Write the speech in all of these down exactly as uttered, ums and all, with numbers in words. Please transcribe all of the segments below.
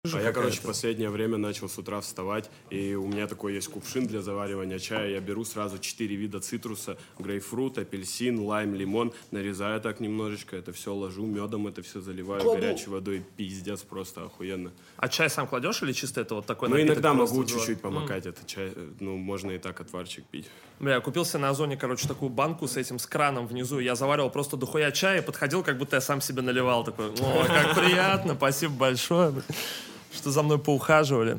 А я, короче, в последнее время начал с утра вставать, и у меня такой есть кувшин для заваривания чая. Я беру сразу четыре вида цитруса: грейпфрут, апельсин, лайм, лимон. Нарезаю так немножечко, это все ложу, медом это все заливаю, Кладу. горячей водой. Пиздец, просто охуенно. А чай сам кладешь или чисто это вот такой Ну, напиток? иногда могу чуть-чуть завар... помакать mm. этот чай. Ну, можно и так отварчик пить. Бля, я купился на Озоне, короче, такую банку с этим, с краном внизу. Я заваривал просто дохуя чая и подходил, как будто я сам себе наливал. Такой, о, как приятно, спасибо большое, что за мной поухаживали.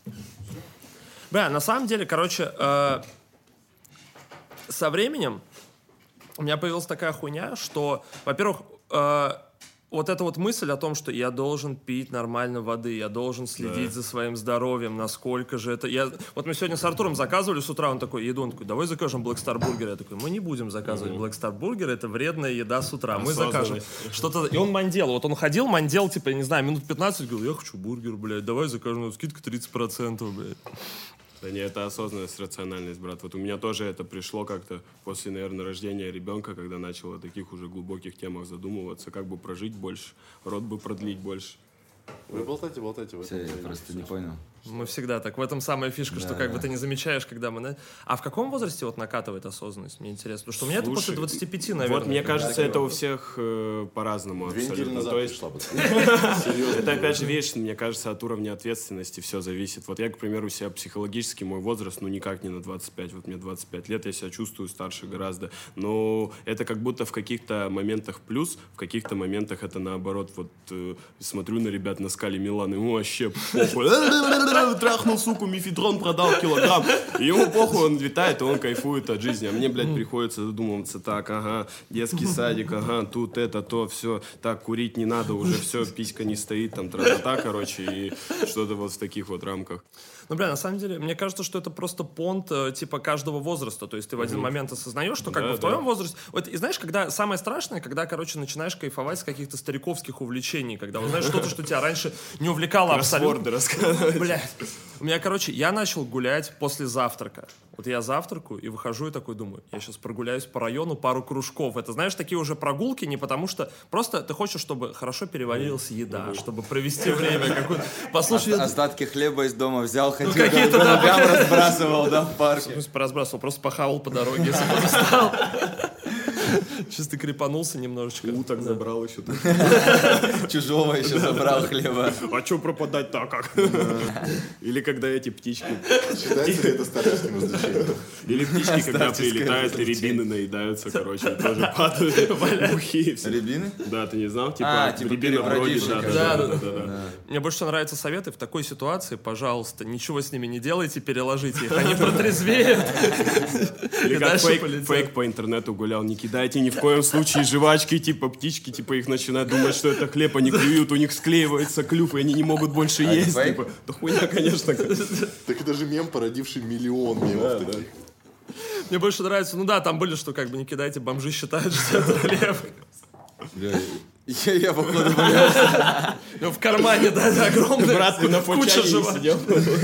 Бля, на самом деле, короче, э, со временем у меня появилась такая хуйня, что, во-первых, э, вот эта вот мысль о том, что я должен пить нормально воды, я должен следить да. за своим здоровьем, насколько же это... Я... Вот мы сегодня с Артуром заказывали с утра, он такой, еду, он такой, давай закажем Black Star Burger. Я такой, мы не будем заказывать mm-hmm. Black Star Burger, это вредная еда с утра, мы закажем что-то... И он мандел, вот он ходил, мандел, типа, я не знаю, минут пятнадцать, говорил, я хочу бургер, блядь, давай закажем, скидка тридцать процентов, блядь. Да не, это осознанность, рациональность, брат. Вот у меня тоже это пришло как-то после, наверное, рождения ребенка, когда начал о таких уже глубоких темах задумываться, как бы прожить больше, род бы продлить больше. Вы болтайте, болтайте. Все, я просто не понял. Мы всегда так. В этом самая фишка, да, что как да. бы ты не замечаешь, когда мы... А в каком возрасте вот накатывает осознанность? Мне интересно. Потому что у меня Слушай, это после двадцати пяти, наверное. Вот мне кажется, это у всех э, по-разному Две абсолютно. недели назад То есть... пришла. Это опять же вещь, мне кажется, от уровня ответственности все зависит. Вот я, к примеру, себя психологически, мой возраст, ну никак не на двадцать пять. Вот мне двадцать пять лет, я себя чувствую старше гораздо. Но это как будто в каких-то моментах плюс, в каких-то моментах это наоборот. Вот э, смотрю на ребят на скале Миланы, ну вообще похуй. Трахнул, суку, мифедрон продал килограмм. И ему похуй, он летает, и он кайфует от жизни. А мне, блядь, приходится задумываться, так, ага, детский садик, ага, тут это, то, все, так, курить не надо, уже все, писька не стоит, там, тра-та-та, короче, и что-то вот в таких вот рамках. Ну, бля, на самом деле, мне кажется, что это просто понт, типа, каждого возраста. То есть ты в один mm-hmm. момент осознаешь, что как да, бы в твоем да. возрасте... Вот, и знаешь, когда самое страшное, когда, короче, начинаешь кайфовать с каких-то стариковских увлечений, когда, вот, знаешь, что-то, что тебя раньше не увлекало абсолютно. Рассказывать. Блядь. У меня, короче, я начал гулять после завтрака. Вот я завтракаю и выхожу и такой думаю, я сейчас прогуляюсь по району пару кружков. Это, знаешь, такие уже прогулки не потому что... Просто ты хочешь, чтобы хорошо переварилась еда, чтобы провести время какое-то... Послушай... Остатки хлеба из дома взял, ходил, ну, какие-то, да, прям разбрасывал, да, в парке. В смысле, поразбрасывал, просто похавал по дороге, если бы встал. Чисто крепанулся немножечко. Уток да. забрал еще. Чужого еще забрал хлеба. А что пропадать так как? Или когда эти птички... Считается ли это старческим развлечением? Или птички, когда прилетают, и рябины наедаются, короче, тоже падают. Рябины? Да, ты не знал? Типа рябина бродит. Да, да, да. Мне больше всего нравятся советы в такой ситуации. Пожалуйста, ничего с ними не делайте, переложите их. Они протрезвеют. Или как фейк по интернету гулял. Не кидайте ни в коем случае жвачки, типа птички, типа их начинают думать, что это хлеб, они клюют, у них склеивается клюв, и они не могут больше а есть. Типа, да хуйня, конечно. Так это же мем, породивший миллион мемов да, таких. Да. Мне больше нравится, ну да, там были, что как бы не кидайте, бомжи считают, что это хлеб. Я, я походу боялся. Ну в кармане, да, огромный. Брат, ты на куча жвачек. сидел.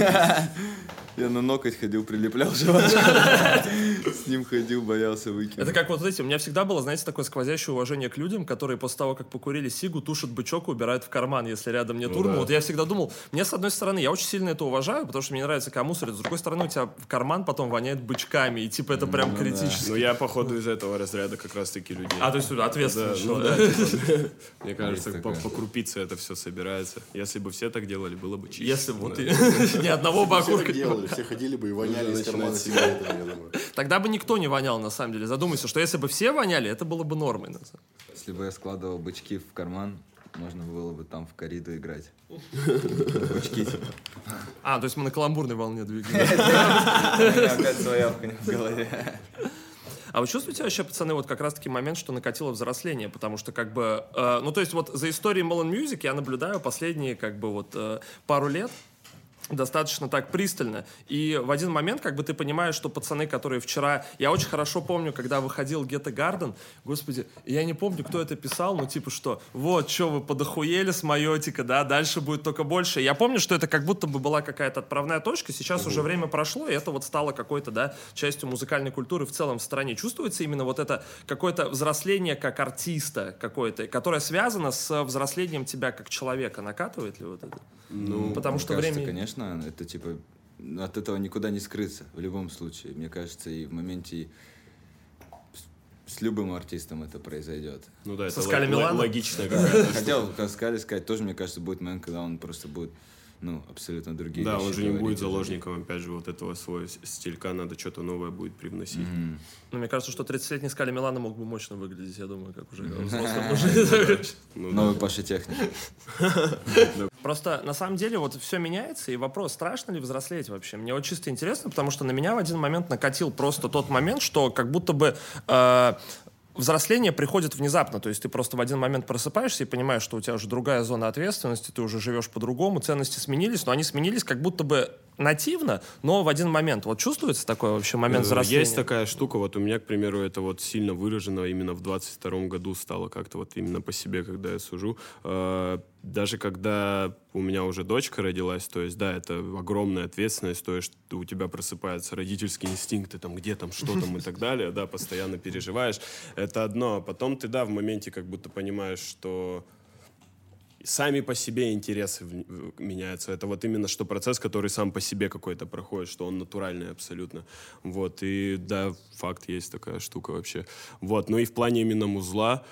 Я на ноготь ходил, прилеплял жвачку. С ним ходил, боялся выкинуть. Это как вот эти, у меня всегда было, знаете, такое сквозящее уважение к людям, которые после того, как покурили сигу, тушат бычок и убирают в карман, если рядом нет урны. Ну, да. Вот я всегда думал, мне с одной стороны, я очень сильно это уважаю, потому что мне нравится, когда мусорят, с другой стороны, у тебя в карман потом воняет бычками, и типа это прям ну, критически. Да. Ну я, походу, из этого разряда как раз-таки людей. А, то есть ответственно. Да, ну, да, типа, мне кажется, по, по крупице это все собирается. Если бы все так делали, было бы чисто. Если бы вот ни одного бакурка. Все так делали, все ходили бы и воняли из кармана сигаретами, я думаю. Тогда бы никто не вонял, на самом деле. Задумайся, что если бы все воняли, это было бы нормой. Если бы я складывал бычки в карман, можно было бы там в корриду играть. Бычки типа. А, то есть мы на каламбурной волне двигаемся. Опять своя в голове. А вы чувствуете вообще, пацаны, вот как раз-таки момент, что накатило взросление? Потому что как бы... Э, ну, то есть вот за историей Melon Music я наблюдаю последние как бы вот э, пару лет. достаточно так пристально. И в один момент как бы ты понимаешь, что пацаны, которые вчера... Я очень хорошо помню, когда выходил Get a Garden, господи, я не помню, кто это писал, но типа что, вот, что вы подохуели с Майотика, да, дальше будет только больше. Я помню, что это как будто бы была какая-то отправная точка, сейчас уже время прошло, и это вот стало какой-то, да, частью музыкальной культуры в целом в стране. Чувствуется именно вот это какое-то взросление как артиста какое-то, которое связано с взрослением тебя как человека. Накатывает ли вот это? Ну, потому мне что кажется, время... конечно, это типа от этого никуда не скрыться в любом случае. Мне кажется, и в моменте и с, с любым артистом это произойдет. Ну да, Со это Скали л- Миланом? логично какая-то. Хотел как Скали сказать, тоже, мне кажется, будет момент, когда он просто будет, ну, абсолютно другие Да, вещи он же не говорить будет уже. заложником, опять же, вот этого своего с- стилька, надо что-то новое будет привносить. Мгм. Ну, мне кажется, что тридцатилетний Скали Милана мог бы мощно выглядеть, я думаю, как уже взрослый мужик. Ну да. Новый Паша Техник. Просто на самом деле вот все меняется, и вопрос, страшно ли взрослеть вообще? Мне вот чисто интересно, потому что на меня в один момент накатил просто тот момент, что как будто бы э, взросление приходит внезапно, то есть ты просто в один момент просыпаешься и понимаешь, что у тебя уже другая зона ответственности, ты уже живешь по-другому, ценности сменились, но они сменились как будто бы нативно, но в один момент. Вот чувствуется такой вообще момент Э, взросления? Есть такая штука, вот у меня, к примеру, это вот сильно выражено именно в двадцать втором году стало как-то вот именно по себе, когда я сужу. Э, Даже когда у меня уже дочка родилась, то есть, да, это огромная ответственность, то есть у тебя просыпаются родительские инстинкты, там, где там, что там и так далее, да, постоянно переживаешь. Это одно, а потом ты, да, в моменте как будто понимаешь, что сами по себе интересы в- в- меняются. Это вот именно что процесс, который сам по себе какой-то проходит, что он натуральный абсолютно. Вот, и да, факт, есть такая штука вообще. Вот, ну и в плане именно музла,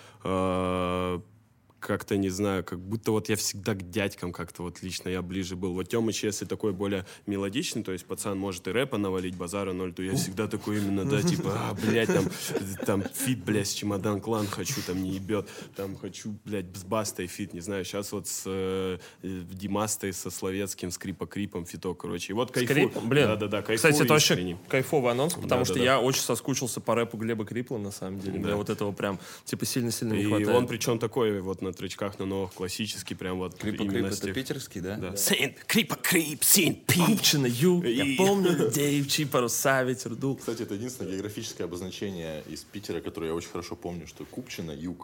э, как-то, не знаю, как будто вот я всегда к дядькам как-то вот лично я ближе был. Вот Тёмыч, если такой более мелодичный, то есть пацан может и рэпа навалить, базара ноль, то я всегда такой именно, да, типа, а, блядь, там, там фит, блядь, с Чемодан Клан хочу, там не ебет, там хочу, блядь, с Бастой фит, не знаю, сейчас вот с э, Димастой, со Словецким, с Крипа-Крипом фиток, короче. И вот кайфую. Скрип? Блин, Да-да-да, кайфую кстати, это вообще искренне. кайфовый анонс, потому что Да-да-да. я очень соскучился по рэпу Глеба Крипла, на самом деле. Мне вот этого прям, типа, сильно-сильно не И хватает. он причем такой вот на тречках, на новых, классический, прям вот Крипа именно Крип с это тех- питерский, да? Да. Сейн, крипа, крип, син, Купчина, ю, я И- помню, девчий паруса, ветер дул. Кстати, это единственное географическое обозначение из Питера, которое я очень хорошо помню, что Купчино — юг.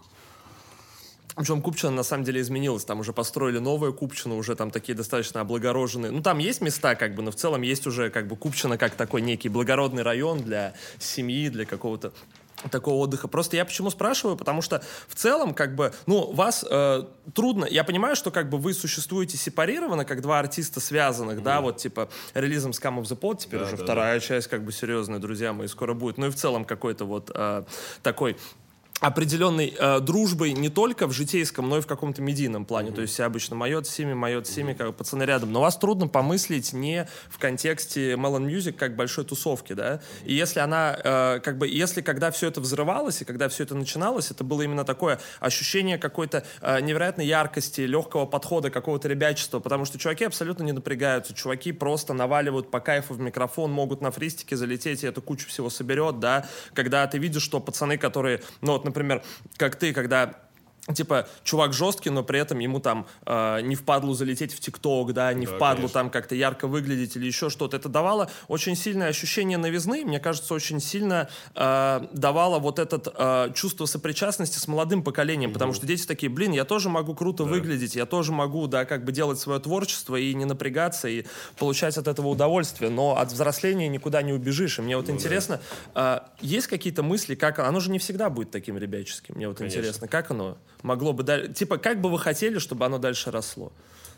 Причем Купчино на самом деле изменилось, там уже построили новое Купчино, уже там такие достаточно облагороженные. Ну, там есть места, как бы, но в целом есть уже, как бы, Купчино как такой некий благородный район для семьи, для какого-то такого отдыха. Просто я почему спрашиваю, потому что в целом, как бы, ну, вас э, трудно, я понимаю, что, как бы, вы существуете сепарированно, как два артиста связанных, да, вот, типа, релизом Scum of the Pod, теперь Да, уже да, вторая часть, как бы, серьезная, друзья мои, скоро будет. Ну, и в целом какой-то вот э, такой определенной э, дружбой не только в житейском, но и в каком-то медийном плане. То есть все обычно майот сими, майот сими, как бы пацаны рядом. Но вас трудно помыслить не в контексте Melon Music как большой тусовки, да. И если она, э, как бы, если когда все это взрывалось, и когда все это начиналось, это было именно такое ощущение какой-то э, невероятной яркости, легкого подхода, какого-то ребячества, потому что чуваки абсолютно не напрягаются. Чуваки просто наваливают по кайфу в микрофон, могут на фристике залететь, и эту кучу всего соберет, да. Когда ты видишь, что пацаны, которые, ну вот, например, как ты, когда типа, чувак жесткий, но при этом ему там э, не впадлу залететь в ТикТок, да, не Да, впадлу конечно. там как-то ярко выглядеть или еще что-то. Это давало очень сильное ощущение новизны, мне кажется, очень сильно э, давало вот это э, чувство сопричастности с молодым поколением, потому что дети такие, блин, я тоже могу круто выглядеть, я тоже могу, да, как бы делать свое творчество и не напрягаться, и получать от этого удовольствие, но от взросления никуда не убежишь. И мне вот интересно, э, есть какие-то мысли, как оно же не всегда будет таким ребяческим, мне вот Конечно. интересно, как оно могло бы дальше... Типа, как бы вы хотели, чтобы оно дальше росло?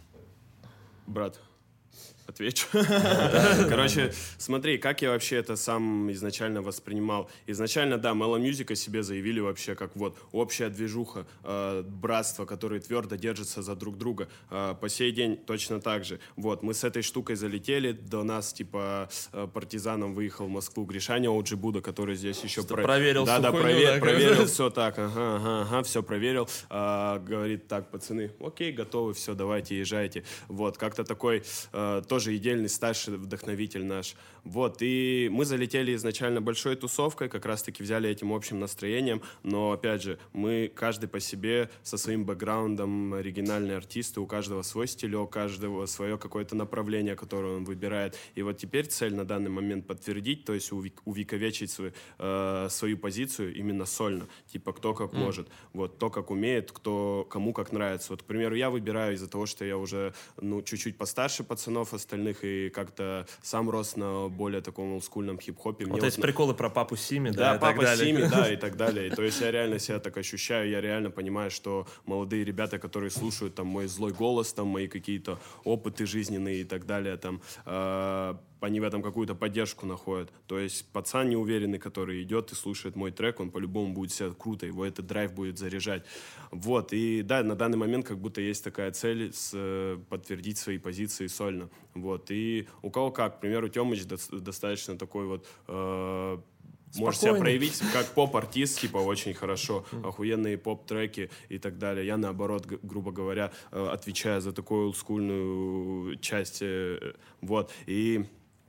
Брат, отвечу. Короче, смотри, как я вообще это сам изначально воспринимал. Изначально, да, Melon Music о себе заявили вообще как вот общая движуха, э, братство, которые твердо держатся за друг друга. Э, по сей день точно так же. Вот, мы с этой штукой залетели, до нас, типа, э, партизаном выехал в Москву Гришаня Оджи Буда, который здесь еще... Что, проверил Да, всю да, хуйню, провер- да, проверил как-то? все так, ага, ага, ага, все проверил. А, говорит, так, пацаны, окей, готовы, все, давайте, езжайте. Вот, как-то такой, э, тоже тоже идеальный старший вдохновитель наш. Вот, и мы залетели изначально большой тусовкой, как раз-таки взяли этим общим настроением, но, опять же, мы каждый по себе, со своим бэкграундом, оригинальные артисты, у каждого свой стиль, у каждого свое какое-то направление, которое он выбирает. И вот теперь цель на данный момент подтвердить, то есть увек- увековечить свою, э, свою позицию именно сольно, типа кто как mm. может, вот, кто как умеет, кто, кому как нравится. Вот, к примеру, я выбираю из-за того, что я уже, ну, чуть-чуть постарше пацанов остальных и как-то сам рос на более таком олдскульном хип-хопе. Вот Мне эти вот... приколы про папу Сими, да, да, и папа так далее. Сими, да, и так далее. И, то есть я реально себя так ощущаю, я реально понимаю, что молодые ребята, которые слушают там мой злой голос, там мои какие-то опыты жизненные и так далее, там, э, они в этом какую-то поддержку находят. То есть пацан неуверенный, который идет и слушает мой трек, он по-любому будет себя круто, его этот драйв будет заряжать. Вот, и да, на данный момент как будто есть такая цель с, э, подтвердить свои позиции сольно. Вот, и у кого как, к примеру, Тёмыч до- достаточно такой вот... Э, может себя проявить как поп-артист, типа, очень хорошо, охуенные поп-треки и так далее. Я, наоборот, г- грубо говоря, э, отвечаю за такую олдскульную часть. э, Вот, и...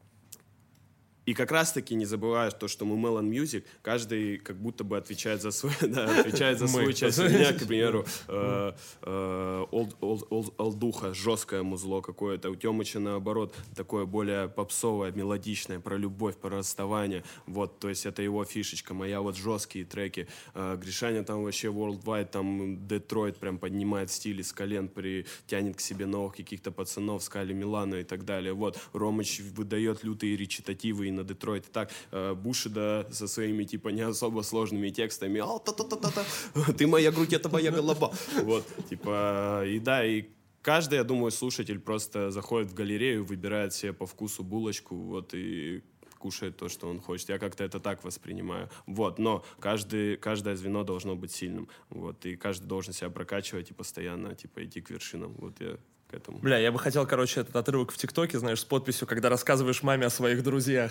И как раз-таки не забывая то, что мы Melon Music, каждый как будто бы отвечает за свой, да, отвечает за свою часть. У меня, к примеру, э, э, олд- олд- олд- олдуха, жесткое музло какое-то. У Тёмыча, наоборот, такое более попсовое, мелодичное, про любовь, про расставание. Вот, то есть это его фишечка. Моя вот жесткие треки. Э, Гришаня там вообще worldwide, там Детройт прям поднимает стили с колен, притянет к себе новых каких-то пацанов, Скали Милану и так далее. Вот, Ромыч выдает лютые речитативы и на Детройт. Так, э, Бушида со своими, типа, не особо сложными текстами. «Ау, та-та-та-та-та, ты моя грудь, это моя голова». Вот, типа, и да, и каждый, я думаю, слушатель просто заходит в галерею, выбирает себе по вкусу булочку, вот, и кушает то, что он хочет. Я как-то это так воспринимаю. Вот, но каждый, каждое звено должно быть сильным. Вот, и каждый должен себя прокачивать и постоянно, типа, идти к вершинам. Вот я к этому. Бля, я бы хотел, короче, этот отрывок в ТикТоке, знаешь, с подписью, когда рассказываешь маме о своих друзьях.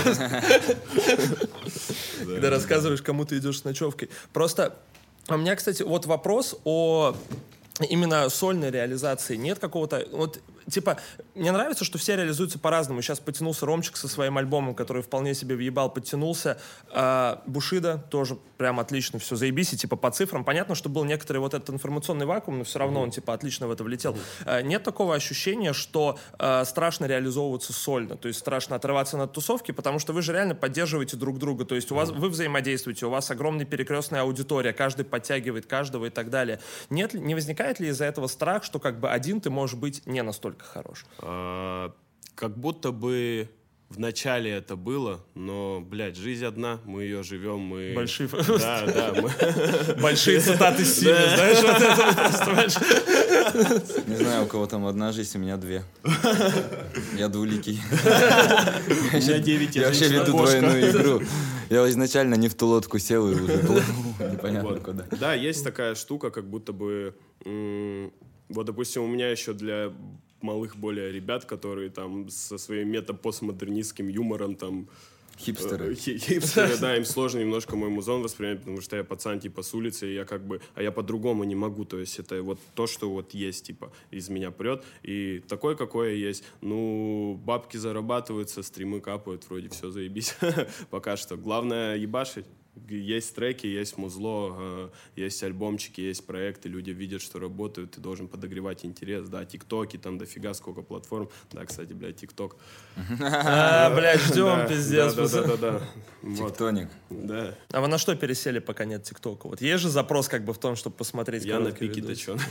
Когда рассказываешь, кому ты идешь с ночевкой. Просто у меня, кстати, вот вопрос о именно сольной реализации. Нет какого-то... Вот, типа, мне нравится, что все реализуются по-разному. Сейчас потянулся Ромчик со своим альбомом, который вполне себе въебал, подтянулся. А, Бушида тоже прям отлично, все заебись. И типа по цифрам. Понятно, что был некоторый вот этот информационный вакуум, но все равно он типа отлично в это влетел. А, нет такого ощущения, что а, страшно реализовываться сольно. То есть страшно отрываться от тусовки, потому что вы же реально поддерживаете друг друга. То есть у вас, вы взаимодействуете, у вас огромная перекрестная аудитория, каждый подтягивает каждого и так далее. Нет, ли- не возникает ли из-за этого страх, что как бы один ты можешь быть не настолько хорош? А, как будто бы в начале это было, но, блядь, жизнь одна, мы ее живем, мы... Большие, Да, да, мы... большие цитаты Сими, знаешь, вот это вот просто большие. Не знаю, у кого там одна жизнь, у меня две. Я двуликий. У меня девять, Я я вообще веду женщина-кошка. двойную игру. Я изначально не в ту лодку сел и уже плыл непонятно Вот. куда. Да, есть такая штука, как будто бы... м, Вот, допустим, у меня еще для малых более ребят, которые там со своим мета-постмодернистским юмором там... Хипстеры. Э, хи- Хипстеры, да, им сложно немножко мой музон воспринять, потому что я пацан, типа, с улицы, и я как бы... А я по-другому не могу, то есть это вот то, что вот есть, типа, из меня прет, и такой, какой я есть. Ну, бабки зарабатываются, стримы капают, вроде все заебись пока что. Главное ебашить. Есть треки, есть музло, э, есть альбомчики, есть проекты, люди видят, что работают, ты должен подогревать интерес, да, тиктоки, там дофига сколько платформ, да, кстати, блядь, тикток. А, блядь, ждем, Да, пиздец. да, да, да, да, вот, Тиктоник. да. А вы на что пересели, пока нет ТикТока? Вот есть же запрос как бы в том, чтобы посмотреть Я на короткие пике видосы. точен.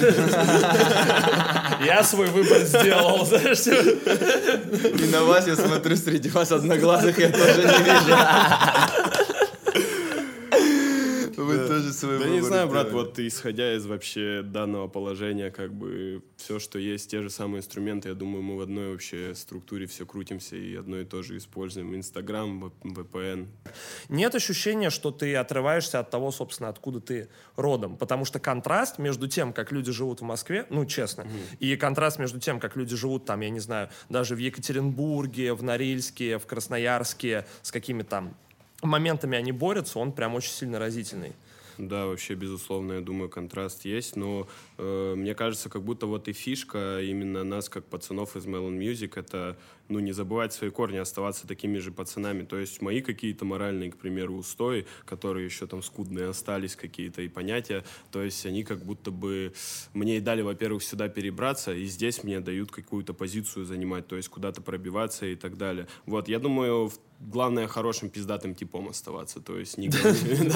Я свой выбор сделал, знаешь, типа. И на вас я смотрю, среди вас одноглазых я тоже не вижу. Вы тоже свой Да выбор не знаю, брат, сделали. вот исходя из вообще данного положения, как бы все, что есть, те же самые инструменты, я думаю, мы в одной вообще структуре все крутимся и одно и то же используем. Инстаграм, вэ пэ эн. Нет ощущения, что ты отрываешься от того, собственно, откуда ты родом. Потому что контраст между тем, как люди живут в Москве, ну, честно, mm. и контраст между тем, как люди живут там, я не знаю, даже в Екатеринбурге, в Норильске, в Красноярске, с какими там моментами они борются, он прям очень сильно разительный. Да, вообще, безусловно, я думаю, контраст есть, но э, мне кажется, как будто вот и фишка именно нас, как пацанов из Melon Music, это, ну, не забывать свои корни, оставаться такими же пацанами. То есть мои какие-то моральные, к примеру, устои, которые еще там скудные остались, какие-то и понятия, то есть они как будто бы мне и дали, во-первых, сюда перебраться, и здесь мне дают какую-то позицию занимать, то есть куда-то пробиваться и так далее. Вот, я думаю, главное хорошим пиздатым типом оставаться, то есть не говнить.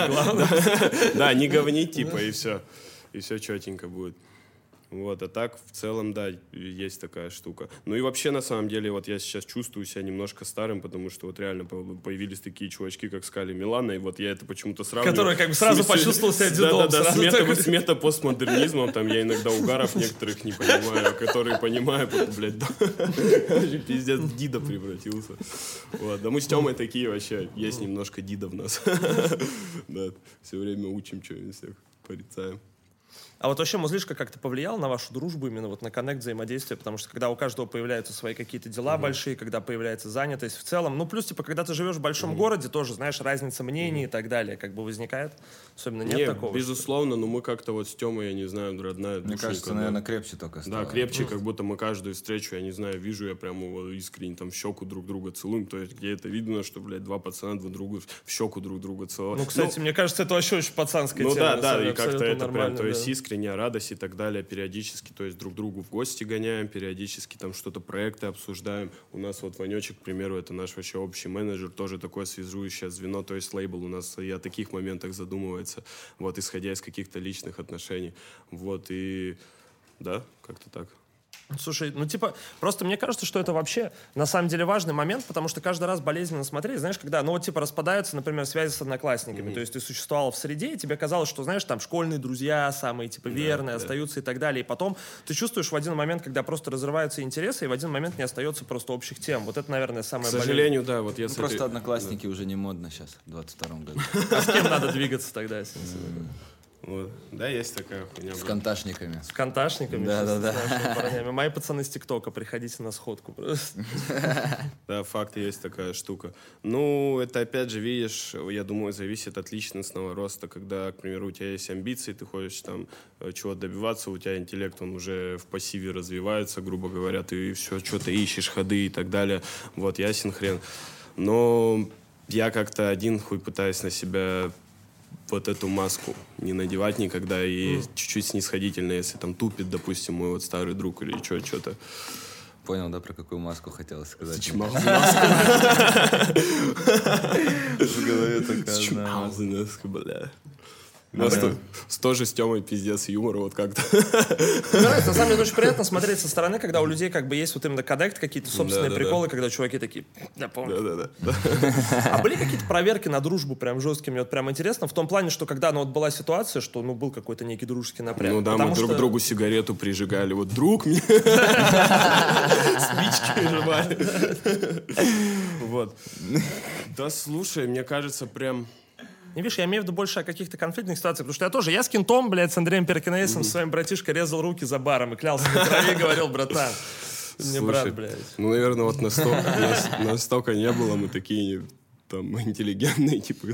Да, не говнить, типа, и все. И все четенько будет. Вот, а так, в целом, да, есть такая штука. Ну и вообще, на самом деле, вот я сейчас чувствую себя немножко старым, потому что вот реально появились такие чувачки, как Скали Милана, и вот я это почему-то сравниваю. Который как бы сразу с, почувствовал себя дедом. Да-да-да, с, мета, такой... с мета-постмодернизмом, там я иногда угаров некоторых не понимаю, которые понимаю, блядь, да, пиздец, Дида превратился. Вот, да мы с Тёмой такие вообще, есть немножко Дида в нас. Да, все время учим что-нибудь всех, порицаем. А вот вообще музлишка как-то повлиял на вашу дружбу, именно вот на коннект, взаимодействие? Потому что когда у каждого появляются свои какие-то дела mm-hmm. большие, когда появляется занятость в целом, ну плюс, типа, когда ты живешь в большом mm-hmm. городе, тоже, знаешь, разница мнений mm-hmm. и так далее, как бы возникает? Особенно нет, нет такого? Безусловно, но мы как-то вот с Тёмой, я не знаю, родная Мне душенька, кажется, да. наверное, крепче только стало. Да, крепче, mm-hmm. как будто мы каждую встречу, я не знаю, вижу я прямо его искренне там в щеку друг друга целуем, то есть где это видно, что, блядь, два пацана друг другу в щеку друг друга целуют. Ну, кстати, ну, мне кажется, это вообще очень пацанская ну, тема. Ну да, да, и как-то это прям, то да. есть искренняя радость и так далее, периодически, то есть друг другу в гости гоняем, периодически там что-то, проекты обсуждаем. У нас вот Ванечек, к примеру, это наш вообще общий менеджер, тоже такое связующее звено, то есть лейбл у нас и о таких моментах задумывается, вот, исходя из каких-то личных отношений. Вот, и да, как-то так. Слушай, ну типа, просто мне кажется, что это вообще на самом деле важный момент, потому что каждый раз болезненно смотреть, знаешь, когда, ну вот типа распадаются, например, связи с одноклассниками, mm-hmm. то есть ты существовал в среде, и тебе казалось, что, знаешь, там школьные друзья самые типа верные, да, остаются да. и так далее, и потом ты чувствуешь в один момент, когда просто разрываются интересы, и в один момент не остается просто общих тем. Вот это, наверное, самое болезненное. К сожалению, да, вот я... Ну, просто этой... одноклассники да. уже не модно сейчас, в двадцать втором году. А с кем надо двигаться тогда? Вот. Да, есть такая хуйня. С конташниками. С конташниками? Да, да, да. Мои пацаны с ТикТока, приходите на сходку просто. Да, факт, есть такая штука. Ну, это опять же, видишь, я думаю, зависит от личностного роста. Когда, к примеру, у тебя есть амбиции, ты хочешь там чего-то добиваться, у тебя интеллект, он уже в пассиве развивается, грубо говоря, ты все, что-то ищешь, ходы и так далее. Вот, ясен хрен. Но я как-то один хуй пытаюсь на себя... вот эту маску не надевать никогда и mm. чуть-чуть снисходительно, если там тупит, допустим, мой вот старый друг или что, что-то. Понял, да, про какую маску хотелось сказать? Чмалзы в голове такая. Чмалзы маску, бля. У нас тут тоже с Тёмой пиздец юмор, вот как-то. Мне нравится, на самом деле, очень приятно смотреть со стороны, когда у людей как бы есть вот именно коннект, какие-то собственные да, да, приколы, да. когда чуваки такие, я помню. Да, да, да. А были какие-то проверки на дружбу прям жесткие? Мне вот прям интересно, в том плане, что когда ну, вот была ситуация, что ну был какой-то некий дружеский напряг. Ну да, мы друг что... другу сигарету прижигали. Вот друг мне спички жевали. Вот. Да слушай, мне кажется, прям... Не видишь, я имею в виду больше о каких-то конфликтных ситуациях, потому что я тоже, я с кентом, блядь, с Андреем Перкинейсом, mm-hmm. с своим братишкой резал руки за баром и клялся на траве, говорил, братан, не брат, блядь. Ну, наверное, вот настолько, настолько не было, мы такие там интеллигентные, типа,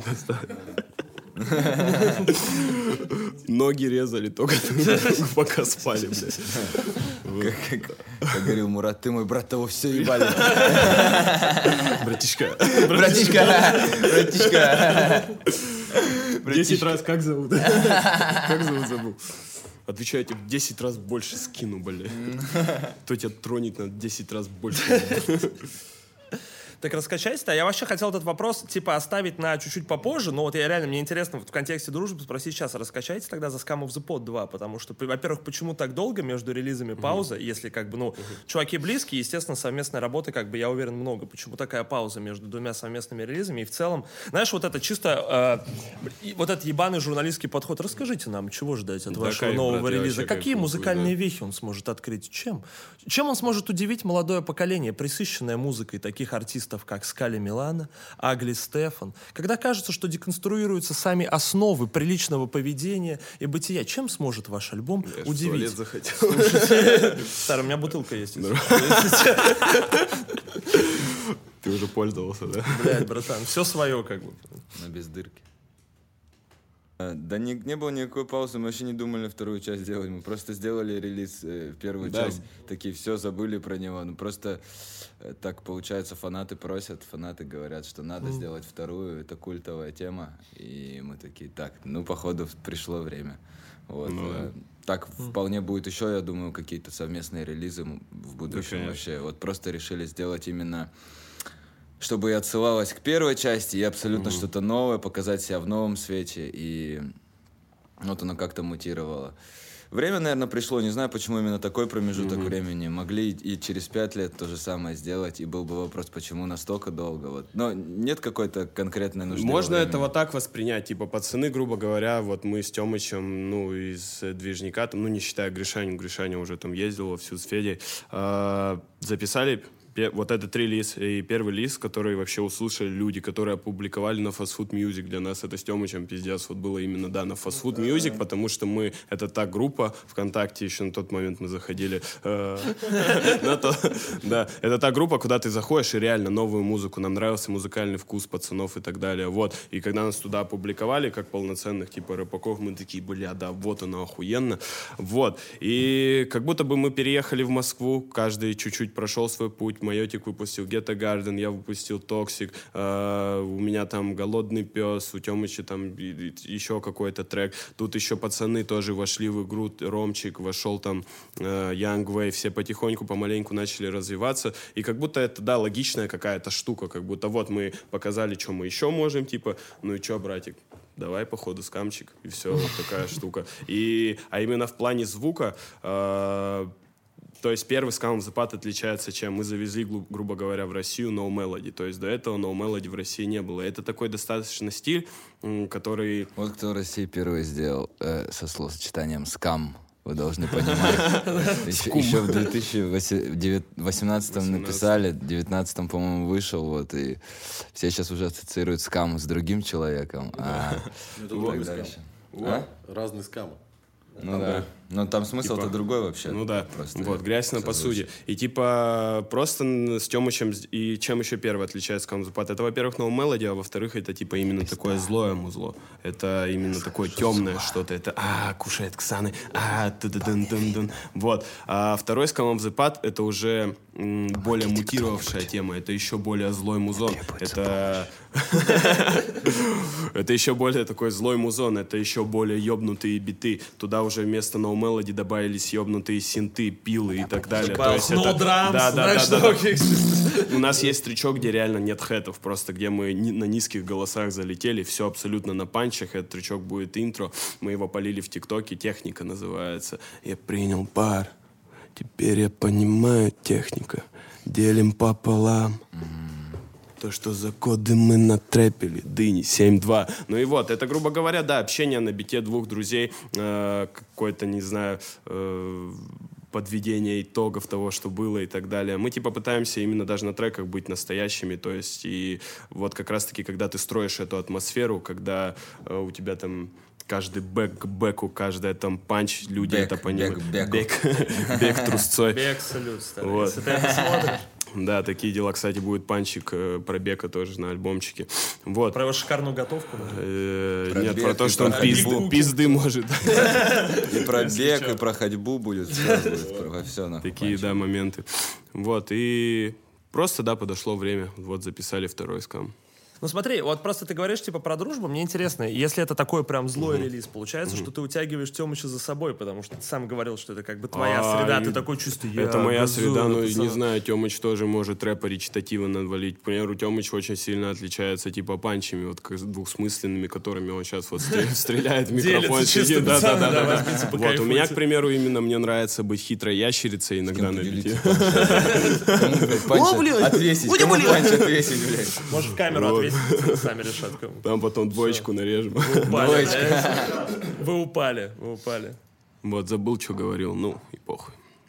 ноги резали только пока спали, блядь. Как, как говорил Мурат, ты мой брат, того все ебали. Братишка. Братишка. Братишка. Десять раз как зовут? Как зовут, забыл. Отвечаю, тебе в десять раз больше скину, блядь. Кто тебя тронет на десять раз больше. Так раскачайся-то. Я вообще хотел этот вопрос, типа, оставить на чуть-чуть попозже, но вот я реально, мне интересно вот в контексте дружбы спросить сейчас, раскачайте тогда за Scum of the Pod два, потому что, во-первых, почему так долго между релизами пауза, uh-huh. если, как бы, ну, uh-huh. чуваки близкие, естественно, совместной работы, как бы, я уверен, много. Почему такая пауза между двумя совместными релизами? И в целом, знаешь, вот это чисто, э, вот этот ебаный журналистский подход. Расскажите нам, чего ждать от да вашего кайф, нового брат, релиза? Какие музыкальные да. вехи он сможет открыть? Чем? Чем он сможет удивить молодое поколение, присыщенное музыкой таких артистов, как Скали Милана, Агли Стефан, когда кажется, что деконструируются сами основы приличного поведения и бытия. Чем сможет ваш альбом я удивить? Я захотел. Старый, у меня бутылка есть. Ты уже пользовался, да? Блядь, братан, все свое как бы. Но без дырки. Да не, не было никакой паузы, мы вообще не думали вторую часть делать, мы просто сделали релиз, э, первую Да. часть, такие все забыли про него, ну просто э, так получается, фанаты просят, фанаты говорят, что надо Мгм. сделать вторую, это культовая тема, и мы такие, так, ну походу пришло время. Вот. Ну э, Так вполне будет еще, я думаю, какие-то совместные релизы м- в будущем конечно. вообще. Вот просто решили сделать именно, чтобы и отсылалось к первой части, и абсолютно что-то новое, показать себя в новом свете, и вот оно как-то мутировало. Время, наверное, пришло, не знаю, почему именно такой промежуток времени. Могли и через пять лет то же самое сделать, и был бы вопрос, почему настолько долго. Вот. Но нет какой-то конкретной нужды. во Можно времени. это вот так воспринять, типа, пацаны, грубо говоря, вот мы с Тёмычем, ну, из э, Движника, там, ну, не считая Гришаню, Гришаня уже там ездил вовсю с Федей, э, записали пе- вот этот релиз, и первый лист, который вообще услышали люди, которые опубликовали на Fast Food Music. Для нас это с Тёмычем пиздец, вот было именно, да, на Fast Food Music, потому что мы, это та группа ВКонтакте, еще на тот момент мы заходили, э, на то- да, это та группа, куда ты заходишь, и реально новую музыку, нам нравился музыкальный вкус пацанов и так далее, вот, и когда нас туда опубликовали, как полноценных, типа, рэпаков, мы такие, бля, да, вот оно охуенно, вот, и как будто бы мы переехали в Москву, каждый чуть-чуть прошел свой путь, Майотик выпустил Ghetto Garden, я выпустил Toxic, э, у меня там Голодный пес, у Тёмыча там и- и- еще какой-то трек, тут еще пацаны тоже вошли в игру, Ромчик, вошел там э, Young Way, все потихоньку, помаленьку начали развиваться, и как будто это, да, логичная какая-то штука, как будто вот мы показали, что мы еще можем, типа, ну и что, братик, давай, походу, скамчик, и все, вот такая штука. И, а именно в плане звука, э, то есть первый Scum of the Path отличается чем? Мы завезли, гру- грубо говоря, в Россию No Melody, то есть до этого No Melody в России не было. Это такой достаточно стиль, м, который... Вот кто в России первый сделал э, со словосочетанием «скам». Вы должны понимать. Еще, еще в две тысячи восемнадцатом написали, в две тысячи девятнадцатом, по-моему, вышел, вот, и все сейчас уже ассоциируют скам с другим человеком, а Ну, это так другой дальше. скам. А? Разный скам. Ну да. Но там смысл-то Типа, другой вообще. Ну да, Просто вот, грязь на созвучие. посуде. И типа просто н- с Тёмычем, с- и чем еще первый отличается Scum of the Path? Это, во-первых, No Melody, а во-вторых, это типа именно такое злое музло. Это именно такое темное что-то. Это а, кушает Ксаны, а, дун дун дун Вот. А второй Scum of the Path это уже м, более мутировавшая тема. Это еще более злой музон. Это... Это еще более такой злой музон, это еще более ёбнутые биты. Туда уже вместо No Melody добавились ёбнутые синты, пилы и так далее. То есть No это- drums, да, да, знаешь, да, да, такие. У нас есть стричок, где реально нет хэтов, просто где мы ни- на низких голосах залетели, все абсолютно на панчах. Этот тречок будет интро, мы его полили в ТикТоке, техника называется. Я принял пар, теперь я понимаю техника, делим пополам. То, что за коды мы натрепили, дыни семь два. Ну и вот, это, грубо говоря, да, общение на бите двух друзей, э, какое-то, не знаю, э, подведение итогов того, что было и так далее. Мы типа пытаемся именно даже на треках быть настоящими, то есть и вот как раз-таки, когда ты строишь эту атмосферу, когда э, у тебя там каждый бэк к бэку, каждая там панч, люди Бэк, это понимают. бэк к бэку. Бэк, бэк трусцой. Бег, салют, старый. Вот. Если ты это смотришь. Да, такие дела. Кстати, будет панчик э, про Бека тоже на альбомчике. Вот. Про его шикарную готовку. да? Э, Про Нет, бег про то, и что про он пизды, ходьбу. пизды может. И про бег, и про ходьбу будет. Все будет, про все нахуй. Такие, да, моменты. Вот, и просто, да, подошло время. Вот, записали второй скам. Ну смотри, вот просто ты говоришь типа про дружбу, мне интересно, если это такой прям злой релиз, получается, что ты утягиваешь Тёмыча за собой, потому что ты сам говорил, что это как бы твоя А, среда, и- ты такой чисто я Это моя газую, среда, ну, пацаны». не знаю, Тёмыч тоже может рэпа речитативы навалить. К примеру, Тёмыч очень сильно отличается, типа, панчами, вот, как двухсмысленными, которыми он сейчас вот стрел- стреляет в микрофон. Делится чисто, сидит. Да, да, пацаны, да, да, да, возьмите, да. Вот, у меня, покайфуйте. к примеру, именно мне нравится быть хитрой ящерицей иногда на бите. Панч отвесить, кому панч отвесить, блядь? Может в камеру Вот. ответить, сами решат кому. Там потом двоечку нарежем. Упали, да? Вы упали, вы упали. Вот, забыл, что говорил, ну, и похуй.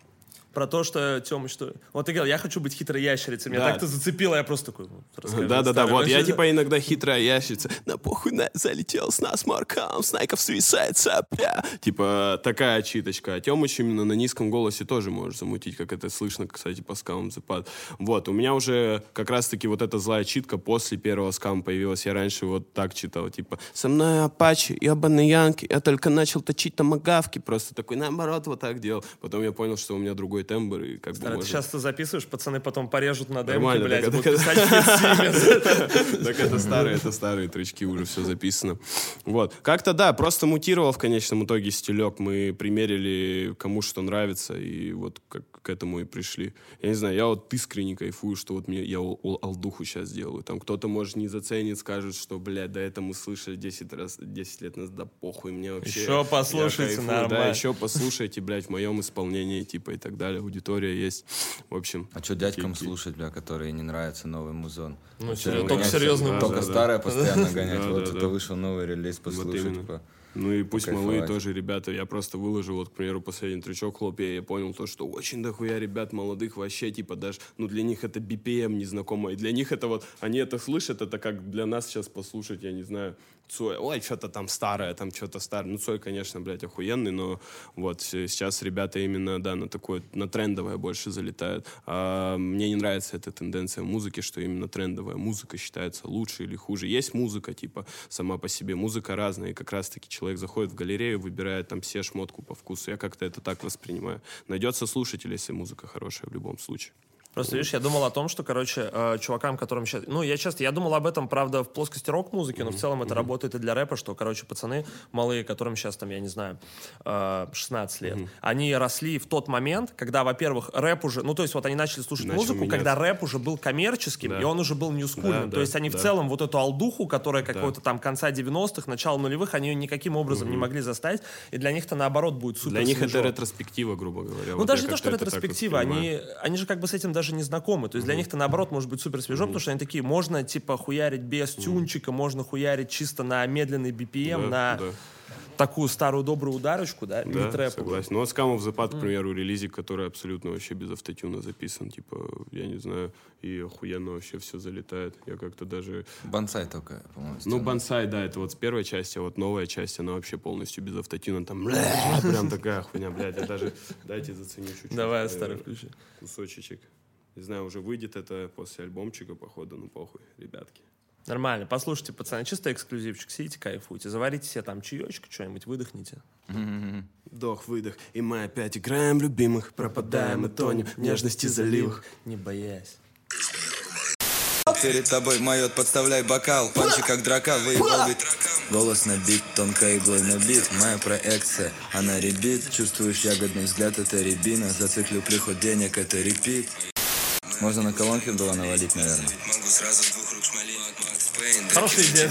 Про то, что, Тёма, что... Вот ты говорил, я хочу быть хитрой ящерицей. Меня Да. так-то зацепило, я просто такой... Вот, расскажи, Да-да-да, старый, вот я вообще, типа иногда хитрая ящица. На похуй на залетел с насморком, с найков свисает сопля. Типа такая читочка. А Тёмыч именно на низком голосе тоже может замутить, как это слышно, кстати, по скамам запад. Вот, у меня уже как раз-таки вот эта злая читка после первого скама появилась. Я раньше вот так читал, типа «Со мной Апачи, ебаный Янки, я только начал точить томагавки». Просто такой, наоборот, вот так делал. Потом я понял, что у меня другой тембр, и как бы Старый, ты можно... сейчас ты записываешь, пацаны потом порежут на демке, Нормально, блядь, так будут это- писать хит-симмерс. Так это старые, это старые тречки, уже все записано. Вот. Как-то, да, просто мутировал в конечном итоге стилек. Мы примерили, кому что нравится, и вот как к этому и пришли. Я не знаю, я вот искренне кайфую, что вот мне, я ол- ол- алдуху сейчас делаю. Там кто-то, может, не заценит, скажет, что, блядь, до этого мы слышали десять раз, десять лет назад, да похуй мне вообще. Еще послушайте, Я кайфую, нормально. Да, еще послушайте, блядь, в моем исполнении, типа, и так далее. Аудитория есть. В общем. А что дядькам такие- слушать, бля, которые не нравится новый музон? Ну, Всё серьё- гонять, только серьезный да, Только да, старое постоянно гонять. Да, Вот да, это да. вышел новый релиз, послушать. именно. по- Ну и пусть покайфовать. малые тоже ребята. Я просто выложил, вот, к примеру, последний трючок «Хлопья», и я понял то, что очень дохуя ребят молодых вообще, типа, даже, ну, для них это би пи эм незнакомо. И для них это вот, они это слышат, это как для нас сейчас послушать, я не знаю, Цой. Ой, что-то там старое, там что-то старое. Ну, Цой, конечно, блядь, охуенный, но вот с- сейчас ребята именно, да, на такое, на трендовое больше залетают. А мне не нравится эта тенденция в музыке, что именно трендовая музыка считается лучше или хуже. Есть музыка, типа, сама по себе. Музыка разная, и как раз-таки человек заходит в галерею, выбирает там все шмотку по вкусу. Я как-то это так воспринимаю. Найдется слушатель, если музыка хорошая в любом случае. Просто, видишь, я думал о том, что, короче, э, чувакам, которым сейчас... Ну, я часто, я думал об этом, правда, в плоскости рок-музыки, но в целом это работает и для рэпа, что, короче, пацаны малые, которым сейчас, там, я не знаю, э, шестнадцать лет, они росли в тот момент, когда, во-первых, рэп уже... Ну, то есть вот они начали слушать Начал музыку, меняться. когда рэп уже был коммерческим, Да. и он уже был ньюскульным. Да, то да, есть они в да. целом вот эту алдуху, которая какого-то там конца девяностых, начала нулевых, они ее никаким образом не могли заставить, и для них это, наоборот, будет супер Для них свежо. это ретроспектива, грубо говоря. Ну, Вот даже я не то, что как-то это так ретроспектива, воспринимаю. они, они же как бы с этим даже не знакомы. То есть для них-то, наоборот, может быть супер свежо, потому что они такие, можно, типа, хуярить без тюнчика, можно хуярить чисто на медленный би пи эм, Да, на да. такую старую добрую ударочку, да, Да, мид-рэп. согласен. Ну, вот Scum of the Pod, к примеру, релизик, который абсолютно вообще без автотюна записан, типа, я не знаю, и охуенно вообще все залетает. Я как-то даже... Бонсай только, по-моему. Ну, стёмный. бонсай, да, это вот с первой части, а вот новая часть, она вообще полностью без автотюна, там, бля, прям такая хуйня, блядь, я даже, дайте заценю чуть-чуть. Давай, э, старый, включи. Кусочек. Не знаю, уже выйдет это после альбомчика, походу, ну, похуй, ребятки. Нормально. Послушайте, пацаны, чисто эксклюзивчик. Сидите, кайфуйте. Заварите себе там чаечек, что-нибудь, выдохните. Вдох, выдох, и мы опять играем в любимых, пропадаем и тонем в нежности заливах. Не боясь. Перед тобой майот, подставляй бокал. Панчи как драка, выебал бит. Голос набит, тонко иглой набит. Моя проекция, она ребит. Чувствуешь ягодный взгляд, это рябина. Зациклю приход денег, это репит. Можно на колонке было навалить, наверное. Могу сразу с двух рук шмалить. Хорошая идея.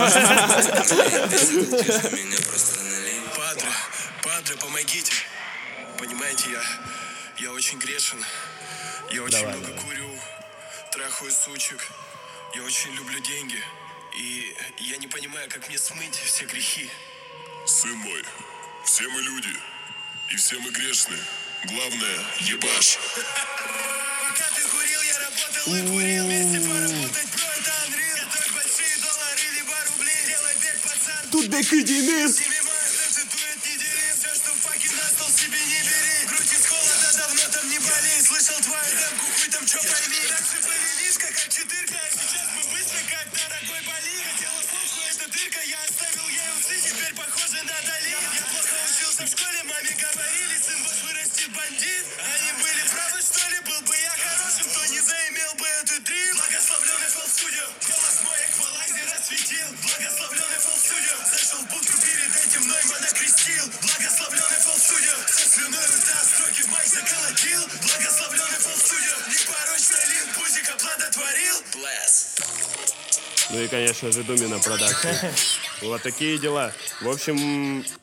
Падре, падре, помогите. Понимаете, я, я очень грешен. Я очень Давай, много давай. курю, трахаю сучек. Я очень люблю деньги. И я не понимаю, как мне смыть все грехи. Сын мой, все мы люди, и все мы грешны. Главное, ебашь. Пока ты курил, я работал и курил. Вместе поработать, бро, это unreal. Готовь большие доллары, либо рубли. Делай бег, пацан. Тут бег и Денис! Тебе мой танцует, не дери. Все, что факи на стол себе не бери. Грудь из холода давно там не болит. Слышал твою демку, хуй там чё пойми. Раньше были лишка, как четырка, а сейчас мы быстро, как дорогой болит. Хотела слов, но эта дырка, я оставил ей усы. Теперь похоже на Дали. Я плохо учился в школе, маме говорили, сын ваш вырастет бандит. Они были правы, что ли, был бы я хорошим, то не заимел бы эту дрим. Благословленный фолк-студио, голос мой эквалайзер осветил. Благословленный фолк-студио, зашел в будку перед этим, мной монокрестил. Благословленный фолк-студио, со слюной рта строки в май заколотил. Благословленный фолк-студио, непорочный лин, пузик оплодотворил. Bless. Ну и, конечно же, Думина продакшн. Вот такие дела. В общем,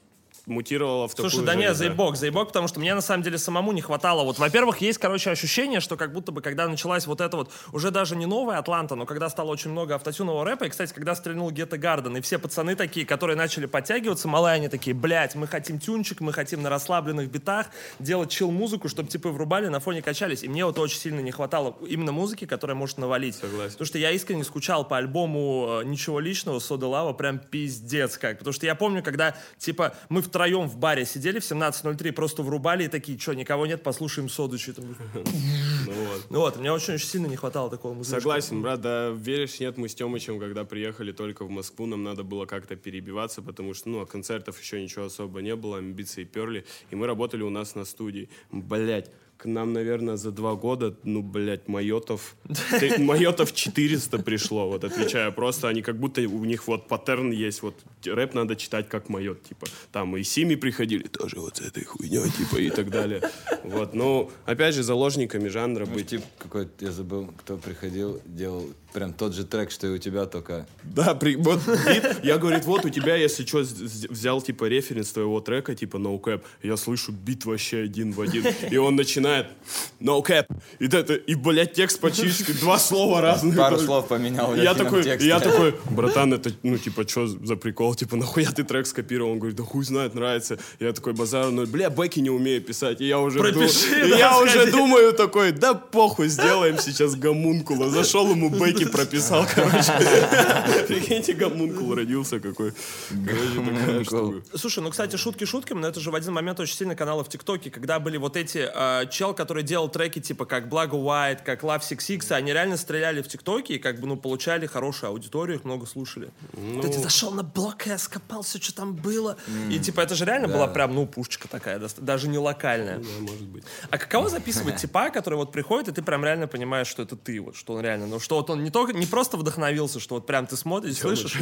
мутировало в такую Слушай, да жизнь, не, заебок, заебок, потому что мне на самом деле самому не хватало. Вот, во-первых, есть, короче, ощущение, что как будто бы, когда началась вот эта вот, уже даже не новая Атланта, но когда стало очень много автотюнового рэпа, и, кстати, когда стрельнул Гетто Гарден, и все пацаны такие, которые начали подтягиваться, малые, они такие, блядь, мы хотим тюнчик, мы хотим на расслабленных битах делать чил-музыку, чтобы типы врубали, на фоне качались. И мне вот очень сильно не хватало именно музыки, которая может навалить. Согласен. Потому что я искренне скучал по альбому э, «Ничего личного», «Сода Лава», прям пиздец как. Потому что я помню, когда, типа, мы втроем в баре сидели в семнадцать ноль три, просто врубали и такие, что, никого нет, послушаем «Соду», что там. Ну вот. Ну вот, мне очень-очень сильно не хватало такого музыки. Согласен, брат, да, веришь, нет, мы с Тёмычем, когда приехали только в Москву, нам надо было как-то перебиваться, потому что, ну, а концертов еще ничего особо не было, амбиции перли, и мы работали у нас на студии. Блять, к нам, наверное, за два года, ну, блядь, майотов, ты- майотов четыреста пришло, вот, отвечая, просто они как будто у них вот паттерн есть, вот, рэп надо читать как майот, типа, там и Сими приходили, тоже вот с этой хуйней, типа, и так далее, вот, ну, опять же, заложниками жанра Может, быть. тип какой-то, я забыл, кто приходил, делал прям тот же трек, что и у тебя, только... Да, при, вот, бит, я, говорит, вот у тебя, если что, взял, типа, референс твоего трека, типа, No Cap, я слышу бит вообще один в один, и он начинает No Cap, и, это, и блядь, текст почти два слова разных. Пару слов поменял в Я латином такой, тексте. я такой, братан, это, ну, типа, что за прикол, типа, нахуя ты трек скопировал? Он говорит, да хуй знает, нравится. Я такой, базару, ну, бля, бэки не умею писать, и я уже, Пропиши, ду- и да, я сходи. уже думаю такой, да похуй, сделаем сейчас гомункула. Зашел ему бэки прописал, короче. Прикиньте, гомункул родился какой. Короче, такая штука. Слушай, ну, кстати, шутки шутками, но это же в один момент очень сильно каналы в ТикТоке, когда были вот эти э, чел, который делал треки типа как Благо White, как Love Six Six, они реально стреляли в ТикТоке и как бы, ну, получали хорошую аудиторию, их много слушали. Вот эти зашел на блок и скопался, что там было. И типа это же реально была прям, ну, пушечка такая, даст- даже не локальная. Да, может быть. А каково записывать типа, который вот приходит, и ты прям реально понимаешь, что это ты, вот, что он реально, ну, что вот он не только, не просто вдохновился, что вот прям ты смотришь, слышишь.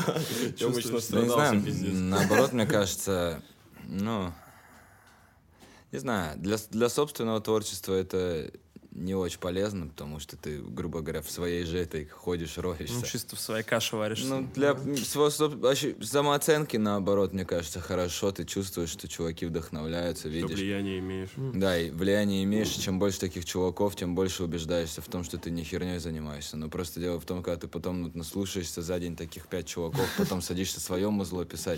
Тёмыч Ну, не настрадался, знаю, пиздец. наоборот, мне кажется, ну, не знаю, для, для собственного творчества это не очень полезно, потому что ты, грубо говоря, в своей же этой ходишь, роешься. Ну, чисто в своей каше варишься. Ну, для своего соб- вообще самооценки, наоборот, мне кажется, хорошо. Ты чувствуешь, что чуваки вдохновляются, Что видишь. влияние имеешь. Да, и влияние имеешь, и чем больше таких чуваков, тем больше убеждаешься в том, что ты не херней занимаешься. Но просто дело в том, когда ты потом ну, наслушаешься за день таких пять чуваков, потом садишься свое музло писать,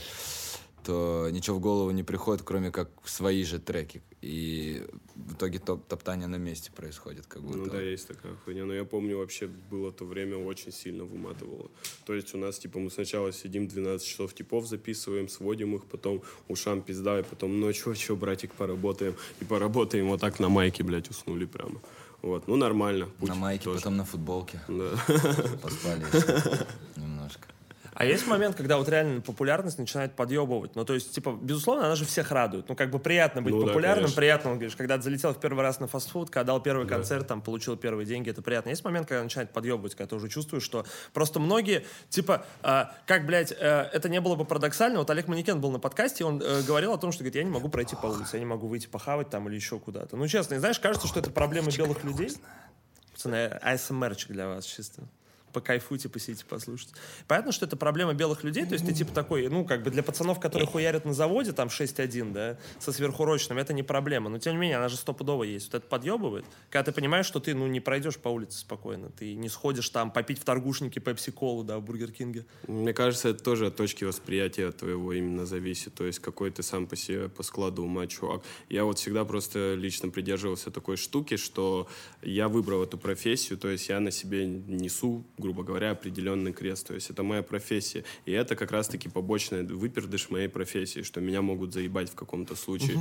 то ничего в голову не приходит, кроме как свои же треки. И в итоге топ топтание на месте происходит, как будто. Ну да, есть такая хуйня. Но я помню, вообще было то время очень сильно выматывало. То есть у нас, типа, мы сначала сидим двенадцать часов типов записываем, сводим их, потом ушам пизда, и потом, ну чё, чё, братик, поработаем. И поработаем вот так на майке, блядь, уснули прямо. Вот, ну нормально. Путь На майке, тоже. потом на футболке. Да. Поспали еще немножко. А есть момент, когда вот реально популярность начинает подъебывать. Ну, то есть, типа, безусловно, она же всех радует. Ну, как бы приятно быть Ну да, популярным, конечно. приятно, он говоришь, когда ты залетел в первый раз на фастфуд, когда дал первый концерт, там, получил первые деньги, это приятно. Есть момент, когда начинает подъебывать, когда ты уже чувствуешь, что просто многие, типа, а, как, блядь, э, это не было бы парадоксально, вот Олег Манекен был на подкасте, и он э, говорил о том, что, говорит, я не могу пройти по улице, я не могу выйти похавать там или еще куда-то. Ну, честно, и знаешь, кажется, что это проблема белых людей. Пацаны, эй эс эм эр-чик для вас, чисто. Покайфуйте, посидите, послушайте. Понятно, что это проблема белых людей, то есть ты типа такой, ну, как бы для пацанов, которые хуярят на заводе, там, шесть один, да, со сверхурочным, это не проблема. Но, тем не менее, она же стопудово есть. Вот это подъебывает, когда ты понимаешь, что ты, ну, не пройдешь по улице спокойно, ты не сходишь там попить в торгушнике пепси-колу, да, в Бургер Кинге. Мне кажется, это тоже от точки восприятия твоего именно зависит. То есть какой ты сам по себе по складу ума чувак. Я вот всегда просто лично придерживался такой штуки, что я выбрал эту профессию, то есть я на себе несу, грубо говоря, определенный крест. То есть это моя профессия. И это как раз-таки побочный выпердыш моей профессии, что меня могут заебать в каком-то случае.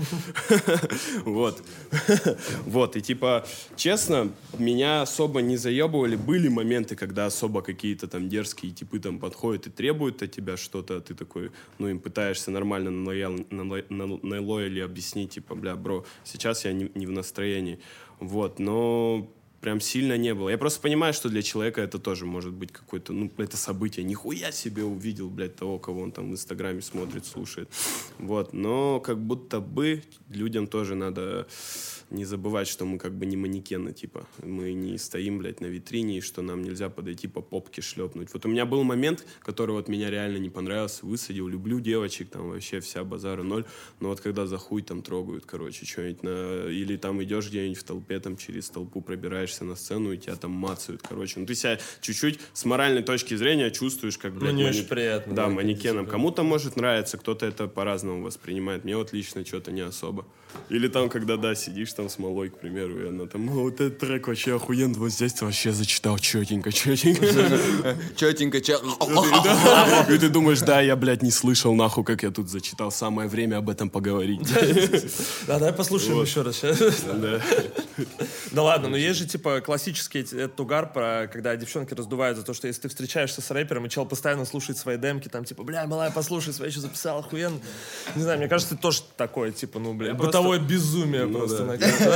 Вот. Вот. И типа, честно, меня особо не заебывали. Были моменты, когда особо какие-то там дерзкие типы там подходят и требуют от тебя что-то, а ты такой, ну, им пытаешься нормально на лоял- на ло- на- на лояле объяснить, типа, бля, бро, сейчас я не не в настроении. Вот. Но прям сильно не было. Я просто понимаю, что для человека это тоже может быть какое-то, ну, это событие. Нихуя себе увидел, блядь, того, кого он там в Инстаграме смотрит, слушает. Вот, но как будто бы людям тоже надо не забывать, что мы как бы не манекены, типа. Мы не стоим, блядь, на витрине, и что нам нельзя подойти по попке шлепнуть. Вот у меня был момент, который вот меня реально не понравился, высадил, люблю девочек, там вообще вся базара ноль, но вот когда за хуй там трогают, короче, что-нибудь на... Или там идешь где-нибудь в толпе, там через толпу пробираешься на сцену, и тебя там мацают, короче. Ну ты себя чуть-чуть с моральной точки зрения чувствуешь, как, блядь, ну, не мани... очень приятно. Да, да, манекеном. Кому-то может нравиться, кто-то это по-разному воспринимает. Мне вот лично что-то не особо. Или там, когда, да, сидишь там с малой, к примеру, и она там, ну, вот этот трек вообще охуенно, вот здесь ты вообще зачитал четенько, четенько. Четенько, И ты думаешь, да, я, блядь, не слышал, нахуй, как я тут зачитал. Самое время об этом поговорить. Да, давай послушаем еще раз. Да. Да ладно, но есть же, типа, классический этот угар, про, когда девчонки раздувают за то, что если ты встречаешься с рэпером, и чел постоянно слушает свои демки, там, типа, бля, малая, послушай, свои еще записал, охуенно. Не знаю, мне кажется, это тоже такое, типа, ну, бля, бытовое безумие просто.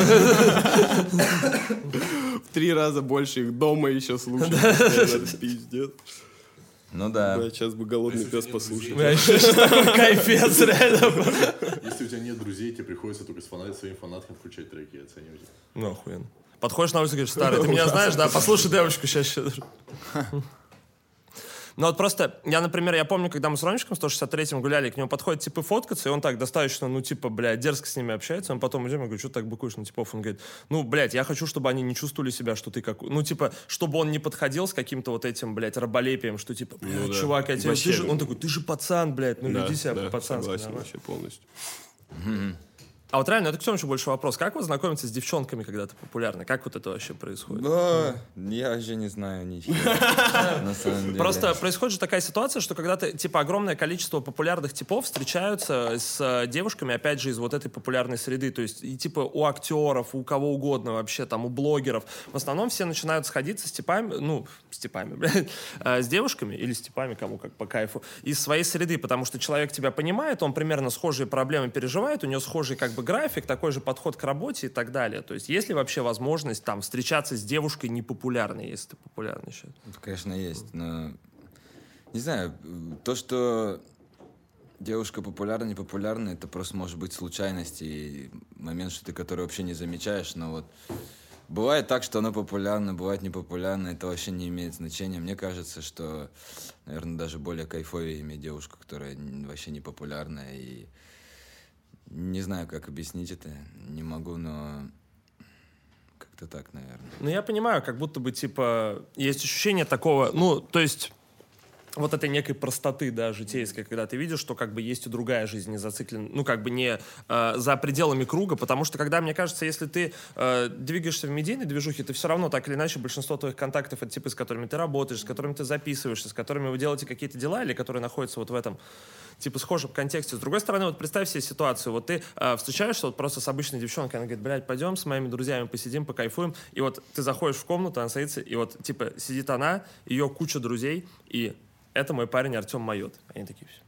В три раза больше их дома еще слушают. Это пиздец. Ну да. Сейчас бы голодный пес послушал. Бля, еще такой кайфец, реально. Если у тебя нет друзей, тебе приходится только с фанат... своим фанаткам включать треки и оценивать. Ну, охуенно. Подходишь на улицу и говоришь, старый, ты меня знаешь, да? Послушай девочку сейчас. Ну вот просто, я, например, я помню, когда мы с Рончиком в сто шестьдесят третьем гуляли, к нему подходит типа фоткаться, и он так достаточно, ну типа, блядь, дерзко с ними общается, он потом идем, я говорю, что ты так быкуешь на типов? Он говорит, ну, блядь, я хочу, чтобы они не чувствовали себя, что ты как... Ну, типа, чтобы он не подходил с каким-то вот этим, блядь, раболепием, что типа, блядь, ну, да. чувак, я тебе... Ты же... Он такой, ты же пацан, блядь, ну, да, веди себя да, по-пацански. Согласен вообще полностью. А вот реально, это к чему еще больше вопрос. Как вы знакомитесь с девчонками, когда ты популярный? Как вот это вообще происходит? Да, я вообще не знаю ничего. На самом деле. Просто происходит же такая ситуация, что когда-то, типа, огромное количество популярных типов встречаются с девушками, опять же, из вот этой популярной среды. То есть, и типа у актеров, у кого угодно вообще, там, у блогеров. В основном все начинают сходиться с типами, ну, с типами, блядь, с девушками или с типами, кому как по кайфу, из своей среды, потому что человек тебя понимает, он примерно схожие проблемы переживает, у него схожий, как бы, график, такой же подход к работе и так далее. То есть есть ли вообще возможность там встречаться с девушкой непопулярной, если ты популярный сейчас? Это, конечно, есть, но не знаю, то, что девушка популярна, непопулярна, это просто может быть случайность и момент, что ты который вообще не замечаешь, но вот бывает так, что она популярна, бывает непопулярна, это вообще не имеет значения. Мне кажется, что, наверное, даже более кайфовее иметь девушку, которая вообще не популярная и не знаю, как объяснить это, не могу, но как-то так, наверное. Ну, я понимаю, как будто бы, типа, есть ощущение такого, ну, то есть вот этой некой простоты, да, житейской, когда ты видишь, что как бы есть и другая жизнь, не зациклена, ну, как бы не э, за пределами круга, потому что, когда, мне кажется, если ты э, двигаешься в медийной движухе, ты все равно, так или иначе, большинство твоих контактов — это типы, с которыми ты работаешь, с которыми ты записываешься, с которыми вы делаете какие-то дела, или которые находятся вот в этом, типа, схожем контексте. С другой стороны, вот представь себе ситуацию, вот ты э, встречаешься вот просто с обычной девчонкой, она говорит, блядь, пойдем с моими друзьями посидим, покайфуем, и вот ты заходишь в комнату, она садится, и вот, типа, сидит она, ее куча друзей, и это мой парень Артем Майот. Они такие все.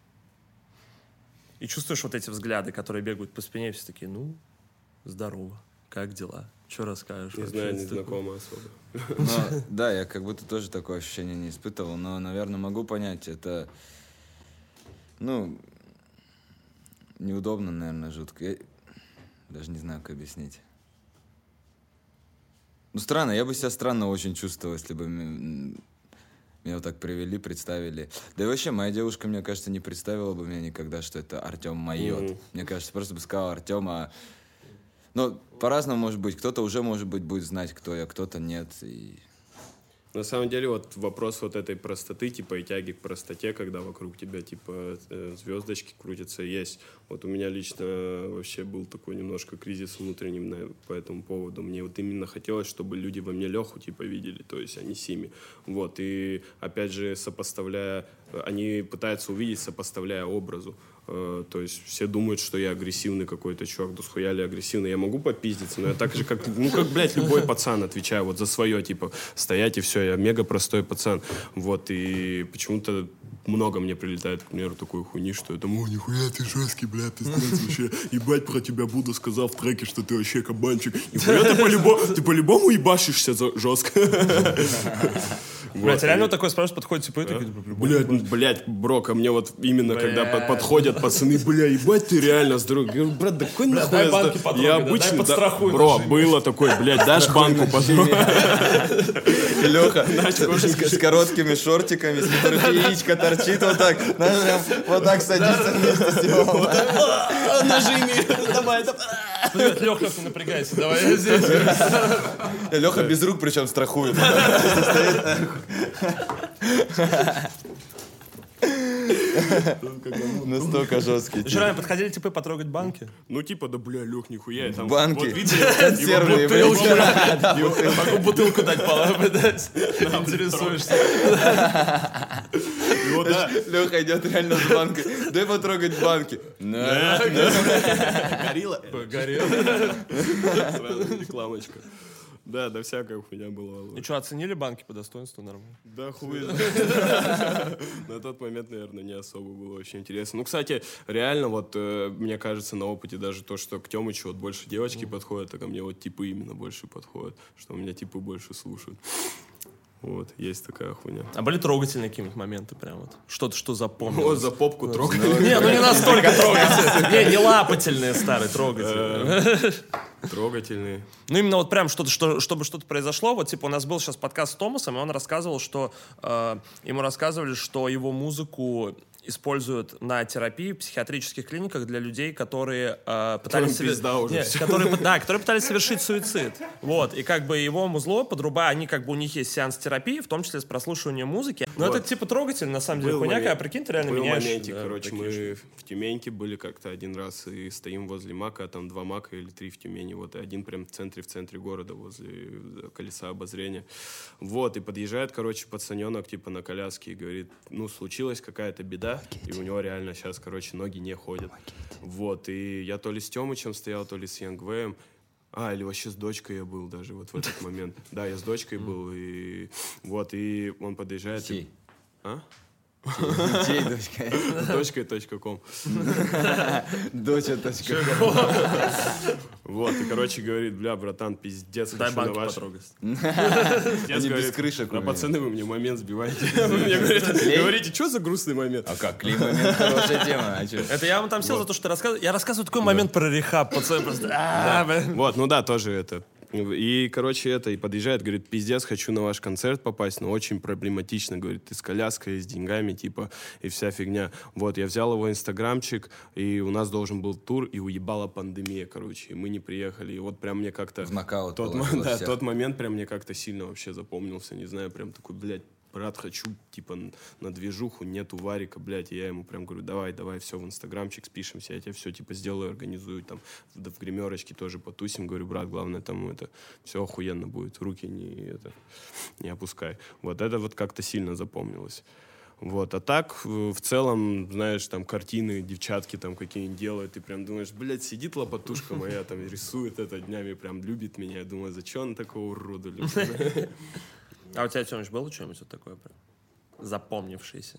И чувствуешь вот эти взгляды, которые бегают по спине, все такие, ну, здорово, как дела? Что расскажешь? Не знаю, не знакомо особо. Но, да, я как будто тоже такое ощущение не испытывал, но, наверное, могу понять, это, ну, неудобно, наверное, жутко. Я даже не знаю, как объяснить. Ну, странно, я бы себя странно очень чувствовал, если бы меня вот так привели, представили. Да и вообще, моя девушка, мне кажется, не представила бы меня никогда, что это Артем Майот. Mm-hmm. Мне кажется, просто бы сказал Артем, а... Ну, по-разному может быть. Кто-то уже, может быть, будет знать, кто я, кто-то нет. И... На самом деле, вот вопрос вот этой простоты, типа, и тяги к простоте, когда вокруг тебя, типа, звездочки крутятся, есть. Вот у меня лично вообще был такой немножко кризис внутренний на, по этому поводу. Мне вот именно хотелось, чтобы люди во мне Леху, типа, видели, то есть они Сими. Вот, и опять же, сопоставляя, они пытаются увидеть, сопоставляя образу. То есть все думают, что я агрессивный какой-то чувак, да схуя ли агрессивный. Я могу попиздиться, но я так же, как, ну, как, блядь, любой пацан, отвечаю вот за свое, типа, стоять и все, я мега простой пацан. Вот, и почему-то, много мне прилетает, к примеру, такой хуйни, что это, о, нихуя ты жесткий, блядь, ты вообще, ебать про тебя буду, сказал в треке, что ты вообще кабанчик. Нихуя ты по-любому, ты по-любому ебашишься жестко. Блять, реально вот такой спрашивает, подходит, типа, это... Блять, блять, бро, ко мне вот именно, когда под- подходят пацаны, бля, ебать, ты реально здоровый. Говорю, брат, да какой нахуй? дай я банки сда- потрогай, Я да, дай обычно, да, подстрахуй бро, нажими. было такое, блядь, дашь банку потрогай. Леха с короткими шортиками, с которых яичко торчит вот так. Знаешь, прям вот так садится вместе с него. Нажми, давай, давай. Привет, Леха, ты напрягайся, давай я здесь. Леха без рук, причем страхует. Настолько жесткий. Еще ранее подходили типы потрогать банки. Ну, типа, да, бля, Лех, нихуя. и там, Банки. Вот видите, Консервные, Бутылки, блядь. блядь. Я могу бутылку дать, дать. Интересуешься. и вот, да, Леха идет реально с банкой. Дай потрогать банки. На. горилла. Горел. Сразу рекламочка. Да, да, всякая хуйня была. И что, оценили банки по достоинству нормально? Да хуй. На тот момент, наверное, не особо было очень интересно. Ну, кстати, реально, вот, э, мне кажется, на опыте даже то, что к Тёмычу вот больше девочки подходят, а ко мне вот типы именно больше подходят, что у меня типы больше слушают. Вот, есть такая хуйня. А были трогательные какие-нибудь моменты прям вот? Что-то, что Вот запомнилось? за попку трогать. Не, ну не настолько трогательные. Не, не лапательные старые, трогательные. Трогательные. Ну, именно вот прям что-то, что, чтобы что-то произошло. Вот, типа, у нас был сейчас подкаст с Томасом, и он рассказывал, что э, ему рассказывали, что его музыку используют на терапии в психиатрических клиниках для людей, которые э, пытались... Которым пизда уже Нет, всё. которые, пы- да, которые пытались совершить суицид. Вот, и как бы его музло подрубая, они как бы у них есть сеанс терапии, в том числе с прослушиванием музыки. Но Вот. это типа трогательно, на самом деле, Был хуйня, момент- когда, прикинь, ты реально был меняешь... моментик, да, короче, такие мы штуки. в Тюменьке были как-то один раз и стоим возле мака, а там два мака или три в Тюмени, вот, и один прям в центре, в центре города, возле э, колеса обозрения. Вот, и подъезжает, короче, пацаненок, типа, на коляске и говорит, ну, случилась какая-то беда, и у него реально сейчас, короче, ноги не ходят. Вот, и я то ли с Тёмычем стоял, то ли с Янгвеем, а, или вообще с дочкой я был даже вот в этот момент. Да, я с дочкой был, и вот, и он подъезжает... и- Чей? А? Чей дочка? С дочкой точка ком. Доча точка. Вот, и, короче, говорит, бля, братан, пиздец, Дай хочу на банки ваш... потрогать. Пиздец, Они без говорит, крышек а умеют. пацаны, вы мне момент сбиваете. Вы мне говорите, говорите, что за грустный момент? А как? Клей-момент хорошая тема. А чё? Это я вам там сел за то, что ты рассказывал. Я рассказываю такой момент про рехаб, пацаны просто... «А, блин». Вот, ну да, тоже это. И, короче, это, и подъезжает, говорит, пиздец, хочу на ваш концерт попасть, но очень проблематично, говорит, ты с коляской, с деньгами, типа, и вся фигня. Вот, я взял его инстаграмчик, и у нас должен был тур, и уебала пандемия, короче, и мы не приехали. И вот прям мне как-то... В нокаут тот, положила мо- да, всех. тот момент прям мне как-то сильно вообще запомнился, не знаю, прям такой, блядь, брат, хочу, типа, н- на движуху, нету Варика, блядь, и я ему прям говорю, давай, давай, все, в инстаграмчик спишемся, я тебе все, типа, сделаю, организую, там, в, да, в гримерочке тоже потусим, говорю, брат, главное, там, это, все охуенно будет, руки не, это, не опускай. Вот это вот как-то сильно запомнилось. Вот, а так, в в целом, знаешь, там, картины, девчатки там какие-нибудь делают, ты прям думаешь, блядь, сидит лопатушка моя, там, рисует это днями, прям любит меня, я думаю, зачем он такого урода любит? А у тебя, Тёмыч, было что-нибудь вот такое прям запомнившееся?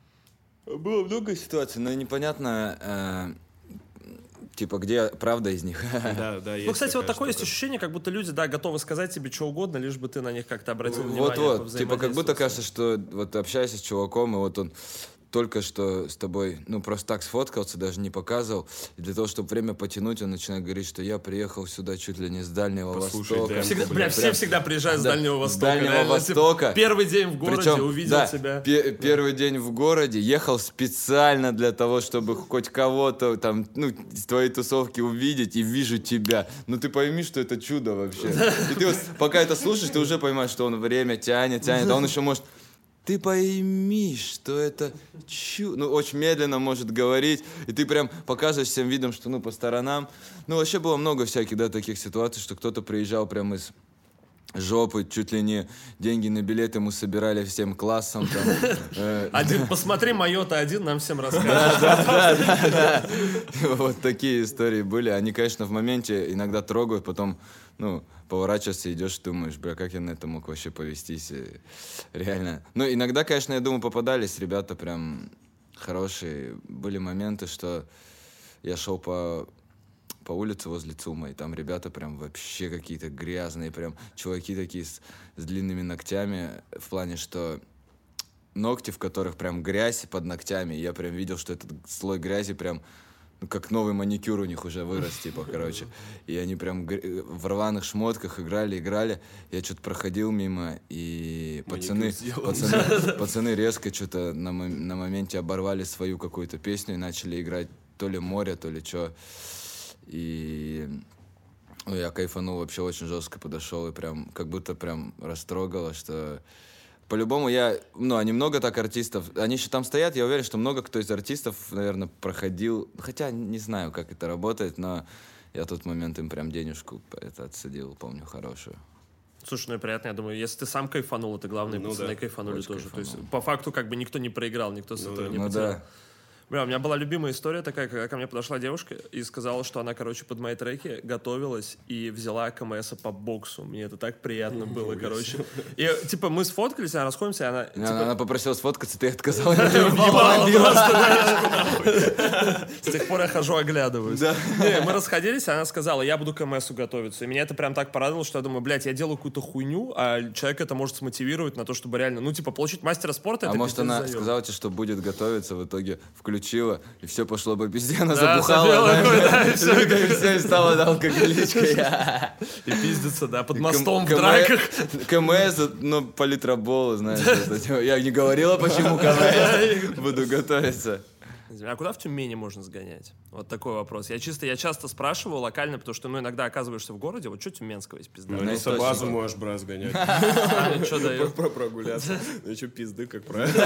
Было много ситуаций, но непонятно, э, типа, где правда из них. Да, да, есть Ну, кстати, вот такая такое есть штука. ощущение, как будто люди, да, готовы сказать тебе что угодно, лишь бы ты на них как-то обратил внимание. Вот-вот, типа, как будто повзаимодействовал с кажется, что вот общаешься с чуваком, и вот он только что с тобой, ну, просто так сфоткался, даже не показывал. И для того, чтобы время потянуть, он начинает говорить, что я приехал сюда чуть ли не с Дальнего Послушай, Востока. да. Всегда, Прям бля, все всегда приезжают с Да, Дальнего с Востока. Дальнего реально, типа, Востока. Первый день в городе, Причем, увидел да, тебя. пе- первый день в городе, ехал специально для того, чтобы хоть кого-то там, ну, из твоей тусовки увидеть, и вижу тебя. Ну, ты пойми, что это чудо вообще. И ты вот, пока это слушаешь, ты уже понимаешь, что он время тянет, тянет, а он еще может... Ты пойми, что это чудо. Ну, очень медленно может говорить, и ты прям показываешь всем видом, что, ну, по сторонам. Ну, вообще было много всяких, да, таких ситуаций, что кто-то приезжал прям из жопы, чуть ли не деньги на билеты мы собирали всем классом. Там, э, Один, посмотри, мое-то один нам всем расскажет. да, да, да, да. Вот такие истории были. Они, конечно, в моменте иногда трогают, потом, ну, поворачиваешься, идешь, думаешь, бля, как я на это мог вообще повестись? И реально. Ну, иногда, конечно, я думаю, попадались ребята прям хорошие. Были моменты, что я шел по... по улице возле ЦУМа, и там ребята прям вообще какие-то грязные, прям чуваки такие с, с длинными ногтями, в плане, что ногти, в которых прям грязь под ногтями, и я прям видел, что этот слой грязи прям, ну, как новый маникюр у них уже вырос, типа, короче. И они прям гр- в рваных шмотках играли, играли. Я что-то проходил мимо, и пацаны, пацаны, пацаны резко что-то на, мом- на моменте оборвали свою какую-то песню и начали играть то ли море, то ли что. И ну, я кайфанул, вообще очень жестко подошел и прям как будто прям растрогало, что по-любому я, ну, они много так артистов, они еще там стоят, я уверен, что много кто из артистов, наверное, проходил, хотя не знаю, как это работает, но я в тот момент им прям денежку это отсадил, помню, хорошую. Слушай, ну и приятно, я думаю, если ты сам кайфанул, это главное, Ну пацаны да, кайфанули очень тоже. кайфанул. То есть, по факту, как бы никто не проиграл, никто с Ну этого да. не Ну потерял. да. Бля, у меня была любимая история такая, когда ко мне подошла девушка и сказала, что она, короче, под мои треки готовилась и взяла КМСа по боксу. Мне это так приятно было, короче. И, типа, мы сфоткались, она расходимся, и она... Она, типа, она попросила сфоткаться, ты отказал. въебала просто, знаешь, с тех пор я хожу, оглядываюсь. Не, мы расходились, и она сказала, я буду к КМСу готовиться. И меня это прям так порадовало, что я думаю, блядь, я делаю какую-то хуйню, а человек это может смотивировать на то, чтобы реально, ну, типа, получить мастера спорта. А это может, пиздец она заеб. сказала тебе, что будет готовиться, в итоге включила, и все пошло по пизде, она Да, забухала, забила знаешь, такой, да, и всё. и все, и стала алкоголичкой. И пиздится, да, под мостом в Км- драках. КМС, ну, политробол, знаешь. это, типа, Я не говорила, почему КМС. Буду готовиться. А куда в Тюмени можно сгонять? Вот такой вопрос. Я чисто, я часто спрашиваю локально, потому что, ну, иногда оказываешься в городе, вот что Тюменского есть, пизда? Ну, На на источник. базу можешь, брат, сгонять. А, что дает? Про- Прогуляться. Ну, что, пизды, как правильно.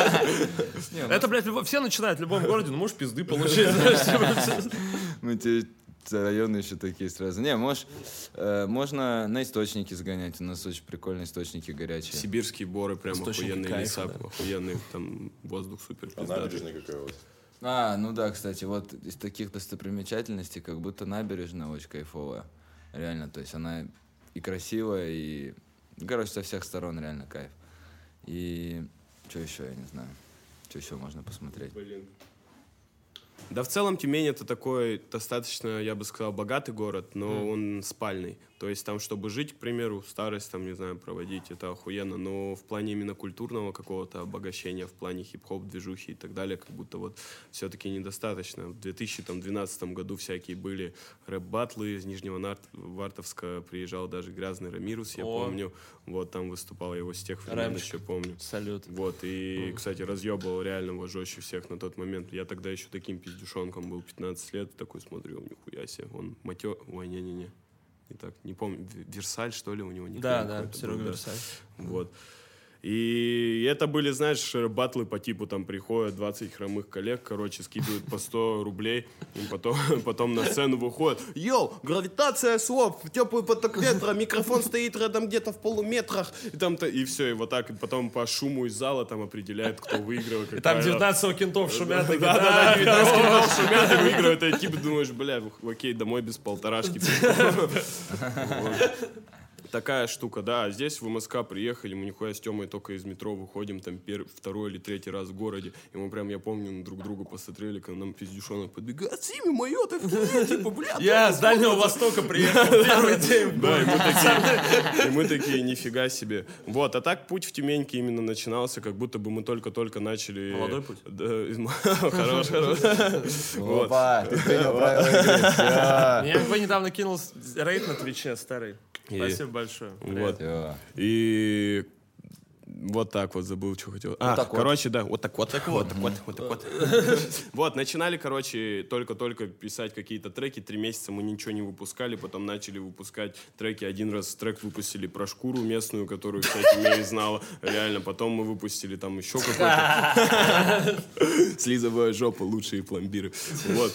Это, блядь, любо- все начинают в любом городе, ну, можешь пизды получить, знаешь, типа. Мы тебе районы еще такие сразу. Не, можешь, э, можно на источники сгонять. У нас очень прикольные источники горячие. Сибирские боры, прям Источники охуенные кайфа, леса, да. охуенный там воздух супер А пиздатый. набережная какая у вас? А, ну да, кстати, вот из таких достопримечательностей, как будто набережная очень кайфовая. Реально, то есть она и красивая, и, короче, со всех сторон реально кайф. И что еще, я не знаю, что еще можно посмотреть. Блин. Да в целом Тюмень это такой достаточно, я бы сказал, богатый город, но mm. он спальный. То есть там, чтобы жить, к примеру, старость, там, не знаю, проводить, это охуенно. Но в плане именно культурного какого-то обогащения, в плане хип-хоп, движухи и так далее, как будто вот все-таки недостаточно. В две тысячи двенадцатом году всякие были рэп-баттлы из Нижнего Нарт- Вартовска, приезжал даже Грязный Рамирус, я О. помню. Вот там выступал, я его с тех времен Рэмчик. еще помню. Салют. Вот, и, кстати, разъебывал реально его жестче всех на тот момент. Я тогда еще таким пиздюшонком был, пятнадцать лет, такой смотрю, нихуя себе, он матё... Ой, не-не-не, не так, не помню, Версаль, что ли, у него никнейм Да, да, какой-то Серега был, да. Версаль. Вот. И это были, знаешь, батлы по типу, там приходят двадцать хромых коллег, короче, скидывают по сто рублей, и потом, потом на сцену выходят. Йоу, гравитация слов, теплый поток ветра, микрофон стоит рядом где-то в полуметрах, и там то и все, и вот так, и потом по шуму из зала там определяют, кто выиграл. И там девятнадцать кентов шумят. Да, такие, да, да, девятнадцать кентов шумят и выигрывают, и типа думаешь, бля, окей, домой без полторашки. Вот. Такая штука, да. А здесь в МСК приехали, мы нихуя с Тёмой только из метро выходим, там пер... второй или третий раз в городе. И мы прям, я помню, друг друга посмотрели, когда нам пиздюшонок подбегает. Сими, моё, ты в типа, бля. Я с Дальнего Востока приехал первый день. Да, и мы такие, и мы такие, нифига себе. Вот, а так путь в Тюменьке именно начинался, как будто бы мы только-только начали... Молодой путь? Да, из- хорош, хорош. Вот. Опа, ты принял правила игры. Всё. Мне вы недавно кинул рейд на Твиче, старый. И- Спасибо большое. Вот. Всё. И Вот так вот, забыл, что хотел. А, так вот. короче, да, вот так вот. Так вот, так вот, вот так вот. Вот, начинали, короче, только-только писать какие-то треки. Три месяца мы ничего не выпускали, потом начали выпускать треки. Один раз трек выпустили про шкуру местную, которую, кстати, Мэй знала. Реально, потом мы выпустили там еще какой-то... Слизовая жопа, лучшие пломбиры. Вот.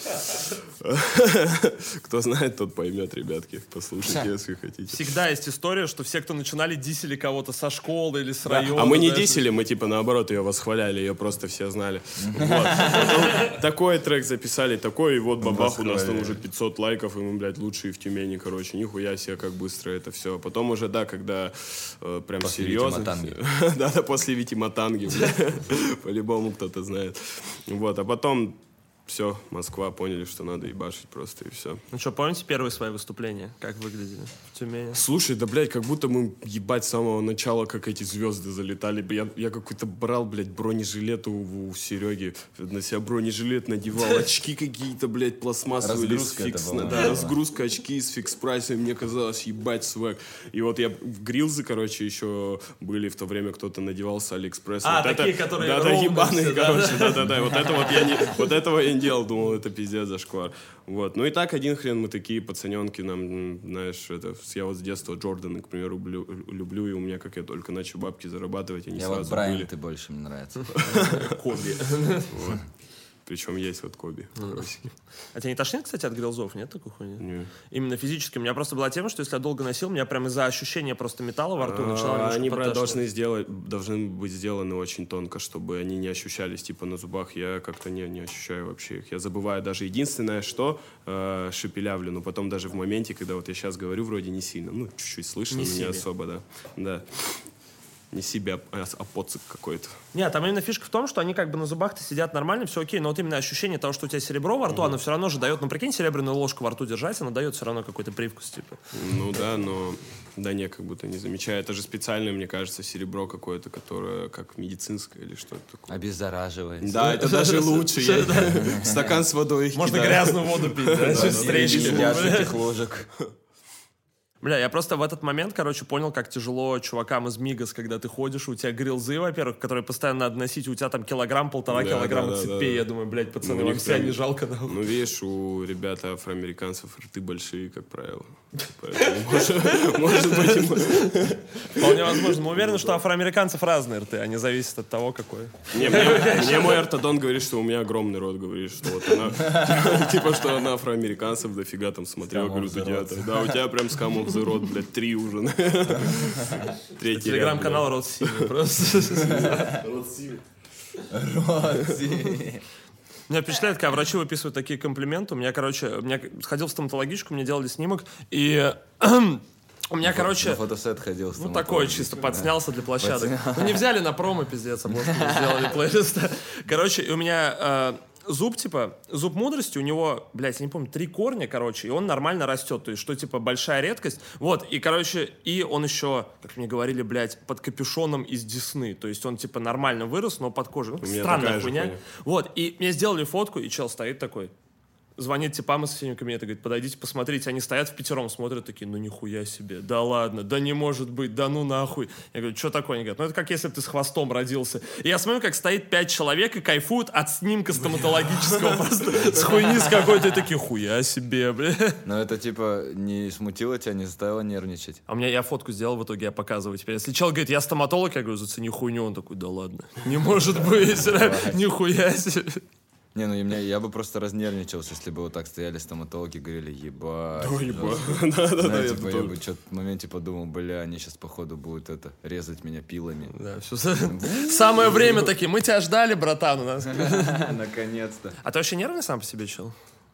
Кто знает, тот поймет, ребятки. Послушайте, если хотите. Всегда есть история, что все, кто начинали, дисели кого-то со школы или с района. А мы не знаешь. дисели, мы типа наоборот ее восхваляли, ее просто все знали. Вот. Потом такой трек записали, такой, и вот бабах, у нас там уже пятьсот лайков, и мы, блядь, лучшие в Тюмени, короче. Нихуя себе, как быстро это все. Потом уже, да, когда э, прям После серьезно... Вити-Матанги. Да, да, после Вити Матанги. По-любому кто-то знает. Вот, а потом... Все, Москва, поняли, что надо ебашить просто, и все. Ну что, помните первые свои выступления? Как выглядели в Тюмени? Слушай, да, блядь, как будто мы, ебать, с самого начала, как эти звезды залетали. Я, я какой-то брал, блядь, бронежилет у, у Сереги, на себя бронежилет надевал, очки какие-то, блядь, пластмассовые. Разгрузка или с фикс, это была. да, разгрузка, очки с фикс-прайсом, мне казалось, ебать, свэг. И вот я в грилзы, короче, еще были в то время, кто-то надевал с Алиэкспресса. А, вот такие, это, которые да, да, ровные ебаные, все, да, короче, да-да-да. Вот это вот я не, вот этого я не делал, думал, это пиздец зашквар. Вот. Ну и так один хрен мы такие пацаненки, нам, знаешь, это, я вот с детства Джорданы, к примеру, люблю, люблю, и у меня, как я только начал бабки зарабатывать, они Я сразу вот Брайан, были. ты больше мне нравится. Коби. Вот. Причем есть вот Коби. А тебя не тошнит, кстати, от грилзов? Нет такой хуйни? Не. Именно физически. У меня просто была тема, что если я долго носил, меня прям из-за ощущения просто металла во рту начало А, немножко Они, брат, подташнивать. должны сделать, должны быть сделаны очень тонко, чтобы они не ощущались типа на зубах. Я как-то не, не ощущаю вообще их. Я забываю даже единственное, что э, шепелявлю, но потом даже в моменте, когда вот я сейчас говорю, вроде не сильно, ну, чуть-чуть слышно, Не но не себе. особо, да. Да. Не себя, а, а поцик какой-то. Нет, там именно фишка в том, что они как бы на зубах-то сидят нормально, все окей, но вот именно ощущение того, что у тебя серебро во рту, оно все равно же дает, ну прикинь, серебряную ложку во рту держать, она дает все равно какой-то привкус, типа. Ну да, но да не, как будто не замечаю. Это же специальное, мне кажется, серебро какое-то, которое как медицинское или что-то такое. Обеззараживает. Да, это даже лучше. Я стакан с водой Можно кидаю. грязную воду пить, да, с речки. Едят этих ложек. Бля, я просто в этот момент, короче, понял, как тяжело чувакам из Мигас, когда ты ходишь, у тебя грилзы, во-первых, которые постоянно надо носить, у тебя там килограмм, полтора Да, килограмма да, да, цепей. да. Я думаю, блядь, пацаны, Ну, у вам них себя прям- не жалко, нахуй. Ну, видишь, у ребят афроамериканцев рты большие, как правило. Поэтому, может, может быть, и мы- Вполне возможно. Мы уверены, что у афроамериканцев разные рты, они зависят от того, какой. Не, мне, мне мой ортодонт говорит, что у меня огромный рот, говорит, что вот она, типа, что она афроамериканцев дофига там смотрела, Скам говорю, of the «Ты rot». где-то». Да, у тебя прям скам of the rot, блядь, три уже. Третий Телеграм-канал Рот Синий просто. Меня впечатляет, когда врачи выписывают такие комплименты. У меня, короче, у меня сходил в стоматологичку, мне делали снимок, и у меня, короче, На фотосет ходил. ну такой чисто подснялся для площадок. Ну не взяли на промо, пиздец, а может сделали плейлист. Короче, и у меня э, зуб, типа, зуб мудрости, у него, блядь, я не помню, три корня, короче, и он нормально растет, то есть, что, типа, большая редкость. Вот, и, короче, и он еще, как мне говорили, блядь, под капюшоном из десны, то есть, он, типа, нормально вырос, но под кожей. Ну, меня странная такая же хуйня. хуйня. Вот, и мне сделали фотку, и чел стоит такой, звонит типам из соседнего кабинета, говорит, подойдите, посмотрите. Они стоят в пятером, смотрят такие, ну нихуя себе, да ладно, да не может быть, да ну нахуй. Я говорю, что такое? Они говорят, ну это как если бы ты с хвостом родился. И я смотрю, как стоит пять человек и кайфуют от снимка стоматологического просто с хуйни с какой-то, и такие, хуя себе, бля. Но это типа не смутило тебя, не заставило нервничать. А у меня я фотку сделал, в итоге я показываю теперь. Если чел говорит, я стоматолог, я говорю, зацени хуйню. Он такой, да ладно, не может быть, нихуя себе. Не, ну и меня, я бы просто разнервничался, если бы вот так стояли стоматологи и говорили, ебать. Да, ебать. жестко». Да-да-да, Знаете, я типа, я тоже. бы что-то в моменте подумал, бля, они сейчас походу будут это, резать меня пилами. Да, все, самое время такие, мы тебя ждали, братан, у нас. Наконец-то. А ты вообще нервный сам по себе, чел?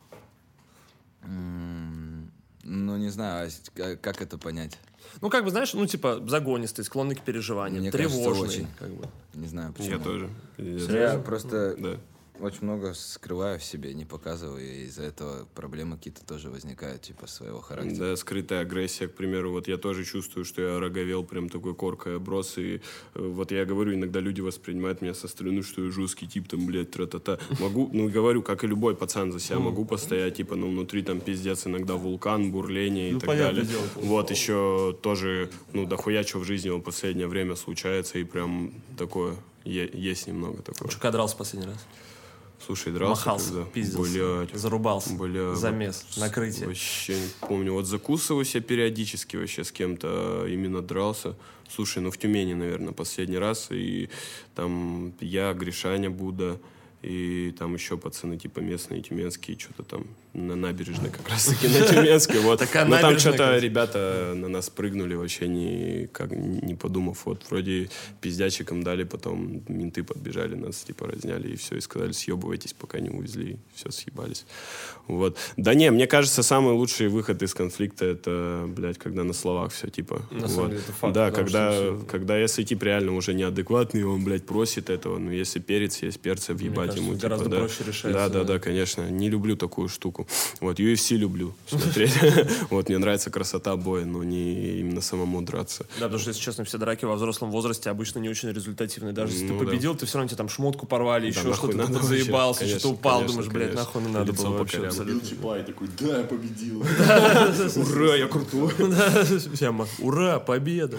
Ну, не знаю, а с- к- как это понять? Ну, как бы, знаешь, ну, типа, загонистый, склонный к переживаниям, Мне кажется, тревожный. очень. Как бы. Не знаю, почему. Я тоже. Я просто... Да. очень много скрываю в себе, не показываю, и из-за этого проблемы какие-то тоже возникают, типа, своего характера. Да, скрытая агрессия, к примеру, вот я тоже чувствую, что я роговел прям такой коркой оброс, и э, вот я говорю, иногда люди воспринимают меня со стороны, что я жесткий тип, там, блядь, тра-та-та. Могу, ну, говорю, как и любой пацан за себя, могу постоять, типа, ну, внутри там пиздец, иногда вулкан, бурление и Ну, так понятное далее. дело. Вот, еще тоже, ну, дохуя чего в жизни в последнее время случается, и прям такое, е- есть немного такого. Чука дрался последний раз? Слушай, дрался Махался, когда? пиздился, Блядь. зарубался, Бля, замес, вот накрытие. Вообще не помню. Вот закусываюсь я периодически вообще с кем-то именно дрался. Слушай, ну в Тюмени, наверное, последний раз. И там я, Гришаня Будда, и там еще пацаны типа местные, тюменские, что-то там на набережной как раз-таки на Тюменской. Вот. Такая Но там набережная, что-то конечно. ребята на нас прыгнули вообще не, как, не подумав. Вот вроде пиздячикам дали, потом менты подбежали, нас типа разняли и все, и сказали, съебывайтесь, пока не увезли, и все, съебались. Вот. Да не, мне кажется, самый лучший выход из конфликта это, блядь, когда на словах все типа. На вот. самом деле, это факт, Да, потому когда, что всё- когда если тип реально уже неадекватный, он, блядь, просит этого, ну если перец есть, перца въебать кажется, ему. гораздо типа, да. проще решается, Да, да, да. да, конечно. Не люблю такую штуку. Вот, ю эф си люблю смотреть. Вот, мне нравится красота боя, но не именно самому драться. Да, потому что, если честно, все драки во взрослом возрасте обычно не очень результативные. Даже если Ну, ты да. победил, ты все равно тебе там шмотку порвали, еще нахуй что-то, надо ты вообще? заебался, Конечно, что-то упал, конечно, думаешь, блядь, конечно. нахуй не надо Лицо было по вообще корям. абсолютно. Бил Чапа и такой, да, я победил. Ура, я крутой! Прямо, ура, победа!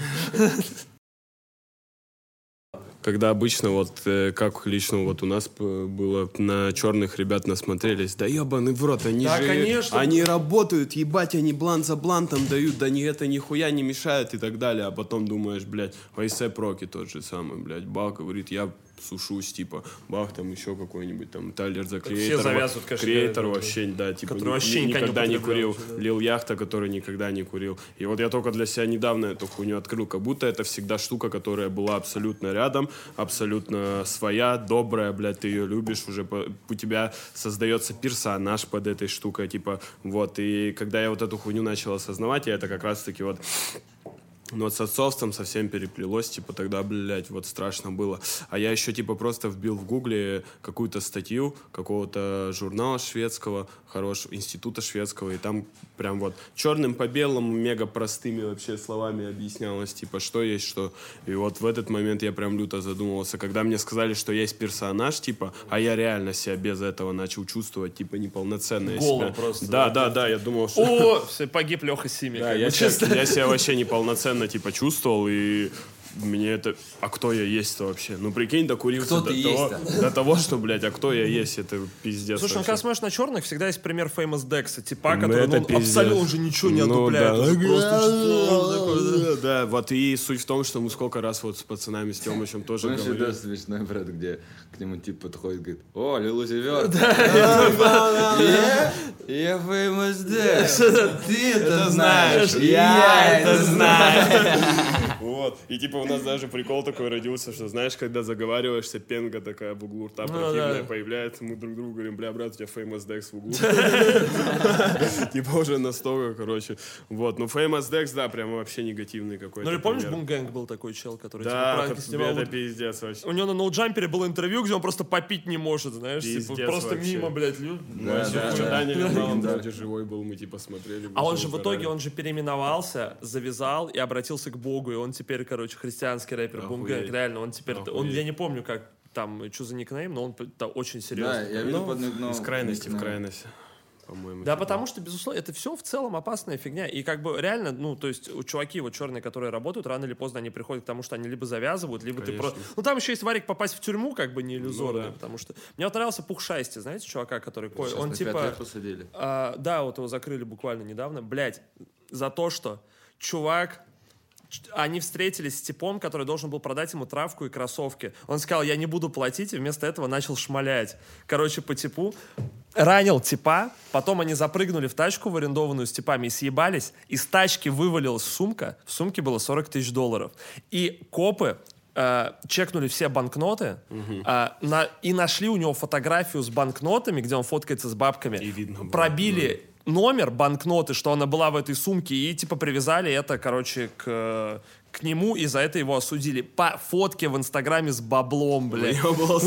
Когда обычно, вот э, как лично вот у нас п- было, на черных ребят насмотрелись, да ебаный в рот, они Да, же, конечно. они работают, ебать, они блант за блантом дают, да не это нихуя не мешает и так далее, а потом думаешь, блядь, Вайсеп Роки тот же самый, блядь, Бах говорит, я сушусь, типа, Бах, там еще какой-нибудь, там, Тайлер за Креатор, завязывают, конечно, Креатор да, да, вообще, да, типа, Который ни- вообще ни- никогда не никогда не употреблял курил, вообще, да. Лил Яхта, который никогда не курил, и вот я только для себя недавно эту хуйню открыл, как будто это всегда штука, которая была абсолютно рядом, абсолютно своя, добрая, блядь, ты ее любишь, уже по- у тебя создается персонаж под этой штукой, типа, вот, и когда я вот эту хуйню начал осознавать, я это как раз-таки вот но с отцовством совсем переплелось, типа, тогда, блядь, вот страшно было. А я еще, типа, просто вбил в гугле какую-то статью какого-то журнала шведского, хорошего, института шведского, и там прям вот черным по белому, мега простыми вообще словами объяснялось, типа, что есть что. И вот в этот момент я прям люто задумывался, когда мне сказали, что есть персонаж, типа, а я реально себя без этого начал чувствовать, типа, неполноценно. Я Голым себя- просто. Да, да, да, я думал, что... О, все, погиб Леха Сими. Да, как я бы, себя, честно. я себя вообще неполноценно, типа, чувствовал, и мне это... А кто я есть-то вообще? Ну, прикинь, докурился Кто до ты того, есть-то? до того, что, блядь, а кто я есть, это пиздец. Слушай, ну вообще. когда смотришь на черных, всегда есть пример Famous Dex, типа, Ну, который это ну, пиздец. абсолютно он же ничего не Ну, отдупляет. да. он же просто что-то такое, да. Да, вот и суть в том, что мы сколько раз вот с пацанами, с Тёмычем тоже Помнишь говорили. видос смешной, брат, где к нему тип подходит, говорит, о, Лилу Зевер. Я famous Dex. Ты это знаешь. Я это знаю. Вот. И типа у нас даже прикол такой родился, что знаешь, когда заговариваешься, пенга такая в углу рта противная да. появляется, мы друг другу говорим, бля, брат, у тебя Famous Dex в углу. Типа уже настолько, короче. Вот. Ну, Famous Dex, да, прям вообще негативный какой-то. Ну или помнишь, пример. Бумгэнг был такой чел, который типа Да, пранки как- снимал? это Вот пиздец вообще. У него на ноуджампере было интервью, где он просто попить не может, знаешь, Пиздец типа, просто вообще. мимо, блядь, лю- Да, да, что да. Даня Вилан вроде живой был, мы типа смотрели. А он вышел, же в угорали. итоге, он же переименовался, завязал и обратился к Богу, и он теперь, короче, христианский рэпер, Охуеть. Бумгэнг, реально, он теперь, он, Охуеть. я не помню, как там, что за никнейм, но он да, очень Да, серьезный. я видел Ну, подмигнул. из крайности в Ну, крайность, по-моему. Да, типа. потому что, безусловно, это все в целом опасная фигня. И как бы реально, ну, то есть у чуваки вот черные, которые работают, рано или поздно они приходят к тому, что они либо завязывают, либо ты Конечно. просто... Ну, там еще есть варик попасть в тюрьму, как бы не иллюзорно, Ну, да. потому что... Мне вот нравился Пух Шайсти, знаете, чувака, который... ко- Сейчас он на типа... пять лет посадили. А, да, вот его закрыли буквально недавно. Блять, за то, что чувак... ч- Они встретились с типом, который должен был продать ему травку и кроссовки. Он сказал, я не буду платить, и вместо этого начал шмалять. Короче, по типу ранил типа, потом они запрыгнули в тачку в арендованную с типами и съебались. Из тачки вывалилась сумка, в сумке было сорок тысяч долларов. И копы э, чекнули все банкноты э, на- и нашли у него фотографию с банкнотами, где он фоткается с бабками. И видно было, Пробили номер банкноты, что она была в этой сумке, и, типа, привязали это, короче, к, к нему, и за это его осудили. По фотке в Инстаграме с баблом, блядь.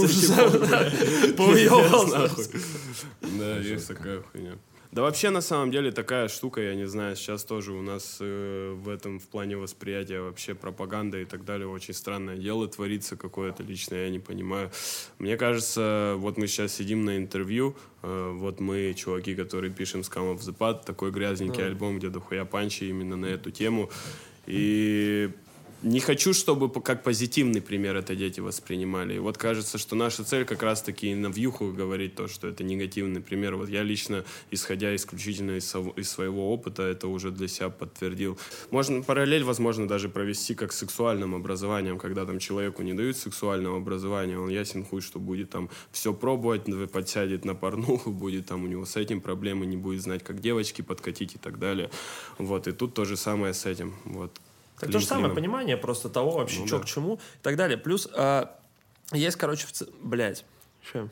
Поуебался. Да, есть такая хуйня. Да вообще, на самом деле, такая штука, я не знаю, сейчас тоже у нас э, в этом, в плане восприятия вообще пропаганда и так далее, очень странное дело творится какое-то личное, я не понимаю. Мне кажется, вот мы сейчас сидим на интервью, э, вот мы, чуваки, которые пишем Scum of the Pod, такой грязненький mm. альбом, где дохуя панчи именно на эту тему, и... Не хочу, чтобы как позитивный пример это дети воспринимали. И вот кажется, что наша цель как раз-таки на вьюху говорить то, что это негативный пример. Вот я лично, исходя исключительно из, из своего опыта, это уже для себя подтвердил. Можно параллель, возможно, даже провести как с сексуальным образованием, когда там человеку не дают сексуального образования, он ясен хуй, что будет там все пробовать, подсядет на порнуху, будет там у него с этим проблемы, не будет знать, как девочки подкатить и так далее. Вот, и тут то же самое с этим. Вот. Так то же самое понимание просто того вообще, ну, что да. к чему и так далее. Плюс э, есть, короче, в ц... блядь, что?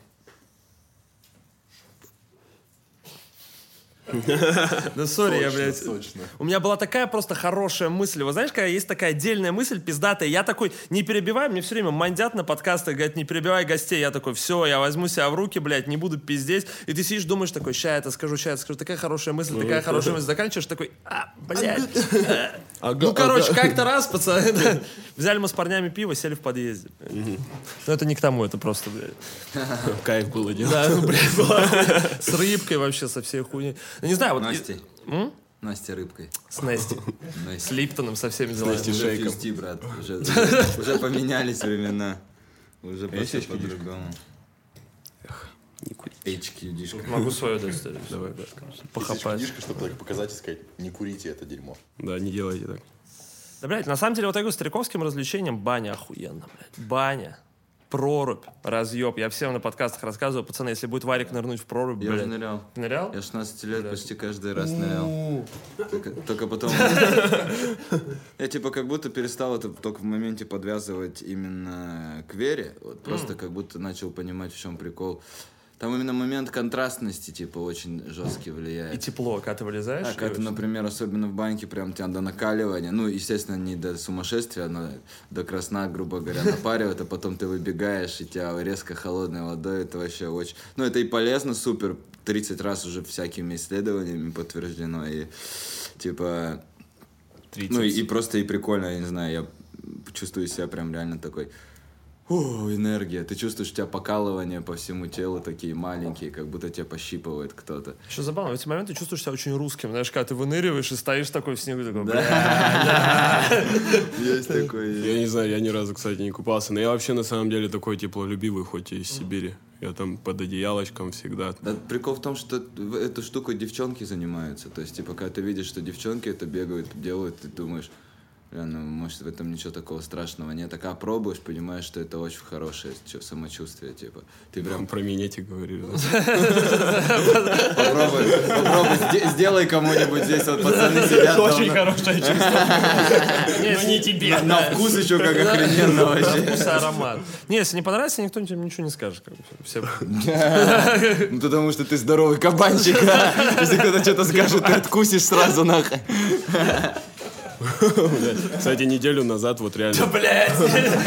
Да сори, я, блядь. У меня была такая просто хорошая мысль. Вы знаешь, когда есть такая отдельная мысль, пиздатая, я такой, не перебивай, мне все время мандят на подкастах, говорят, не перебивай гостей. Я такой, все, я возьму себя в руки, блядь, не буду пиздеть. И ты сидишь, думаешь такой, ща это скажу, ща это скажу. Такая хорошая мысль, такая хорошая мысль. Заканчиваешь такой, а, блядь. Ну, короче, как-то раз, пацаны, взяли мы с парнями пиво, сели в подъезде. Ну, это не к тому, это просто, блядь. Кайф было делать. Да, ну, блядь, была с рыбкой вообще, со всей хуйней. Ну, не знаю, вот... Настей. М? Настя рыбкой. С Настей. С Липтоном, со всеми делами. С Шейком. Уже, брат. Уже, уже поменялись времена. Уже просто по-другому. Эйч кью-дишка. Могу свою дать. Давай, да. Похапать. Эйч кью-дишка, чтобы так показать и сказать, не курите это дерьмо. Да, не делайте так. Да, блядь, на самом деле, вот я говорю, стариковским развлечением баня охуенно, блядь. Баня. Прорубь, разъеб. Я всем на подкастах рассказываю, пацаны, если будет Варик нырнуть в прорубь, я блядь. уже нырял. Ты нырял? Я шестнадцать лет блядь. Почти каждый раз нырял. Только, только потом... Я типа как будто перестал это только в моменте подвязывать именно к вере. Вот просто как будто начал понимать, в чем прикол. Там именно момент контрастности, типа, очень жесткий влияет. И тепло, когда ты вылезаешь? А, когда ты, например, особенно в баньке, прям тебя до накаливания, ну, естественно, не до сумасшествия, но до красна, грубо говоря, напаривает, а потом ты выбегаешь, и тебя резко холодной водой, это вообще очень... Ну, это и полезно, супер, тридцать раз уже всякими исследованиями подтверждено, и, типа... тридцать. Ну, и, и просто и прикольно, я не знаю, я чувствую себя прям реально такой... О, энергия. Ты чувствуешь, у тебя покалывания по всему телу такие маленькие, как будто тебя пощипывает кто-то. Что забавно, в эти моменты ты чувствуешь себя очень русским. Знаешь, когда ты выныриваешь и стоишь такой в снегу, такой, бля, есть такое. Я не знаю, я ни разу, кстати, не купался. Но я вообще, на самом деле, такой теплолюбивый, хоть и из Сибири. Я там под одеялочком всегда. Да, прикол в том, что эту штуку девчонки занимаются. То есть, типа, когда ты видишь, что девчонки это бегают, делают, ты думаешь... Ну, может, в этом ничего такого страшного нет. Так, а пробуешь, понимаешь, что это очень хорошее самочувствие, типа. Ты прям... Про минетик говоришь, Попробуй, попробуй, сделай кому-нибудь здесь, вот пацаны сидят. Очень хорошее чувство. Ну, не тебе. На вкус еще как охрененно вообще. На вкус и аромат. Не, если не понравится, никто тебе ничего не скажет. Ну, потому что ты здоровый кабанчик, если кто-то что-то скажет, ты откусишь сразу нахуй. Кстати, неделю назад вот реально... Да, блядь!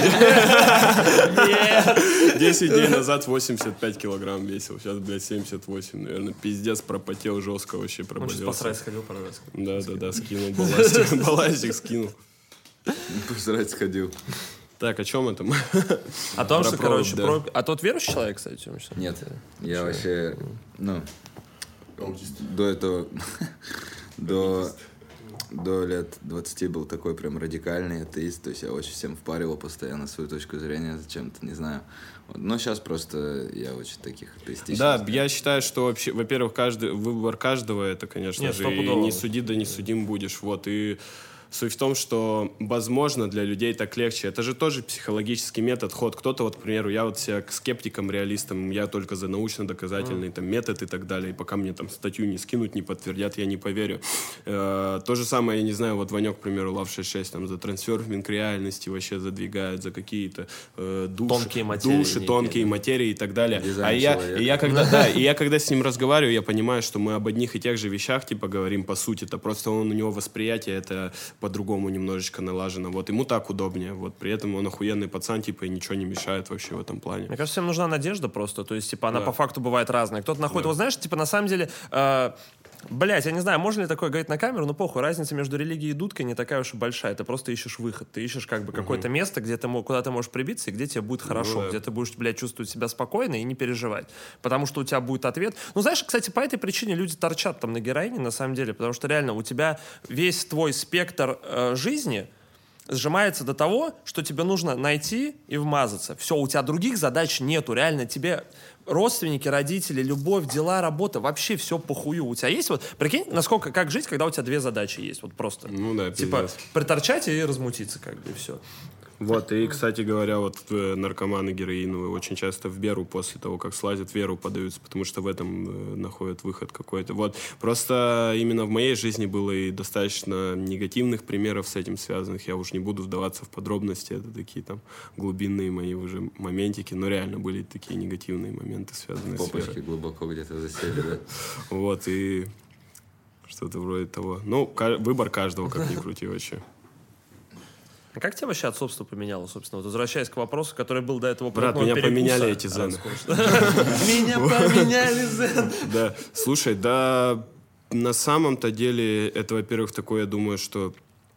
Нет! десять дней назад восемьдесят пять килограмм весил. Сейчас, блядь, семьдесят восемь, наверное. Пиздец, пропотел жестко вообще, проболелся. Он сейчас посрать сходил пару раз. Да, да, да, скинул балластик. Балластик скинул. Посрать сходил. Так, о чем это мы? О том, что, короче, про... А тот верующий человек, кстати? Нет, я вообще, ну, до этого, до... До лет двадцати был такой прям радикальный атеист, то есть я очень всем впаривал постоянно свою точку зрения зачем-то, не знаю. Вот. Но сейчас просто я очень таких атеистичных. Да, я считаю, что вообще, во-первых, каждый, выбор каждого, это, конечно Нет, же, и не суди, да не судим будешь, вот, и Суть в том, что, возможно, для людей так легче. Это же тоже психологический метод, ход. Кто-то, вот, к примеру, я вот себя к скептикам, реалистам, я только за научно-доказательный mm. там, метод и так далее. И пока мне там статью не скинут, не подтвердят, я не поверю. Э, то же самое, я не знаю, вот Ванек, к примеру, Лав шестьдесят шесть, там, за трансерфинг реальности вообще задвигает, за какие-то э, души, тонкие материи, души тонкие да. материи и так далее. Дизайн А я, человека. и я когда, да, и я когда с ним разговариваю, я понимаю, что мы об одних и тех же вещах, типа, говорим, по сути-то, просто он, у него восприятие это по-другому немножечко налажено. Вот ему так удобнее. Вот при этом он охуенный пацан, типа, и ничего не мешает вообще в этом плане. Мне кажется, всем нужна надежда просто. То есть, типа, она Да. по факту бывает разная. Кто-то находит... Да. Вот знаешь, типа, на самом деле... Э, Блять, я не знаю, можно ли такое говорить на камеру, но похуй, разница между религией и дудкой не такая уж и большая. Ты просто ищешь выход. Ты ищешь как бы какое-то место, где ты, мо- куда ты можешь прибиться, и где тебе будет хорошо, да. где ты будешь, блядь, чувствовать себя спокойно и не переживать. Потому что у тебя будет ответ. Ну, знаешь, кстати, по этой причине люди торчат там на героине, на самом деле, потому что реально у тебя весь твой спектр э, жизни сжимается до того, что тебе нужно найти и вмазаться. Все, у тебя других задач нету. Реально, тебе родственники, родители, любовь, дела, работа, вообще все похую. У тебя есть вот... Прикинь, насколько, как жить, когда у тебя две задачи есть. Вот просто. Ну да, Типа, пиздец. приторчать и размутиться, как бы, и все. Вот, и, кстати говоря, вот э, наркоманы героиновые очень часто в веру после того, как слазят, веру подаются, потому что в этом э, находят выход какой-то. Вот, просто именно в моей жизни было и достаточно негативных примеров с этим связанных. Я уж не буду вдаваться в подробности, это такие там глубинные мои уже моментики, но реально были такие негативные моменты, связанные с Попочки верой. глубоко где-то засели, да? Вот, и что-то вроде того. Ну, ка- выбор каждого, как ни крути вообще. А как тебя вообще отцовство поменяло, собственно? Вот возвращаясь к вопросу, который был до этого... Брат, плотного меня перекуса. поменяли эти зены. Меня поменяли зены. Да, слушай, да, на самом-то деле, это, во-первых, такое, я думаю, что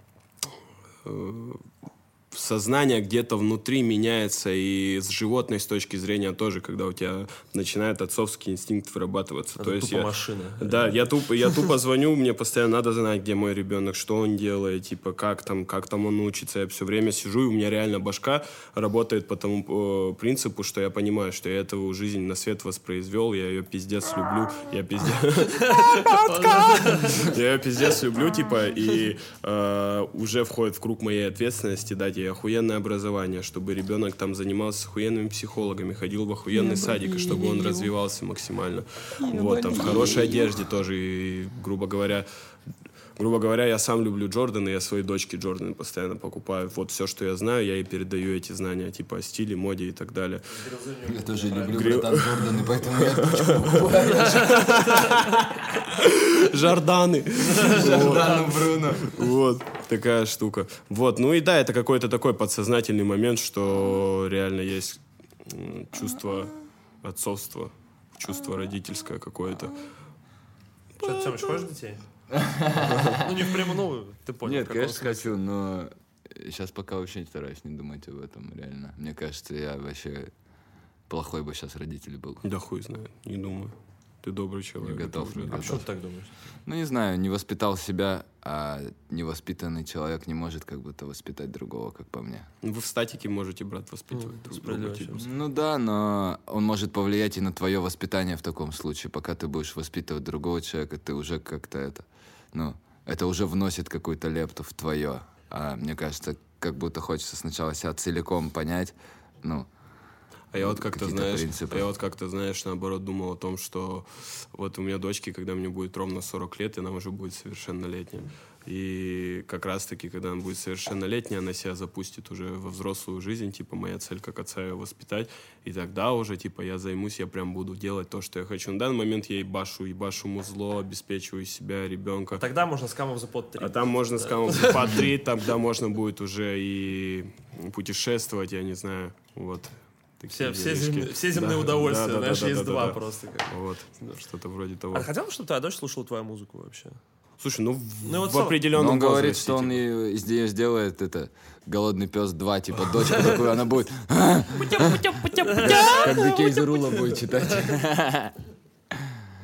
э, сознание где-то внутри меняется, и с животной с точки зрения тоже, когда у тебя начинает отцовский инстинкт вырабатываться. Это То есть тупо я, машина. Да, я тупо, я тупо звоню, мне постоянно надо знать, где мой ребенок, что он делает, типа, как там, как там он учится. Я все время сижу, и у меня реально башка работает по тому э, принципу, что я понимаю, что я эту жизнь на свет воспроизвел, я ее пиздец люблю, я пиздец... Я ее пиздец люблю, типа, и э, уже входит в круг моей ответственности дать ей охуенное образование, чтобы ребенок там занимался с охуенными психологами, ходил в охуенный садик, и чтобы он развивался максимально. Вот, там, в хорошей одежде тоже, и, грубо говоря, грубо говоря, я сам люблю Джорданы, я своей дочке Джорданы постоянно покупаю. Вот все, что я знаю, я ей передаю эти знания, типа, о стиле, моде и так далее. Я тоже люблю Грил- братан Джорданы, поэтому я дочку покупаю. Жорданы! Джордану Бруно. Вот, такая штука. Вот, ну и да, это какой-то такой подсознательный момент, что реально есть м, чувство отцовства, чувство родительское какое-то. Что, Тёмыч, хочешь детей? Ну, не в прямом, ну, ты понял. Нет, в каком конечно, смысле. хочу, но сейчас пока вообще стараюсь не думать об этом, реально. Мне кажется, я вообще плохой бы сейчас родитель был. Да хуй знает, не думаю. Ты добрый человек. Не готов, добрый, не да. А почему ты так думаешь? Ну, не знаю, не воспитал себя, а невоспитанный человек не может как будто воспитать другого, как по мне. Вы в статике можете, брат, воспитывать друг друга. справедливо, типа. Ну да, но он может повлиять и на твое воспитание в таком случае. Пока ты будешь воспитывать другого человека, ты уже как-то это... Ну, это уже вносит какую-то лепту в твое. А мне кажется, как будто хочется сначала себя целиком понять, ну... А я вот как-то, какие-то знаешь, принципы. а я вот как-то, знаешь, наоборот думал о том, что вот у меня дочке, когда мне будет ровно сорок лет, и она уже будет совершеннолетняя. И как раз-таки, когда она будет совершеннолетняя, она себя запустит уже во взрослую жизнь, типа, моя цель как отца ее воспитать, и тогда уже, типа, я займусь, я прям буду делать то, что я хочу. На данный момент я ебашу, ебашу музло, обеспечиваю себя, ребенка. Тогда можно с камов за под три. А там можно с кем по три, тогда можно будет уже и путешествовать, я не знаю, вот. Все, Такие все, делишки. земные, все земные Да, удовольствия, да, да, знаешь, да, есть да, два да. просто. Как. Вот, что-то вроде того. А хотел бы, чтобы твоя дочь слушала твою музыку вообще? Слушай, ну, Ну, вот в сам- определенном Но он говорит, возрасте, что он типа. и из нее сделает это «Голодный пес два», типа дочку такую, она будет как Дикей Зарула будет читать.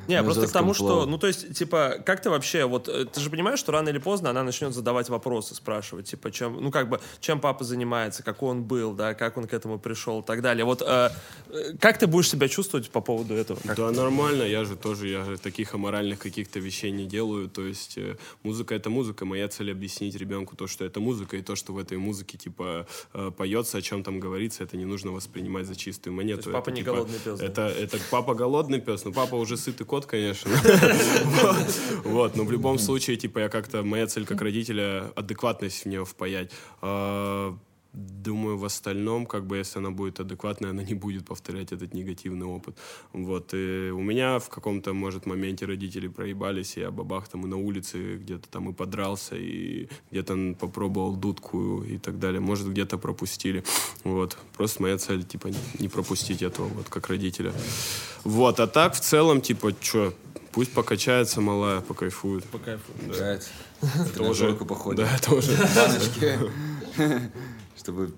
Не, Ну, просто к жестком тому, что, флоу. ну, то есть, типа, как ты вообще, вот, э, ты же понимаешь, что рано или поздно она начнет задавать вопросы, спрашивать, типа, чем, ну, как бы, чем папа занимается, какой он был, да, как он к этому пришел и так далее. Вот, э, э, как ты будешь себя чувствовать по поводу этого? Как- Да, нормально, я же тоже, я же таких аморальных каких-то вещей не делаю, то есть э, музыка — это музыка, моя цель — объяснить ребенку то, что это музыка, и то, что в этой музыке, типа, э, поется, о чем там говорится, это не нужно воспринимать за чистую монету. То есть папа Это, не типа, голодный пес, да? Это, это папа голодный пес, но папа уже сытый кот, конечно. Вот, но в любом случае, типа, я как-то, моя цель как родителя — адекватность в нее впаять. А, Думаю, в остальном, как бы, если она будет адекватной, она не будет повторять этот негативный опыт. Вот. И у меня в каком-то, может, моменте родители проебались, и я бабах там и на улице где-то там и подрался, и где-то попробовал дудку и так далее. Может, где-то пропустили. Вот. Просто моя цель, типа, не пропустить этого, вот, как родителя. Вот. А так, в целом, типа, что, пусть покачается малая, покайфует. По кайфу. Нравится. Это уже- Тренажерку походит. Да, это уже... Баночки. Чтобы...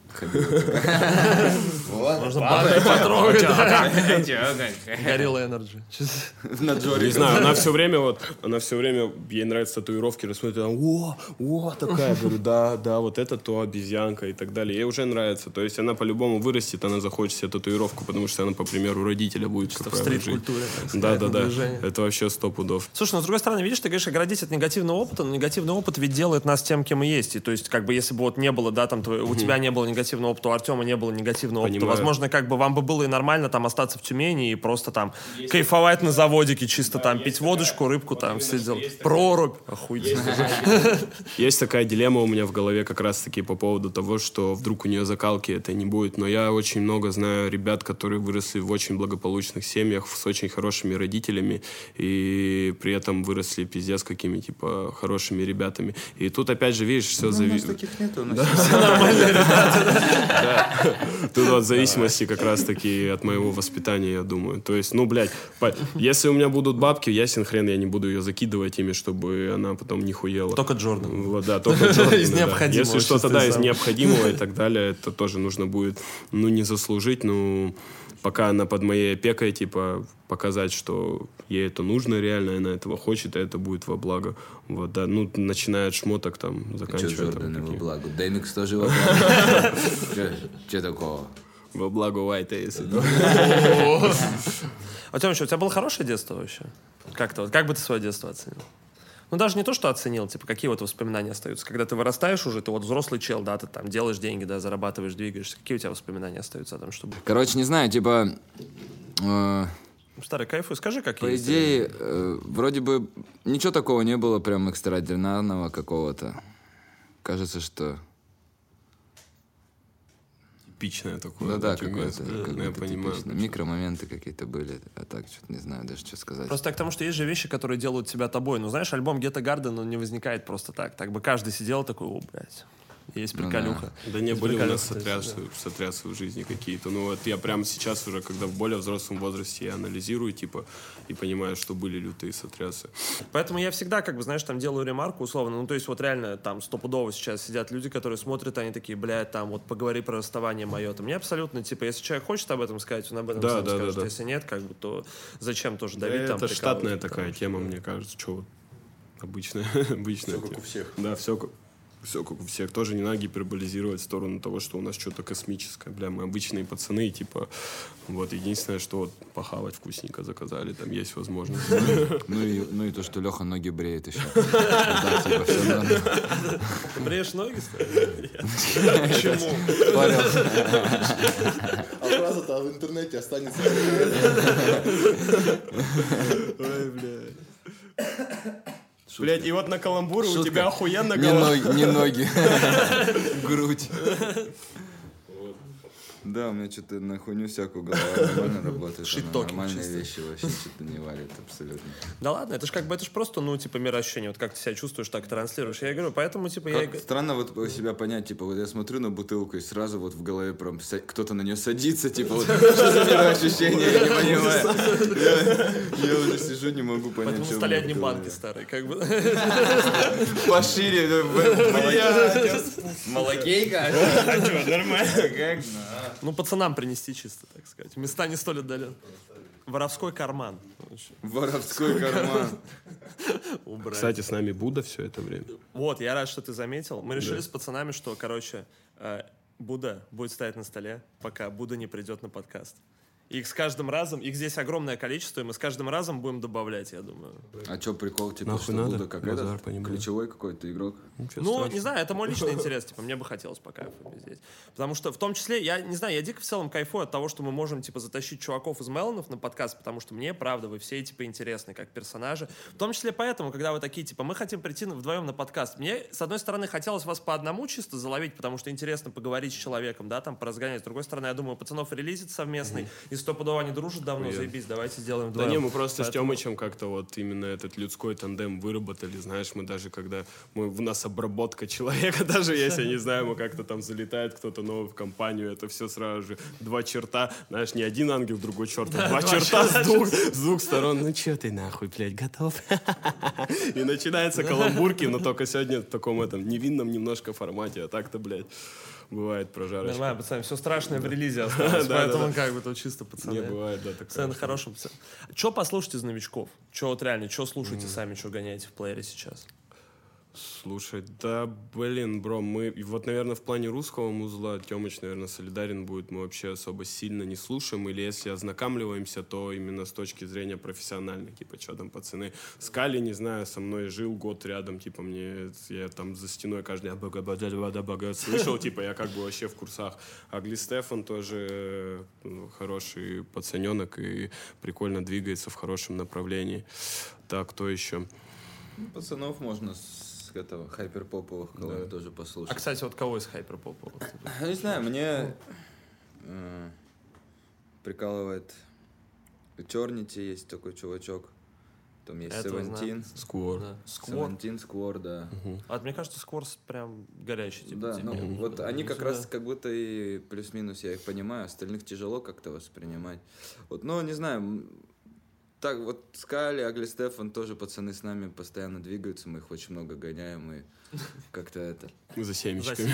Можно банку потрогать. Горилла Энерджи. На Не Джоре. знаю, она все время вот, она все время, ей нравятся татуировки, рассмотрит, она, о, о, такая, говорю, да, да, вот это то, обезьянка и так далее. Ей уже нравится, то есть она по-любому вырастет, она захочет себе татуировку, потому что она, по примеру, родителя будет, как В правило, жить. стрит-культуре, так Да, сказать, да, на да, движение. это вообще сто пудов. Слушай, ну, с другой стороны, видишь, ты говоришь, оградить от негативного опыта, но негативный опыт ведь делает нас тем, кем мы есть. И, то есть, как бы, если бы вот не было, да, там, твоего- у тебя не было негативного опыта, у Артема не было негативного опыта, Понимаю. возможно, как бы вам бы было и нормально там остаться в Тюмени и просто там кайфовать на заводике, чисто там пить водочку, рыбку, там, все дела. Прорубь, охуительно. Есть такая дилемма у меня в голове как раз-таки по поводу того, что вдруг у нее закалки это не будет. Но я очень много знаю ребят, которые выросли в очень благополучных семьях, с очень хорошими родителями, и при этом выросли пиздец какими, типа, хорошими ребятами. И тут, опять же, видишь, все У нас зависит. таких нету. у нас Тут от зависимости как раз-таки от моего воспитания, я думаю. То есть, ну, блядь, по- если у меня будут бабки, ясен хрен, я не буду ее закидывать ими, чтобы она потом не хуела. Только Джордан. Вот, да, только Джордан. Из да. необходимого, Если что-то, чисто да, из из сам. необходимого и так далее, это тоже нужно будет, ну, не заслужить, ну, пока она под моей опекой, типа, показать, что ей это нужно реально, и она этого хочет, и это будет во благо. Вот, да, ну, начиная от шмоток, там, Че заканчивая там Джордан во каким- благо? Дэмикс тоже во благо. Че такого? во благо Уайта, если А Тёмыч, у тебя было хорошее детство вообще? Как ты, вот, как бы ты свое детство оценил? Ну, даже не то, что оценил, типа, какие вот воспоминания остаются? Когда ты вырастаешь уже, ты вот взрослый чел, да, ты там делаешь деньги, да, зарабатываешь, двигаешься. Какие у тебя воспоминания остаются о том, чтобы... Короче, не знаю, типа... э, Старый, кайфуй, скажи, как По есть. идее, э, вроде бы ничего такого не было прям экстраординарного какого-то. Кажется, что... типичное такое. Ну да, тюменское. какое-то, Ну, я какое-то понимаю. типичное. Микромоменты какие-то были. А так, что-то не знаю даже, что сказать. Просто так, потому что есть же вещи, которые делают тебя тобой. Ну, знаешь, альбом Гетто Гарден, он не возникает просто так. Так бы каждый сидел такой, о, блядь, есть Ну приколюха. Да не, Есть были у нас приколюха, то есть, сотрясы, сотрясы в жизни какие-то. Ну вот я прямо сейчас уже, когда в более взрослом возрасте, я анализирую, типа, и понимаю, что были лютые сотрясы. Поэтому я всегда, как бы, знаешь, там делаю ремарку условно. Ну, то есть вот реально там стопудово сейчас сидят люди, которые смотрят, они такие, блядь, там вот поговори про расставание мое. Там мне абсолютно, типа, если человек хочет об этом сказать, он об этом Да, сам да, да, скажет. да. Если нет, как бы, то зачем тоже давить там, Это прикалываться, штатная потому такая что- тема, мне кажется, что вот обычная, обычная Все как тема. у всех. Да, все как, все как у всех. Тоже не надо гиперболизировать в сторону того, что у нас что-то космическое. Бля, мы обычные пацаны, типа, вот, единственное, что вот похавать вкусненько заказали, там есть возможность. Ну и, ну и то, что Леха ноги бреет еще. Да, типа, всё нормально. Ты бреешь ноги, что ли? Почему? А фраза-то в интернете останется. Ой, блядь. Блядь, и вот на каламбуры у Шутка. тебя охуенно Не голова. ноги, не ноги. Грудь. Да, у меня что-то на хуйню всякую голова нормально работает. Она Шит-токинг Нормальные чисто. вещи вообще что-то не варит абсолютно. Да ладно, это же как бы, это же просто, ну, типа, мироощущение. Вот как ты себя чувствуешь, так транслируешь. Я и говорю, поэтому, типа, я... и Как г- странно вот у себя понять, типа, вот я смотрю на бутылку и сразу вот в голове прям са- кто-то на нее садится, типа, вот что за мироощущение, я не понимаю. Я, я уже сижу, не могу понять, Поэтому что у стали меня в одни голове. банки старые, как бы. Пошире, молокейка. Нормально. Ну, пацанам принести чисто, так сказать. Места не столь отдаленные. воровской карман. Воровской карман. Убрать. Кстати, с нами Будда все это время. Вот, я рад, что ты заметил. Мы решили с пацанами, что, короче, э, Будда будет стоять на столе, пока Будда не придет на подкаст. Их с каждым разом, их здесь огромное количество, и мы с каждым разом будем добавлять, я думаю. А чё прикол, типа, Нахуй что надо? Будда как Базар, этот понимаю. ключевой какой-то игрок? Ничего Ну, страшного. не знаю, это мой личный интерес, типа, мне бы хотелось по кайфу здесь. Потому что, в том числе, я не знаю, я дико в целом кайфую от того, что мы можем, типа, затащить чуваков из Мелонов на подкаст, потому что мне, правда, вы все, типа, интересны как персонажи. В том числе поэтому, когда вы такие, типа, мы хотим прийти вдвоем на подкаст, мне, с одной стороны, хотелось вас по одному чисто заловить, потому что интересно поговорить с человеком, да, там, поразгонять. С другой стороны, я думаю, пацанов релизит совместный, и стопудово они дружат давно, заебись, давайте сделаем Да вдвоем. не, мы просто с Поэтому- Тёмычем как-то вот именно этот людской тандем выработали, знаешь, мы даже когда, мы, у нас обработка человека, даже если, я не знаю, мы как-то там залетает кто-то новый в компанию, это все сразу же два черта, знаешь, не один ангел, другой черт, а два черта с двух, с двух сторон, ну чё ты нахуй, блядь, готов? И начинается каламбурки, но только сегодня в таком этом невинном немножко формате, а так-то, блядь, бывает прожарочка. Нормально, пацаны, все страшное в релизе осталось, Да, поэтому да, да. как бы тут чисто пацаны. Не бывает, да, такое. Пацаны на хорошем пацаны. Че послушать из новичков? Че вот реально, что слушаете сами, что гоняете в плеере сейчас? Слушай, да, блин, бро, мы, и вот, наверное, в плане русского музла Тёмыч, наверное, солидарен будет, мы вообще особо сильно не слушаем, или если ознакомливаемся, то именно с точки зрения профессиональной, типа, что там, пацаны, Скали, не знаю, со мной жил год рядом, типа, мне, я там за стеной каждый день слышал, типа, я как бы вообще в курсах, а Гли Стефан тоже ну, хороший пацаненок и прикольно двигается в хорошем направлении. Так, кто еще? Ну, пацанов можно с этого хайперпоповых коллаб тоже послушать. А, кстати, вот кого из хайперпопа? Не знаю, мне э, прикалывает Eternity, есть такой чувачок. Там есть Этого Seventeen. Сквор. Сквор. Seventeen, Square, да. А мне кажется, Скворс прям горячий, типа. Да, типа. ну вот они как Сюда. раз как будто и плюс-минус я их понимаю, остальных тяжело как-то воспринимать. Вот, но не знаю, м, так вот Скали, Агли Стефан тоже пацаны с нами постоянно двигаются, мы их очень много гоняем и как-то это... За семечками.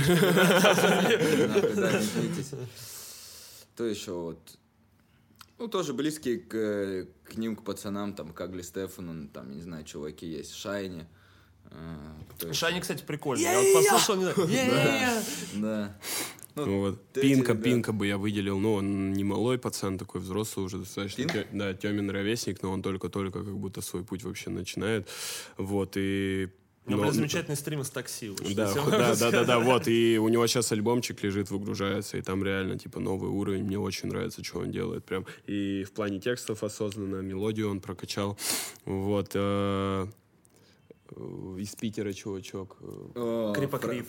Нахуй, да, не злитесь. То еще вот... Ну, тоже близкие к, к ним, к пацанам, там, к Агли Стефану, там, не знаю, чуваки есть, Шайни. а, кто еще? Шайни, кстати, прикольный. Я вот послушал, не знаю. «Yeah!» Да. Ну вот, эти Пинка, ребята. Пинка бы я выделил, ну, он не малой пацан, такой взрослый уже достаточно. Пинк? Тё- да, Тёмин ровесник, но он только-только как будто свой путь вообще начинает. Вот, и... У него но- были замечательные стримы с такси. вот что Да, я тебе ху- могу да, да, да, сказать. да, вот, и у него сейчас альбомчик лежит, выгружается, и там реально, типа, новый уровень, мне очень нравится, что он делает, прям, и в плане текстов осознанно, мелодию он прокачал, вот, э, из Питера чувачок, э, Крипа-крип.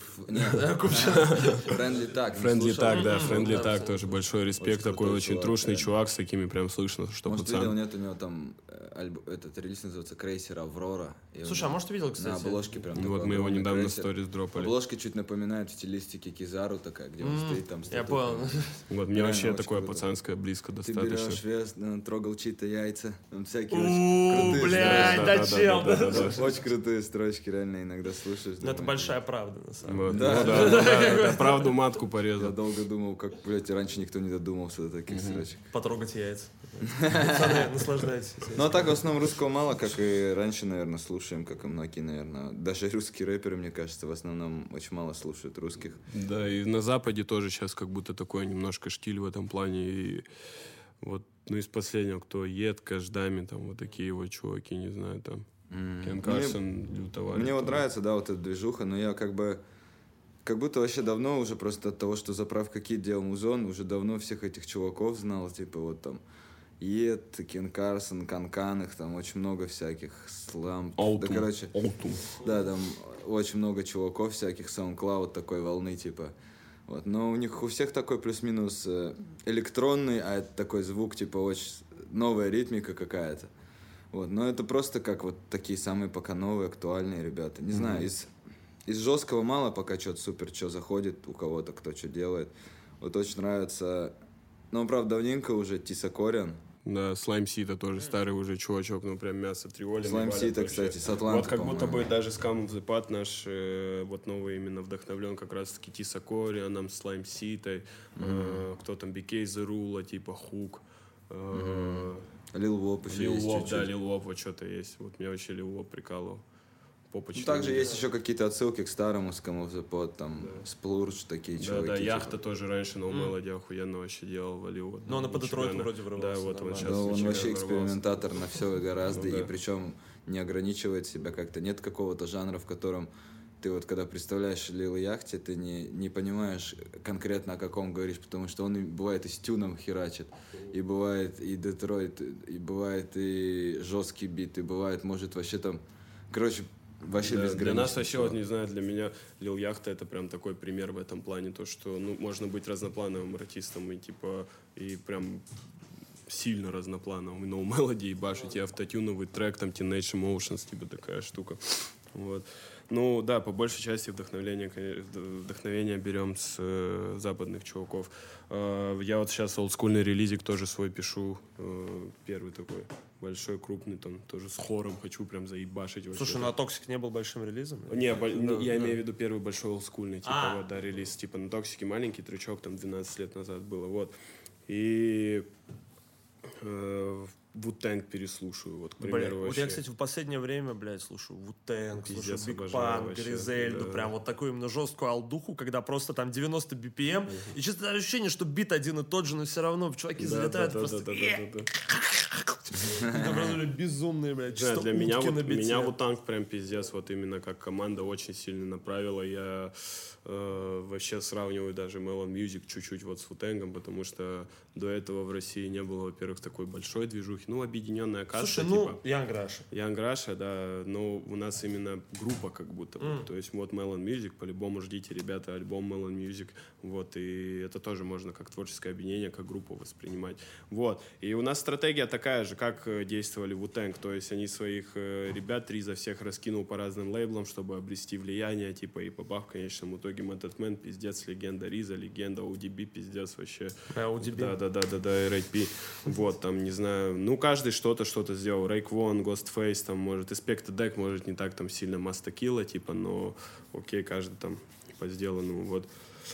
Френдли так. Френдли так, да, Френдли да, так, да. тоже большой респект, Очень такой крутой очень чувак, трушный реально. чувак, с такими прям слышно, что Может, видел, пацан. нет, у него там э, альб- этот релиз называется Крейсер Аврора. И у Слушай, а него может, видел, кстати? На обложке прям Вот такой мы его огромный недавно в крейсер. сторис дропали. Обложка чуть напоминает в стилистике Кизару такая, где он стоит там. с Я татухами. понял. Вот, мне Реально вообще очень такое круто. пацанское близко Ты достаточно. берешь вес, э, трогал чьи-то яйца, там всякие У, очень крутые блядь, строчки. да, да, чел. да, да, да, да. Очень крутые строчки, реально иногда слушаешь. Ну, это думаешь, большая правда, на самом Вот, деле. ну да, да, да, да, правду матку Я порезал. долго думал, как, блядь, раньше никто не додумался до таких строчек. Потрогать яйца. Пацаны, наслаждайтесь. Ну, а так, в основном, русского мало, как и раньше, наверное, слушаем, как и многие, наверное. Даже русские рэперы, мне кажется, в основном очень мало слушают русских. Да, и на Западе тоже сейчас как будто такой немножко штиль в этом плане. И вот, ну, из последнего, кто Едка, Ждами, там, вот такие вот чуваки, не знаю, там. Кен Карсон, лютовали. Мне вот там. нравится, да, вот эта движуха, но я как бы... Как будто вообще давно уже просто от того, что заправка Кит делал музон, уже давно всех этих чуваков знал, типа вот там Ед, Кен Карсон, Канкан, их там очень много всяких, Слам. Аутум. Да, короче, Аутум. да, там очень много чуваков всяких, SoundCloud такой волны, типа. Вот. Но у них у всех такой плюс-минус э, электронный, а это такой звук, типа, очень новая ритмика какая-то. Вот. Но это просто как вот такие самые пока новые, актуальные ребята. Не знаю, из, из жесткого мало пока что-то супер, что заходит у кого-то, кто что делает. Вот очень нравится, ну, правда, давненько уже Тиса Кориан. Да, Слайм Сита тоже старый уже чувачок, ну прям мясо триоли. Слайм навалят Сита, вообще. кстати, с Атланты, Вот как будто бы по-моему. даже Scum of the Pod наш э, вот новый именно вдохновлен как раз-таки Тиса Корианом, Слайм Ситой, э, кто там, би кей The Rule, типа Хук. Э, Лил Воп еще Лил есть Воп, чуть-чуть. да, Лил Воп, вот что-то есть. Вот меня вообще Лил Воп прикалывал. Попочный. Ну, также есть еще какие-то отсылки к старому скамозапод, там, да. Сплурдж, такие да, чуваки. Да, типа. Яхта тоже раньше на Мелоди mm. охуенно вообще делал, валил. Вот, но он по Детройду вроде врывался. Да, вот он сейчас. Да, он вообще экспериментатор на все гораздо, ну, и да. причем не ограничивает себя как-то. Нет какого-то жанра, в котором ты вот когда представляешь Лил Яхте, ты не, не понимаешь конкретно, о каком говоришь, потому что он, бывает, и с тюном херачит, и бывает и Детройт, и бывает и жесткий бит, и бывает, может, вообще там, короче, вообще да, безгранично. Для нас вообще, вот, не знаю, для меня Лил Яхта это прям такой пример в этом плане, то, что, ну, можно быть разноплановым артистом и, типа, и прям сильно разноплановым, и No Melody, и башить, и автотюновый трек, там, Teenage Emotions, типа, такая штука, вот. Ну, да, по большей части вдохновение, вдохновение берем с э, западных чуваков. Э, я вот сейчас олдскульный релизик тоже свой пишу, э, первый такой, большой, крупный, там, тоже с хором хочу прям заебашить. Слушай, вообще. ну а Токсик не был большим релизом? Не, бо- да, я да. имею в виду первый большой олдскульный, типа, А. вот, да, релиз, типа, на Токсике маленький трючок, там, двенадцать лет назад было, вот. И э, Wu-Tang переслушаю, вот, к примеру, Бля, вот вообще. я, кстати, в последнее время, блядь, слушаю Wu-Tang, слушаю Пиздец, Биг обожаю Пан, вообще, Гризельду, да. прям вот такую именно жесткую алдуху, когда просто там девяносто би пи эм, и чисто ощущение, что бит один и тот же, но все равно чуваки Да, залетают да, да, просто... да, да, да, да. Это просто безумные, блядь, Да, чисто для меня, утки вот, на бите. меня вот танк прям пиздец, вот именно как команда очень сильно направила. Я э, вообще сравниваю даже Melon Music чуть-чуть вот с Wu-Tang'ом, потому что до этого в России не было, во-первых, такой большой движухи. Ну, объединенная касса, Слушай, типа. ну, Young Rush. Young Russia, да, но у нас именно группа как будто бы. Mm. То есть вот Melon Music, по-любому ждите, ребята, альбом Melon Music. Вот, и это тоже можно как творческое объединение, как группу воспринимать. Вот, и у нас стратегия такая же, как действовали Wu-Tang. То есть они своих э, ребят, три за всех раскинул по разным лейблам, чтобы обрести влияние, типа, и попав в конечном итоге Method Man, пиздец, легенда Риза, легенда о ди би, пиздец, вообще. А, о ди би. Да, да, да, да, да, эр эй пи. Вот, там, не знаю, ну, каждый что-то, что-то сделал. Рейквон, Ghostface, там, может, Inspector Deck, может, не так там сильно Мастакила, типа, но окей, каждый там по сделанному, вот.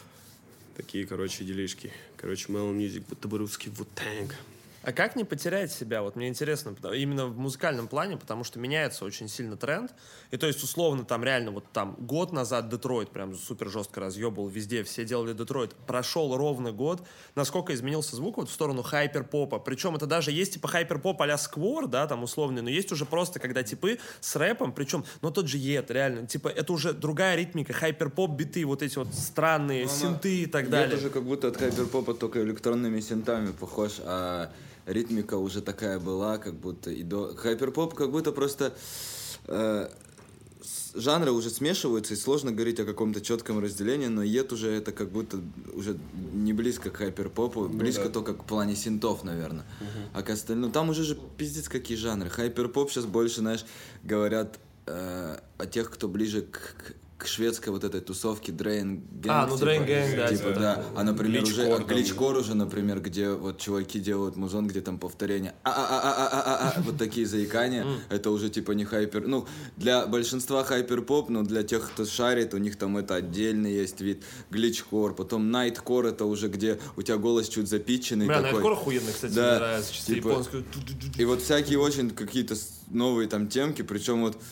Такие, короче, делишки. Короче, Melon Music, будто бы русский Wu-Tang. А как не потерять себя? Вот мне интересно, именно в музыкальном плане, потому что меняется очень сильно тренд. И то есть, условно, там реально вот там год назад Детройт прям супер жестко разъебал везде, все делали Детройт. Прошел ровно год. Насколько изменился звук вот в сторону хайпер-попа. Причем это даже есть типа хайпер-поп а-ля Сквор, да, там условный, но есть уже просто, когда типы с рэпом, причем, ну тот же Ед, реально, типа это уже другая ритмика, хайпер-поп биты, вот эти вот странные Ну, синты и так Ед далее. уже как будто от хайпер-попа только электронными синтами похож, а ритмика уже такая была, как будто и до... Хайпер-поп как будто просто... Э, жанры уже смешиваются, и сложно говорить о каком-то четком разделении, но Ед уже это как будто уже не близко к хайпер-попу, Ну, близко да. только к плане синтов, наверное. Угу. А к остальному... Там уже же пиздец какие жанры. Хайпер-поп сейчас больше, знаешь, говорят э, о тех, кто ближе к... к шведской вот этой тусовке Drain Gang. А, ну, типа, Drain Gang, да, типа, типа, да. да. А, например, уже Glitchcore, там. Glitchcore уже, например, где вот чуваки делают музон, где там повторения а-а-а-а-а-а, вот такие заикания. Это уже типа не хайпер. Ну, для большинства хайпер-поп, но для тех, кто шарит, у них там это отдельный есть вид. Glitchcore, потом Nightcore, это уже где у тебя голос чуть запитченный Бля, такой. Найткор охуенный, кстати, Да, мне нравится. Чисто типа- японскую. И вот всякие очень какие-то с- новые там темки, причем вот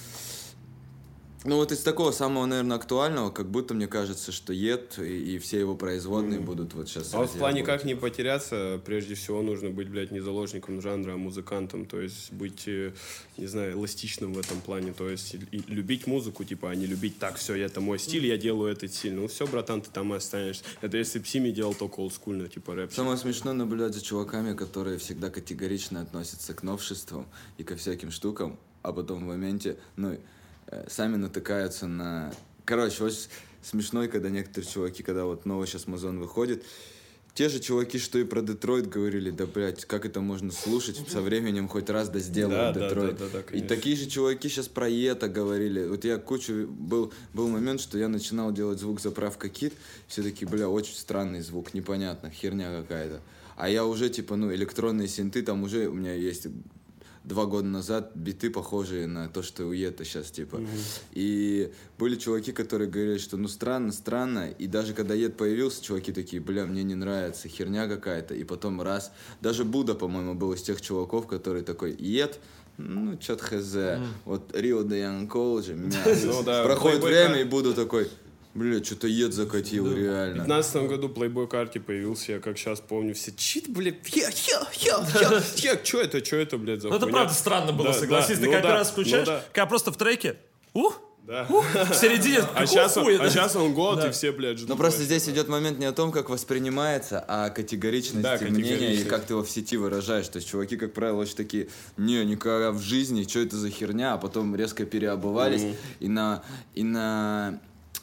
ну вот из такого самого, наверное, актуального, как будто мне кажется, что Ед и, и все его производные mm. будут вот сейчас... А вот в плане как не потеряться, прежде всего нужно быть, блядь, не заложником жанра, а музыкантом, то есть быть, э, не знаю, эластичным в этом плане, то есть и, и любить музыку, типа, а не любить так, все, это мой стиль, я делаю этот стиль, ну все, братан, ты там и останешься. Это если бы Сими делал только олдскульно, типа рэп. Самое смешное наблюдать за чуваками, которые всегда категорично относятся к новшествам и ко всяким штукам, а потом в моменте, ну... сами натыкаются на... Короче, очень смешно, когда некоторые чуваки, когда вот новый сейчас музон выходит, те же чуваки, что и про Детройт говорили, да, блядь, как это можно слушать, со временем хоть раз да сделают Да, да, Детройт. да, да, да, и такие же чуваки сейчас про Ета говорили. Вот я кучу... Был, был момент, что я начинал делать звук заправка кит, все такие, бля, очень странный звук, непонятно, херня какая-то. А я уже, типа, ну, электронные синты, там уже у меня есть... два года назад биты похожие на то, что у Йета сейчас, типа. Mm-hmm. И были чуваки, которые говорили, что ну странно, странно. И даже когда Йет появился, чуваки такие, бля, мне не нравится, херня какая-то. И потом раз, даже Будда, по-моему, был из тех чуваков, который такой, Йет, ну, чё-то хз. Mm. Вот Рио де Янколджи, мясо. Проходит время, и Будда такой... Бля, что-то Йет закатил, да. Реально. В пятнадцатом году Playboy Carti появился, я как сейчас помню, все чит, блядь, я, я, я, я, я, что это, что это, блядь, за Ну, это правда странно было, да, согласись. да, Ты ну, каждый да, раз включаешь, ну, да. когда просто в треке, ух, да. ух, в середине, а сейчас, он, хуя, а сейчас он год, да. и все, блядь, ждут. Но просто здесь идет момент не о том, как воспринимается, а категоричность да, мнения и как ты его в сети выражаешь. То есть чуваки, как правило, очень такие, не, никогда в жизни, что это за херня, а потом резко переобувались mm-hmm. и на... И на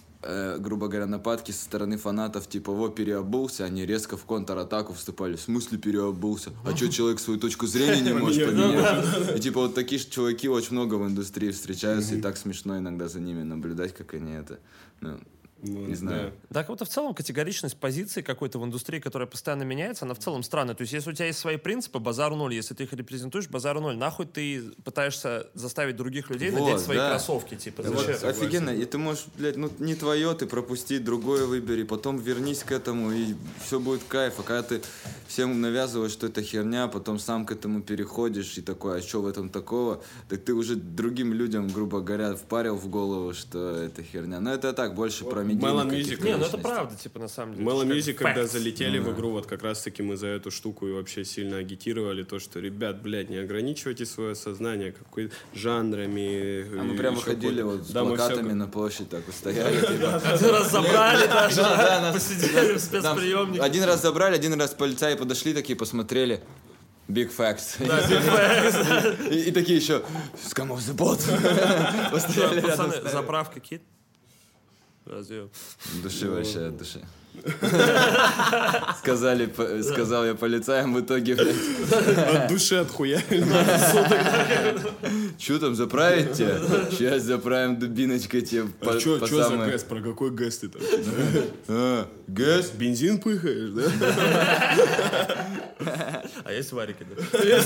Э, грубо говоря, нападки со стороны фанатов, типа, вот, переобулся, они резко в контратаку вступали. В смысле переобулся? А что, человек свою точку зрения не может поменять? И, типа, вот такие же чуваки очень много в индустрии встречаются, и так смешно иногда за ними наблюдать, как они это... Ну, не знаю. Да, как будто в целом категоричность позиции какой-то в индустрии, которая постоянно меняется, она в целом странная. То есть, если у тебя есть свои принципы, базар ноль. Если ты их репрезентуешь, базар ноль. Нахуй ты пытаешься заставить других людей вот, надеть свои да. кроссовки, типа, зачем? Вот, офигенно. И ты можешь, блядь, ну не твое, ты пропусти, другое выбери, потом вернись к этому, и все будет кайф. А когда ты всем навязываешь, что это херня, потом сам к этому переходишь, и такой, а что в этом такого? Так ты уже другим людям, грубо говоря, впарил в голову, что это херня. Но это так, больше вот. Про Melon Music. Не, ну это правда, типа, на самом деле. Melon Music, когда facts. залетели mm-hmm. в игру, вот как раз-таки мы за эту штуку и вообще сильно агитировали, то, что, ребят, блядь, не ограничивайте свое сознание какой жанрами. А мы прямо ходили вот с да, плакатами все... на площадь, так вот стояли. Один раз забрали даже, посидели в спецприемнике. Один раз забрали, один раз полицаи подошли, такие посмотрели. Big facts. Да, big facts. И такие еще, scum of the bot. Пацаны, заправка кит. Разве? Души вообще от души. Сказали, сказал я полицаям, в итоге, блядь. От души отхуяли. Че там, заправить тебя? Сейчас заправим дубиночкой тебе. А что за гэс? Про какой гэс ты там? А, гэс? Бензин пыхаешь, да? А есть варики, да?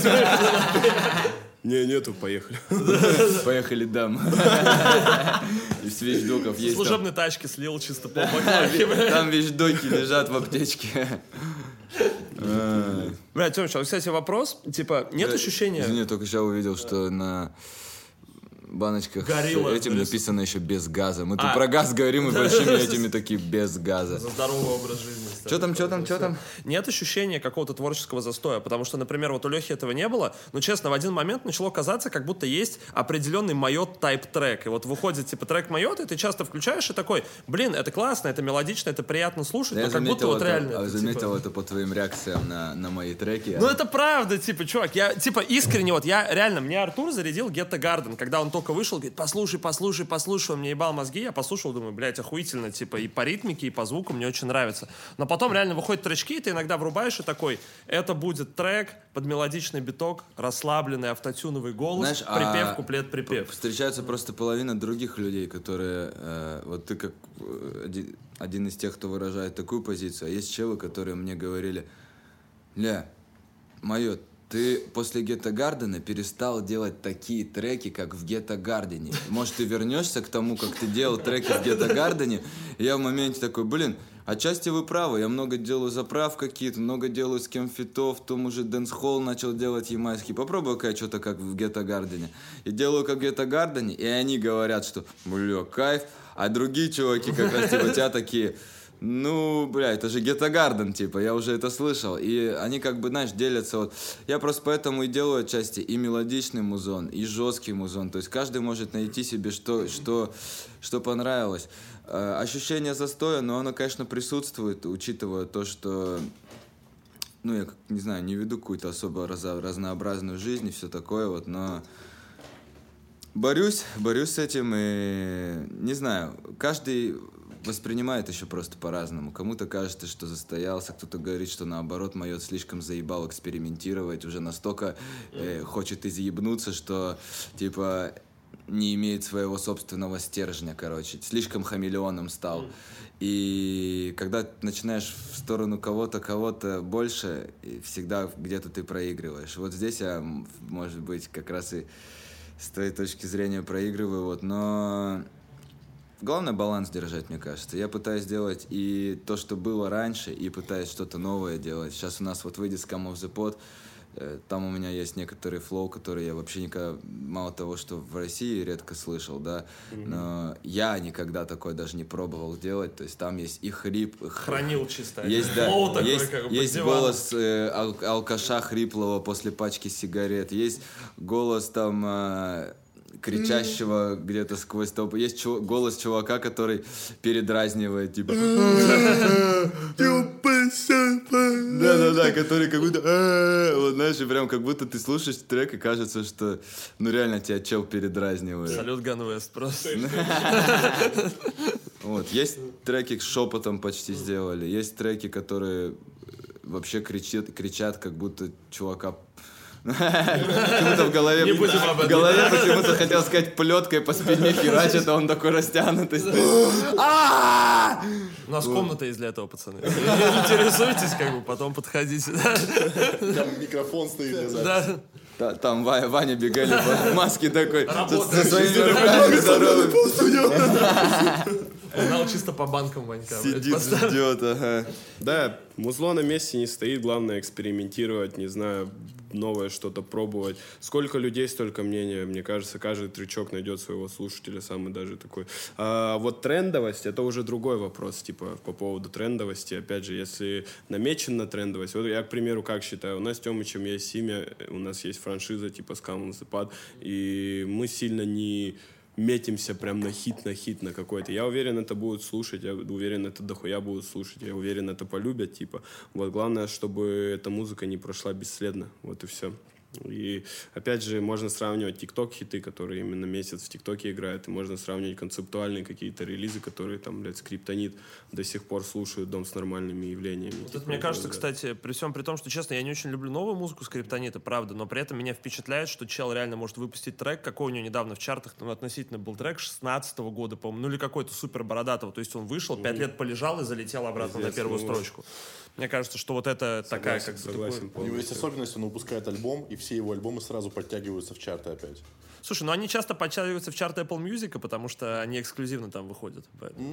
Не, нету, поехали. Поехали, дам. Из вещдоков есть. Служебной тачки слил чисто по баклахе. Там вещдоки лежат в аптечке. Бля, Тёмыч, а, кстати, вопрос. Типа, нет ощущения... Извини, только сейчас увидел, что на баночках Горилла, этим горис. написано еще без газа. Мы а. тут про газ говорим, и большими этими такие без газа. За здоровый образ жизни. Что там, что там, что там? Нет ощущения какого-то творческого застоя, потому что, например, вот у Лехи этого не было, но, честно, в один момент начало казаться, как будто есть определенный майот тайп трек. И вот выходит, типа, трек майот, и ты часто включаешь и такой, блин, это классно, это мелодично, это приятно слушать, я но как будто вот это, реально... Я это, заметил типа... это по твоим реакциям на, на мои треки. Ну, это правда, типа, чувак, я, типа, искренне, вот, я, реально, мне Артур зарядил Get the Garden, когда он только вышел, говорит, послушай, послушай, послушай, он мне ебал мозги, я послушал, думаю, блядь, охуительно, типа, и по ритмике, и по звуку мне очень нравится. Но потом реально выходит тречки, ты иногда врубаешь и такой, это будет трек под мелодичный биток, расслабленный автотюновый голос, знаешь, припев, а куплет, припев. Встречается просто половина других людей, которые, э, вот ты как один, один из тех, кто выражает такую позицию, а есть челы, которые мне говорили, ля, майот, ты после Гетто Гардена перестал делать такие треки, как в Гетто Гардене. Может, ты вернешься к тому, как ты делал треки в Гетто Гардене? И я в моменте такой, блин, отчасти вы правы, я много делаю заправ какие-то, много делаю с кем фитов, том уже дэнс-холл начал делать ямайский. Попробую-ка я что-то как в Гетто Гардене. И делаю как в Гетто Гардене, и они говорят, что, бля, кайф. А другие чуваки как раз типа тебя такие... Ну, бля, это же Гетто Гарден, типа, я уже это слышал. И они как бы, знаешь, делятся вот... Я просто поэтому и делаю отчасти и мелодичный музон, и жесткий музон. То есть каждый может найти себе, что, что, что понравилось. Э, ощущение застоя, но оно, конечно, присутствует, учитывая то, что... Ну, я, не знаю, не веду какую-то особо раз, разнообразную жизнь и все такое вот, но... Борюсь, борюсь с этим и... Не знаю, каждый... воспринимает еще просто по-разному. Кому-то кажется, что застоялся, кто-то говорит, что наоборот, майот слишком заебал экспериментировать, уже настолько э, хочет изъебнуться, что, типа, не имеет своего собственного стержня, короче. Слишком хамелеоном стал. И когда начинаешь в сторону кого-то, кого-то больше, всегда где-то ты проигрываешь. Вот здесь я, может быть, как раз и с твоей точки зрения проигрываю, вот, но главное баланс держать, мне кажется. Я пытаюсь делать и то, что было раньше, и пытаюсь что-то новое делать. Сейчас у нас вот выйдет Scum of the Pod, там у меня есть некоторый флоу, который я вообще никогда, мало того, что в России редко слышал, да, mm-hmm. но я никогда такое даже не пробовал делать, то есть там есть и хрип... Хранил чисто. Есть, да, флоу такой, есть, как бы, есть диван. голос э, ал- алкаша хриплого после пачки сигарет, есть голос там... Э, кричащего mm. где-то сквозь толпу. Есть чу- голос чувака, который передразнивает, типа... Да-да-да, который как будто... Вот знаешь, и прям как будто ты слушаешь трек, и кажется, что ну реально тебя чел передразнивает. Салют Ганвест просто. Вот, есть треки с шепотом почти сделали, есть треки, которые вообще кричат, кричат как будто чувака... Почему-то в голове, в голове почему-то хотел сказать плеткой по спине херачит, а он такой растянутый. У нас комната есть для этого, пацаны. Интересуйтесь, как бы, потом подходите. Там микрофон стоит для записи. Да. Там Ваня, Ваня бегали в маске такой, со своими руками здоровыми. Знал чисто по банкам Ванька. Сидит, ждет, ага. Да, музло на месте не стоит, главное экспериментировать, не знаю, новое что-то пробовать. Сколько людей, столько мнения. Мне кажется, каждый трючок найдет своего слушателя, самый даже такой. А вот трендовость — это уже другой вопрос, типа, по поводу трендовости. Опять же, если намечен на трендовость, вот я, к примеру, как считаю, у нас с Тёмычем есть имя, у нас есть франшиза, типа Scum of the Pod, и мы сильно не... метимся прям на хит, на хит, на какой-то. Я уверен, это будут слушать, я уверен, это дохуя будут слушать, я уверен, это полюбят, типа. Вот главное, чтобы эта музыка не прошла бесследно, вот и все. И, опять же, можно сравнивать тикток-хиты, которые именно месяц в тиктоке играют, и можно сравнивать концептуальные какие-то релизы, которые там, блядь, Скриптонит до сих пор слушают, Дом с нормальными явлениями. Вот типа, это, мне кажется, да. кстати, при всем при том, что, честно, я не очень люблю новую музыку Скриптонита, правда, но при этом меня впечатляет, что чел реально может выпустить трек, какой у него недавно в чартах, ну, относительно был трек шестнадцатого года, по-моему, ну или какой-то супер бородатого, то есть он вышел, пять лет полежал и залетел обратно Пиздец, на первую ну, строчку. Мне кажется, что вот это Согласен, такая, как бы, согласен, такой... У него есть особенность, он выпускает альбом, и все его альбомы сразу подтягиваются в чарты опять. Слушай, ну они часто подтягиваются в чарты Apple Music, потому что они эксклюзивно там выходят.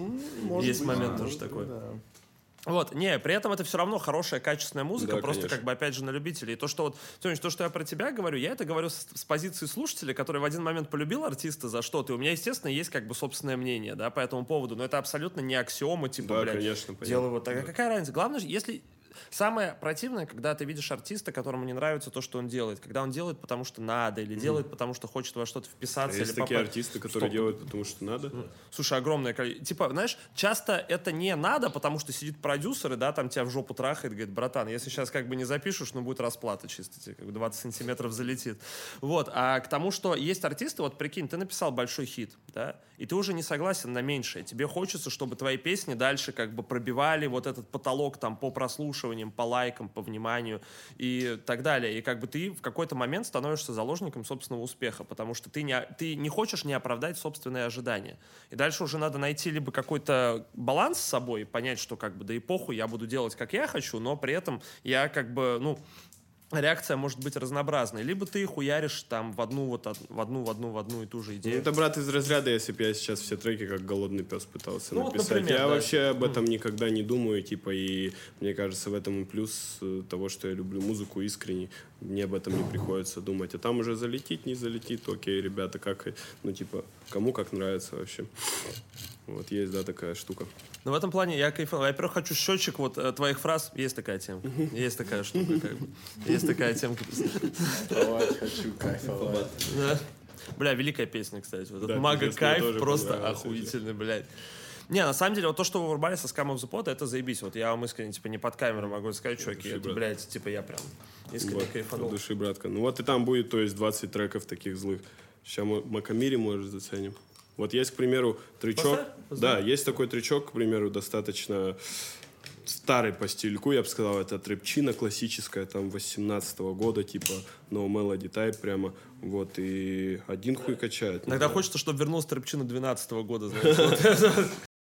Mm, есть быть, момент да, тоже быть, такой. Да. Вот, не, при этом это все равно хорошая, качественная музыка, Да, просто конечно. как бы опять же на любителей. И то, что вот, Тёмыч, то, что я про тебя говорю, я это говорю с, с позиции слушателя, который в один момент полюбил артиста за что-то. И у меня, естественно, есть как бы собственное мнение, да, по этому поводу. Но это абсолютно не аксиома, типа, Да, блядь, конечно, понятно. делаю вот так. А Да. какая разница? Главное, если... Самое противное, когда ты видишь артиста, которому не нравится то, что он делает. Когда он делает, потому что надо, или mm-hmm. делает, потому что хочет во что-то вписаться. А есть или такие попасть. артисты, которые Что? делают, потому что надо? Слушай, огромное количество. Типа, знаешь, часто это не надо, потому что сидит продюсер и, да, там тебя в жопу трахает, говорит, братан, если сейчас как бы не запишешь, ну, будет расплата чисто, тебе как бы двадцать сантиметров залетит. Вот, а к тому, что есть артисты, вот прикинь, ты написал большой хит, да, и ты уже не согласен на меньшее. Тебе хочется, чтобы твои песни дальше как бы пробивали вот этот потолок там по прослушиваниям, по лайкам, по вниманию и так далее. И как бы ты в какой-то момент становишься заложником собственного успеха, потому что ты не, ты не хочешь не оправдать собственные ожидания. И дальше уже надо найти либо какой-то баланс с собой, понять, что как бы да и похуй, я буду делать, как я хочу, но при этом я как бы, ну, реакция может быть разнообразной. Либо ты хуяришь там в одну, вот, в одну, в одну, в одну и ту же идею. Ну, это, брат, из разряда, если бы я сейчас все треки как голодный пес пытался Ну, вот, написать. например, я да. вообще об этом никогда не думаю, типа, и мне кажется, в этом и плюс э, того, что я люблю музыку искренне. Мне об этом не приходится думать. А там уже залетит, не залетит, окей, ребята, как, ну, типа, кому как нравится вообще. Вот есть, да, такая штука. Но в этом плане я кайфую. Во-первых, хочу счетчик вот э, твоих фраз. Есть такая тема. Есть такая штука, как бы. Есть такая темка. Кайфовать хочу, кайфовать. Да. Бля, великая песня, кстати. Вот Да, этот Мага пиздец, мне Кайф тоже просто понравилось, охуительный, блядь. Не, на самом деле, вот то, что вы врубали со Scum of the Pod, это заебись. Вот я вам искренне, типа, не под камеру могу сказать, чуваки, Души, это, брат. блядь, типа, я прям искренне Вот, кайфанул. от души, братка. Ну вот и там будет, то есть, двадцать треков таких злых. Сейчас мы Макамири, может, заценим. Вот есть, к примеру, трючок. Поставь? Да, есть такой трючок, к примеру, достаточно старый по стильку, я бы сказал, это трэпчина классическая, там, восемнадцатого года, типа, No Melody Type прямо, вот, и один хуй качает. Иногда хочется, чтобы вернулся трэпчина двенадцатого года, знаешь.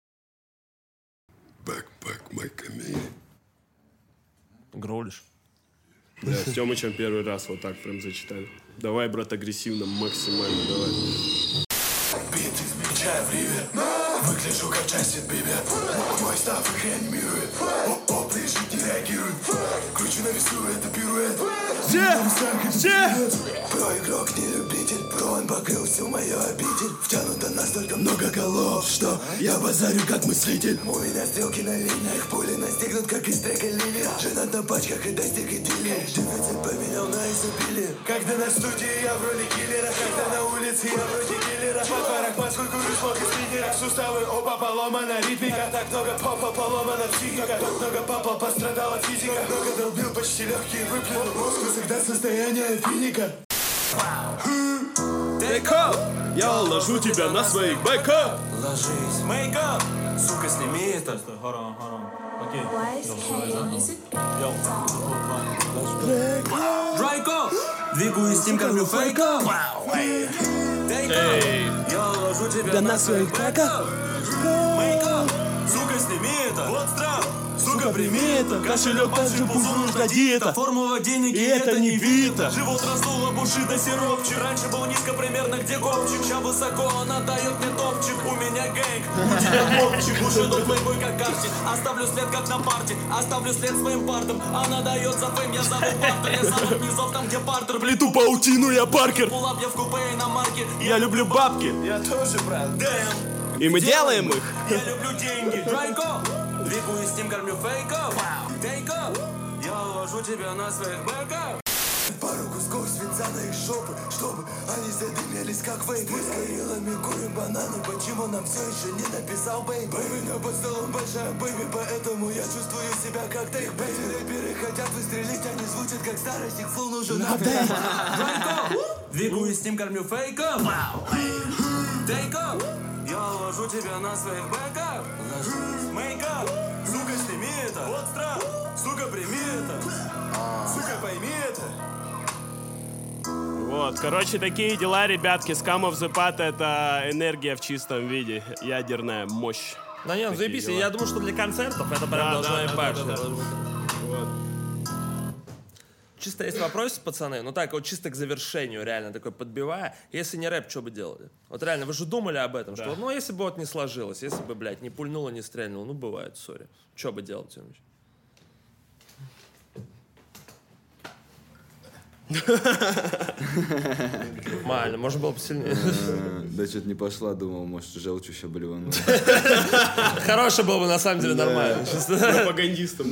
Back, back, my community. Гроулишь. Да, с Тёмычем первый раз вот так прям зачитали. Давай, брат, агрессивно, максимально, давай. Бит измельчая в риве. Выгляжу как Джастин Бибер. Мой став их реанимирует. Оп, лежит, не реагирует. Кручу на весу, это пируэт. Все! Все! Про игрок не любитель. Про он покрыл всю мою обитель. Втянуто настолько много голов, что я базарю как мыслитель. У меня стрелки на линиях, пули настигнут, как из трека Лили. Женат на пачках и достиг идиллии. Дефицит поменял на изобилие. Когда на студии я в роли киллера, когда на улице я вроде киллера. По дворах, поскольку смог из лидера. Суставы оба поломана ритмика. Так много попа, поломана психика. Так много попа, пострадала физика. Много долбил, почти легкие выплюнул. Мозг всегда состояние финика. Тейк-офф! Я ложу тебя на своих бэкап! Ложись, мейк-ап. Сука, сними это. Драйко! Двигаюсь, тем кормлю фейком. Тейк-офф! Я ложу тебя на своих бэкап. Мейк-ап! Сука, сними это. Вот страх. Сука, прими это. Кошелек также пузу нужна диета. Формула денег, и это не вита. Живот раздуло, бушито сиропчик. Раньше был низко примерно, где копчик. Ща высоко, она дает мне топчик. У меня гэнг, у тебя топчик. Уже тут плейбой как картик. Оставлю след, как на парте. Оставлю след своим партом. Она дает за фейм, я зову партер. Я самых низов, там где партер. Плиту паутину, я Паркер! Пулап, я в купе и на марке. Я люблю бабки! Я тоже, брат. Дэм. И мы делаем их! Я люблю деньги. Драйко. Двигаюсь, с ним кормлю фейков. Тейков. Я ложу тебя на своих бэков. Пару кусков свинца на их шопы, чтобы они задымелись как вейп. Мы с гориллами курим бананы, почему нам все еще не написал бэй? Бэйби, на под столом большая бэйби, поэтому я чувствую себя как тейк бэйби. Рэперы хотят выстрелить, они звучат как старость, их флоу нужен апдейт. Драйко. Двигаюсь, с ним кормлю фейков. Тейков. Я ложу тебя на своих бэков. Ложись. Мейкап. Сука, сними это. Вот страх. Сука, прими это. Сука, пойми это. Вот, короче, такие дела, ребятки. Scum of the Pod — это энергия в чистом виде. Ядерная мощь. Да нет, заебись. дела. Я думаю, что для концертов это прям Да, должно да, да, ебашить. да, да, да. Вот. Чисто есть вопрос, пацаны, ну так, вот чисто к завершению, реально, такой подбивая. Если не рэп, что бы делали? Вот реально, вы же думали об этом, Да. что, ну, если бы вот не сложилось, если бы, блядь, не пульнуло, не стрельнуло, ну, бывает, сори. Что бы делать, Тёмыч? Нормально, можно было бы сильнее. Э, Да что-то не пошла, думал, может, желчь еще блевану. Хорошее было бы, на самом деле, нормально. Пропагандистом.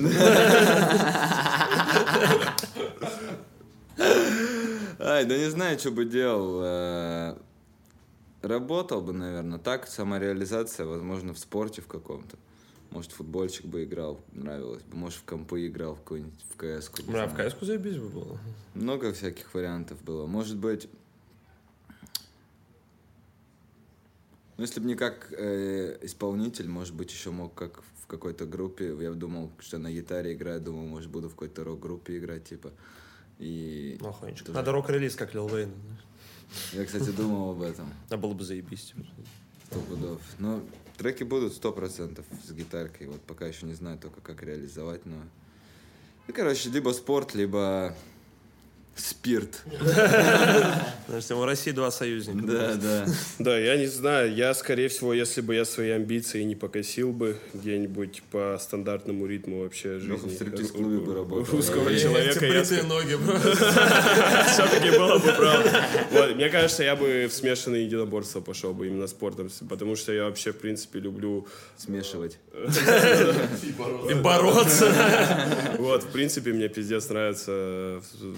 Ай, да не знаю, что бы делал. Э, Работал бы, наверное. Так, самореализация, возможно, в спорте в каком-то. Может, футбольчик бы играл, нравилось бы. Может, в компы играл в какой-нибудь, в КС-ку. не Бля, в знаю. КС-ку заебись бы было. Много всяких вариантов было. Может быть, ну, если бы не как э, исполнитель, может быть, еще мог как в какой-то группе. Я думал, что на гитаре играю, думал, может, буду в какой-то рок-группе играть, типа. И... Ну, охуенчик. тоже- Надо рок-релиз, как Лил Уэйн. Я, кстати, думал об этом. Да было бы заебись. типа. Сто пудов. Но треки будут сто процентов с гитаркой. Вот пока еще не знаю только, как реализовать, но... Ну, короче, либо спорт, либо спирт. Значит, у России два союзника. Да, да. Да, я не знаю, я, скорее всего, если бы я свои амбиции не покосил бы где-нибудь по стандартному ритму вообще Леха в жизни стриптиз-клубе бы работал. русского Да. человека, я Бритые ноги, бро. все-таки было бы правда. Вот, мне кажется, я бы в смешанное единоборство пошел бы именно спортом, потому что я вообще, в принципе, люблю... Смешивать. И бороться. Вот, в принципе, мне пиздец нравится, вижу в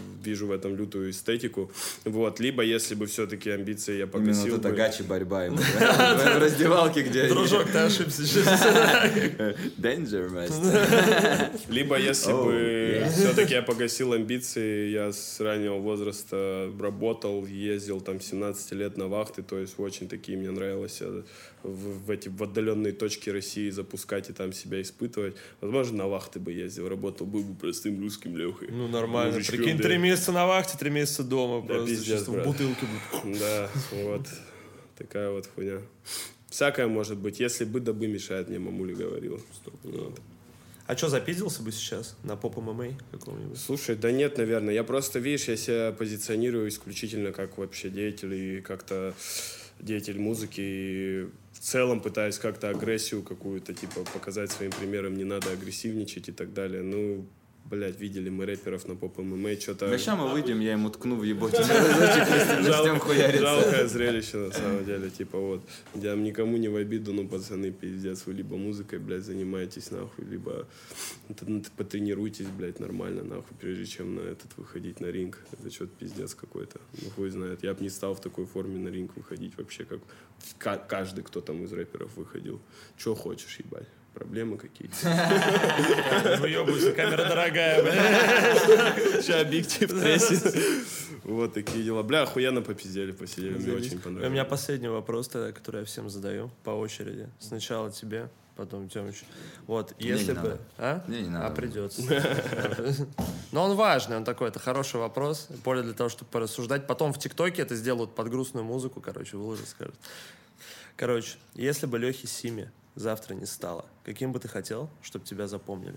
в этом лютую эстетику. Вот. Либо, если бы все-таки амбиции я погасил Именно вот бы... это гачи борьба ему, да? В раздевалке, где... Дружок, ты ошибся сейчас. Danger, мастер. Либо, если Oh, бы yeah. все-таки я погасил амбиции, я с раннего возраста работал, ездил там семнадцать лет на вахты, то есть очень такие мне нравилось э, в, в эти в отдаленные точки России запускать и там себя испытывать. Возможно, на вахты бы ездил, работал был бы простым русским Лехой. Ну, нормально. Мужичком, Прикинь, да. три месяца на вахте, три месяца дома. Да, Просто пиздец, чисто в брат. бутылке. Да, вот. Такая вот хуйня. Всякое может быть. Если бы, да бы мешает, мне мамуля говорила. Вот. А что, запиздился бы сейчас на поп-ММА каком-нибудь? Слушай, да нет, наверное. Я просто, видишь, я себя позиционирую исключительно как вообще деятель и как-то деятель музыки. И в целом пытаюсь как-то агрессию какую-то, типа, показать своим примером, не надо агрессивничать и так далее. Ну, блядь, видели мы рэперов на поп-ММА, что-то... Да ща мы выйдем, я ему ткну в еботину разочек, если начнем хуяриться. Жалкое зрелище, на самом деле, типа вот. Я никому не в обиду, ну, пацаны, пиздец, вы либо музыкой, блядь, занимаетесь, нахуй, либо потренируйтесь, блядь, нормально, нахуй, прежде чем на этот выходить на ринг. Это что-то пиздец какой-то. Ну, хуй знает. Я бы не стал в такой форме на ринг выходить вообще, как каждый, кто там из рэперов выходил. Че хочешь, ебать? Проблемы какие-то. Выебывайся, камера дорогая, бля. Сейчас объектив трясет. Вот такие дела. Бля, охуенно попиздели, посидели. Мне очень У понравилось. меня последний вопрос, тогда, который я всем задаю по очереди. Сначала тебе, потом Тёмыч. Вот, если не бы... надо. А? Мне не надо. А придется. Но он важный, он такой, это хороший вопрос. Поле для того, чтобы порассуждать. Потом в ТикТоке это сделают под грустную музыку, короче, выложат, скажут. Короче, если бы Лехи Сими завтра не стало, каким бы ты хотел, чтобы тебя запомнили?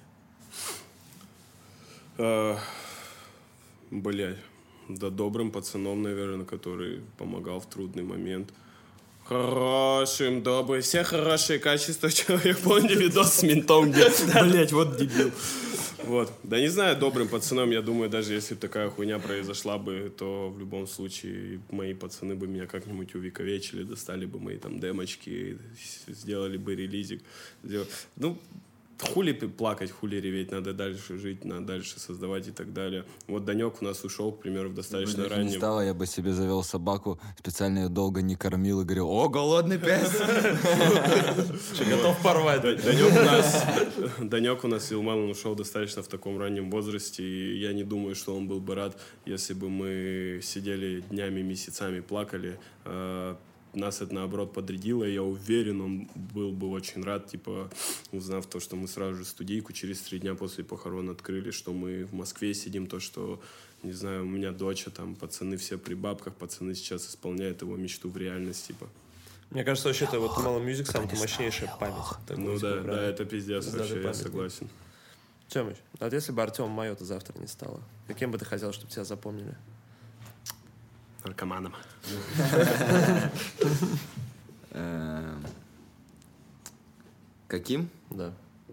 А, Блядь. Да добрым пацаном, наверное, который помогал в трудный момент. Хорошим, добрым. Все хорошие качества человека. Помните видос с ментом, где, блядь, вот дебил. Вот. Да не знаю, добрым пацаном, я думаю, даже если бы такая хуйня произошла бы, то в любом случае мои пацаны бы меня как-нибудь увековечили, достали бы мои там демочки, сделали бы релизик. Сделали... Ну, хули плакать, хули реветь, надо дальше жить, надо дальше создавать и так далее. Вот Данек у нас ушел, к примеру, в достаточно Если раннем... не стало, я бы себе завел собаку, специально ее долго не кормил и говорил: о, голодный пес! Что, готов порвать? Данек у нас, Данек у нас, Илман, он ушел достаточно в таком раннем возрасте, и я не думаю, что он был бы рад, если бы мы сидели днями, месяцами, плакали. Нас это, наоборот, подрядило, и я уверен, он был бы очень рад, типа, узнав то, что мы сразу же студийку через три дня после похорон открыли, что мы в Москве сидим, то, что, не знаю, у меня доча, там, пацаны все при бабках, пацаны сейчас исполняют его мечту в реальность, типа. Мне кажется, вообще это вот Мало Мьюзик самая мощнейшая память. Так Ну будет, да, правильно? да, это пиздец, Даже вообще, я памятник. согласен. Тёмыч, а вот если бы Артём Майота завтра не стало, каким бы ты хотел, чтобы тебя запомнили? Наркоманом. Эм, Каким? Да.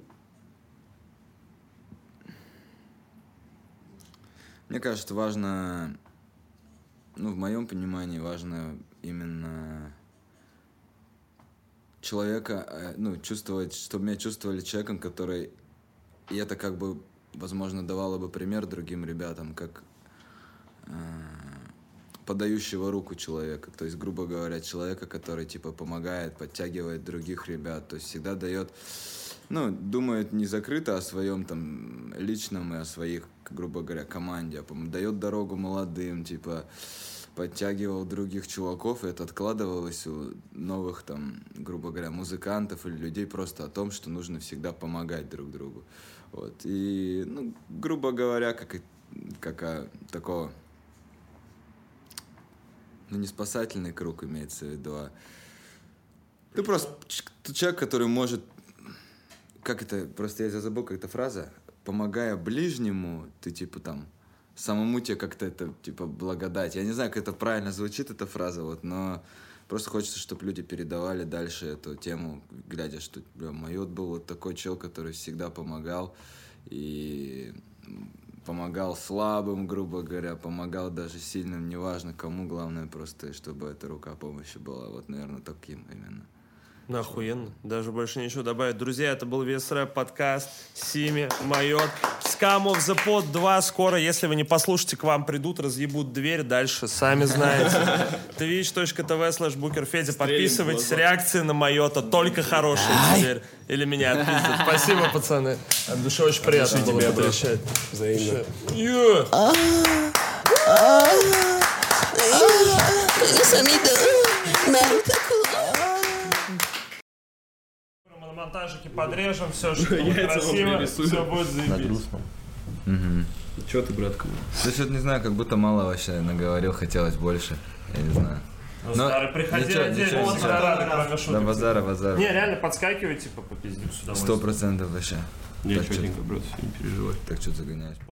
Мне кажется, важно, ну, в моем понимании, важно именно человека, э, ну, чувствовать, чтобы меня чувствовали человеком, который, и это как бы, возможно, давало бы пример другим ребятам, как э, подающего руку человека, то есть, грубо говоря, человека, который, типа, помогает, подтягивает других ребят, то есть всегда дает, ну, думает не закрыто о своем там личном и о своих, грубо говоря, команде, а дает дорогу молодым, типа, подтягивал других чуваков, и это откладывалось у новых там, грубо говоря, музыкантов или людей просто о том, что нужно всегда помогать друг другу. Вот. И, ну, грубо говоря, как, как а, такого, ну, не спасательный круг имеется в виду, а ты просто человек, который может, как это, просто я забыл, как эта фраза, помогая ближнему, ты типа там, самому тебе как-то это, типа, благодать. Я не знаю, как это правильно звучит, эта фраза, вот, но просто хочется, чтобы люди передавали дальше эту тему, глядя, что, бля, Майот был вот такой чел, который всегда помогал, и помогал слабым, грубо говоря, помогал даже сильным, неважно кому, главное просто, чтобы эта рука помощи была, вот, наверное, таким именно. Ну, охуенно. Даже больше ничего добавить. Друзья, это был Вес Рэп подкаст. Сими, Майот. Scum of the Pod два скоро, если вы не послушаете, к вам придут, разъебут дверь, дальше сами знаете. twitch.tv слэш букерфедя. Подписывайтесь, реакции на Майота, только хорошие теперь. Или меня отпиздят. Спасибо, пацаны. От души очень приятно было потрещать. Взаимно. Ё! На монтажике подрежем, все, что будет красиво, все будет заебись. Че ты, братка? Да что-то не знаю, как будто мало вообще наговорил, хотелось больше. Я не знаю. Ну, старый, приходи ничего, отдельно, ничего, вот ничего. рады, кроме шуток. Да базара, базара. Не, реально, подскакивай, типа, по пиздюк с Сто удовольствием. процентов вообще. Не, Так, четенько, брат, не переживай. Так что загоняешь.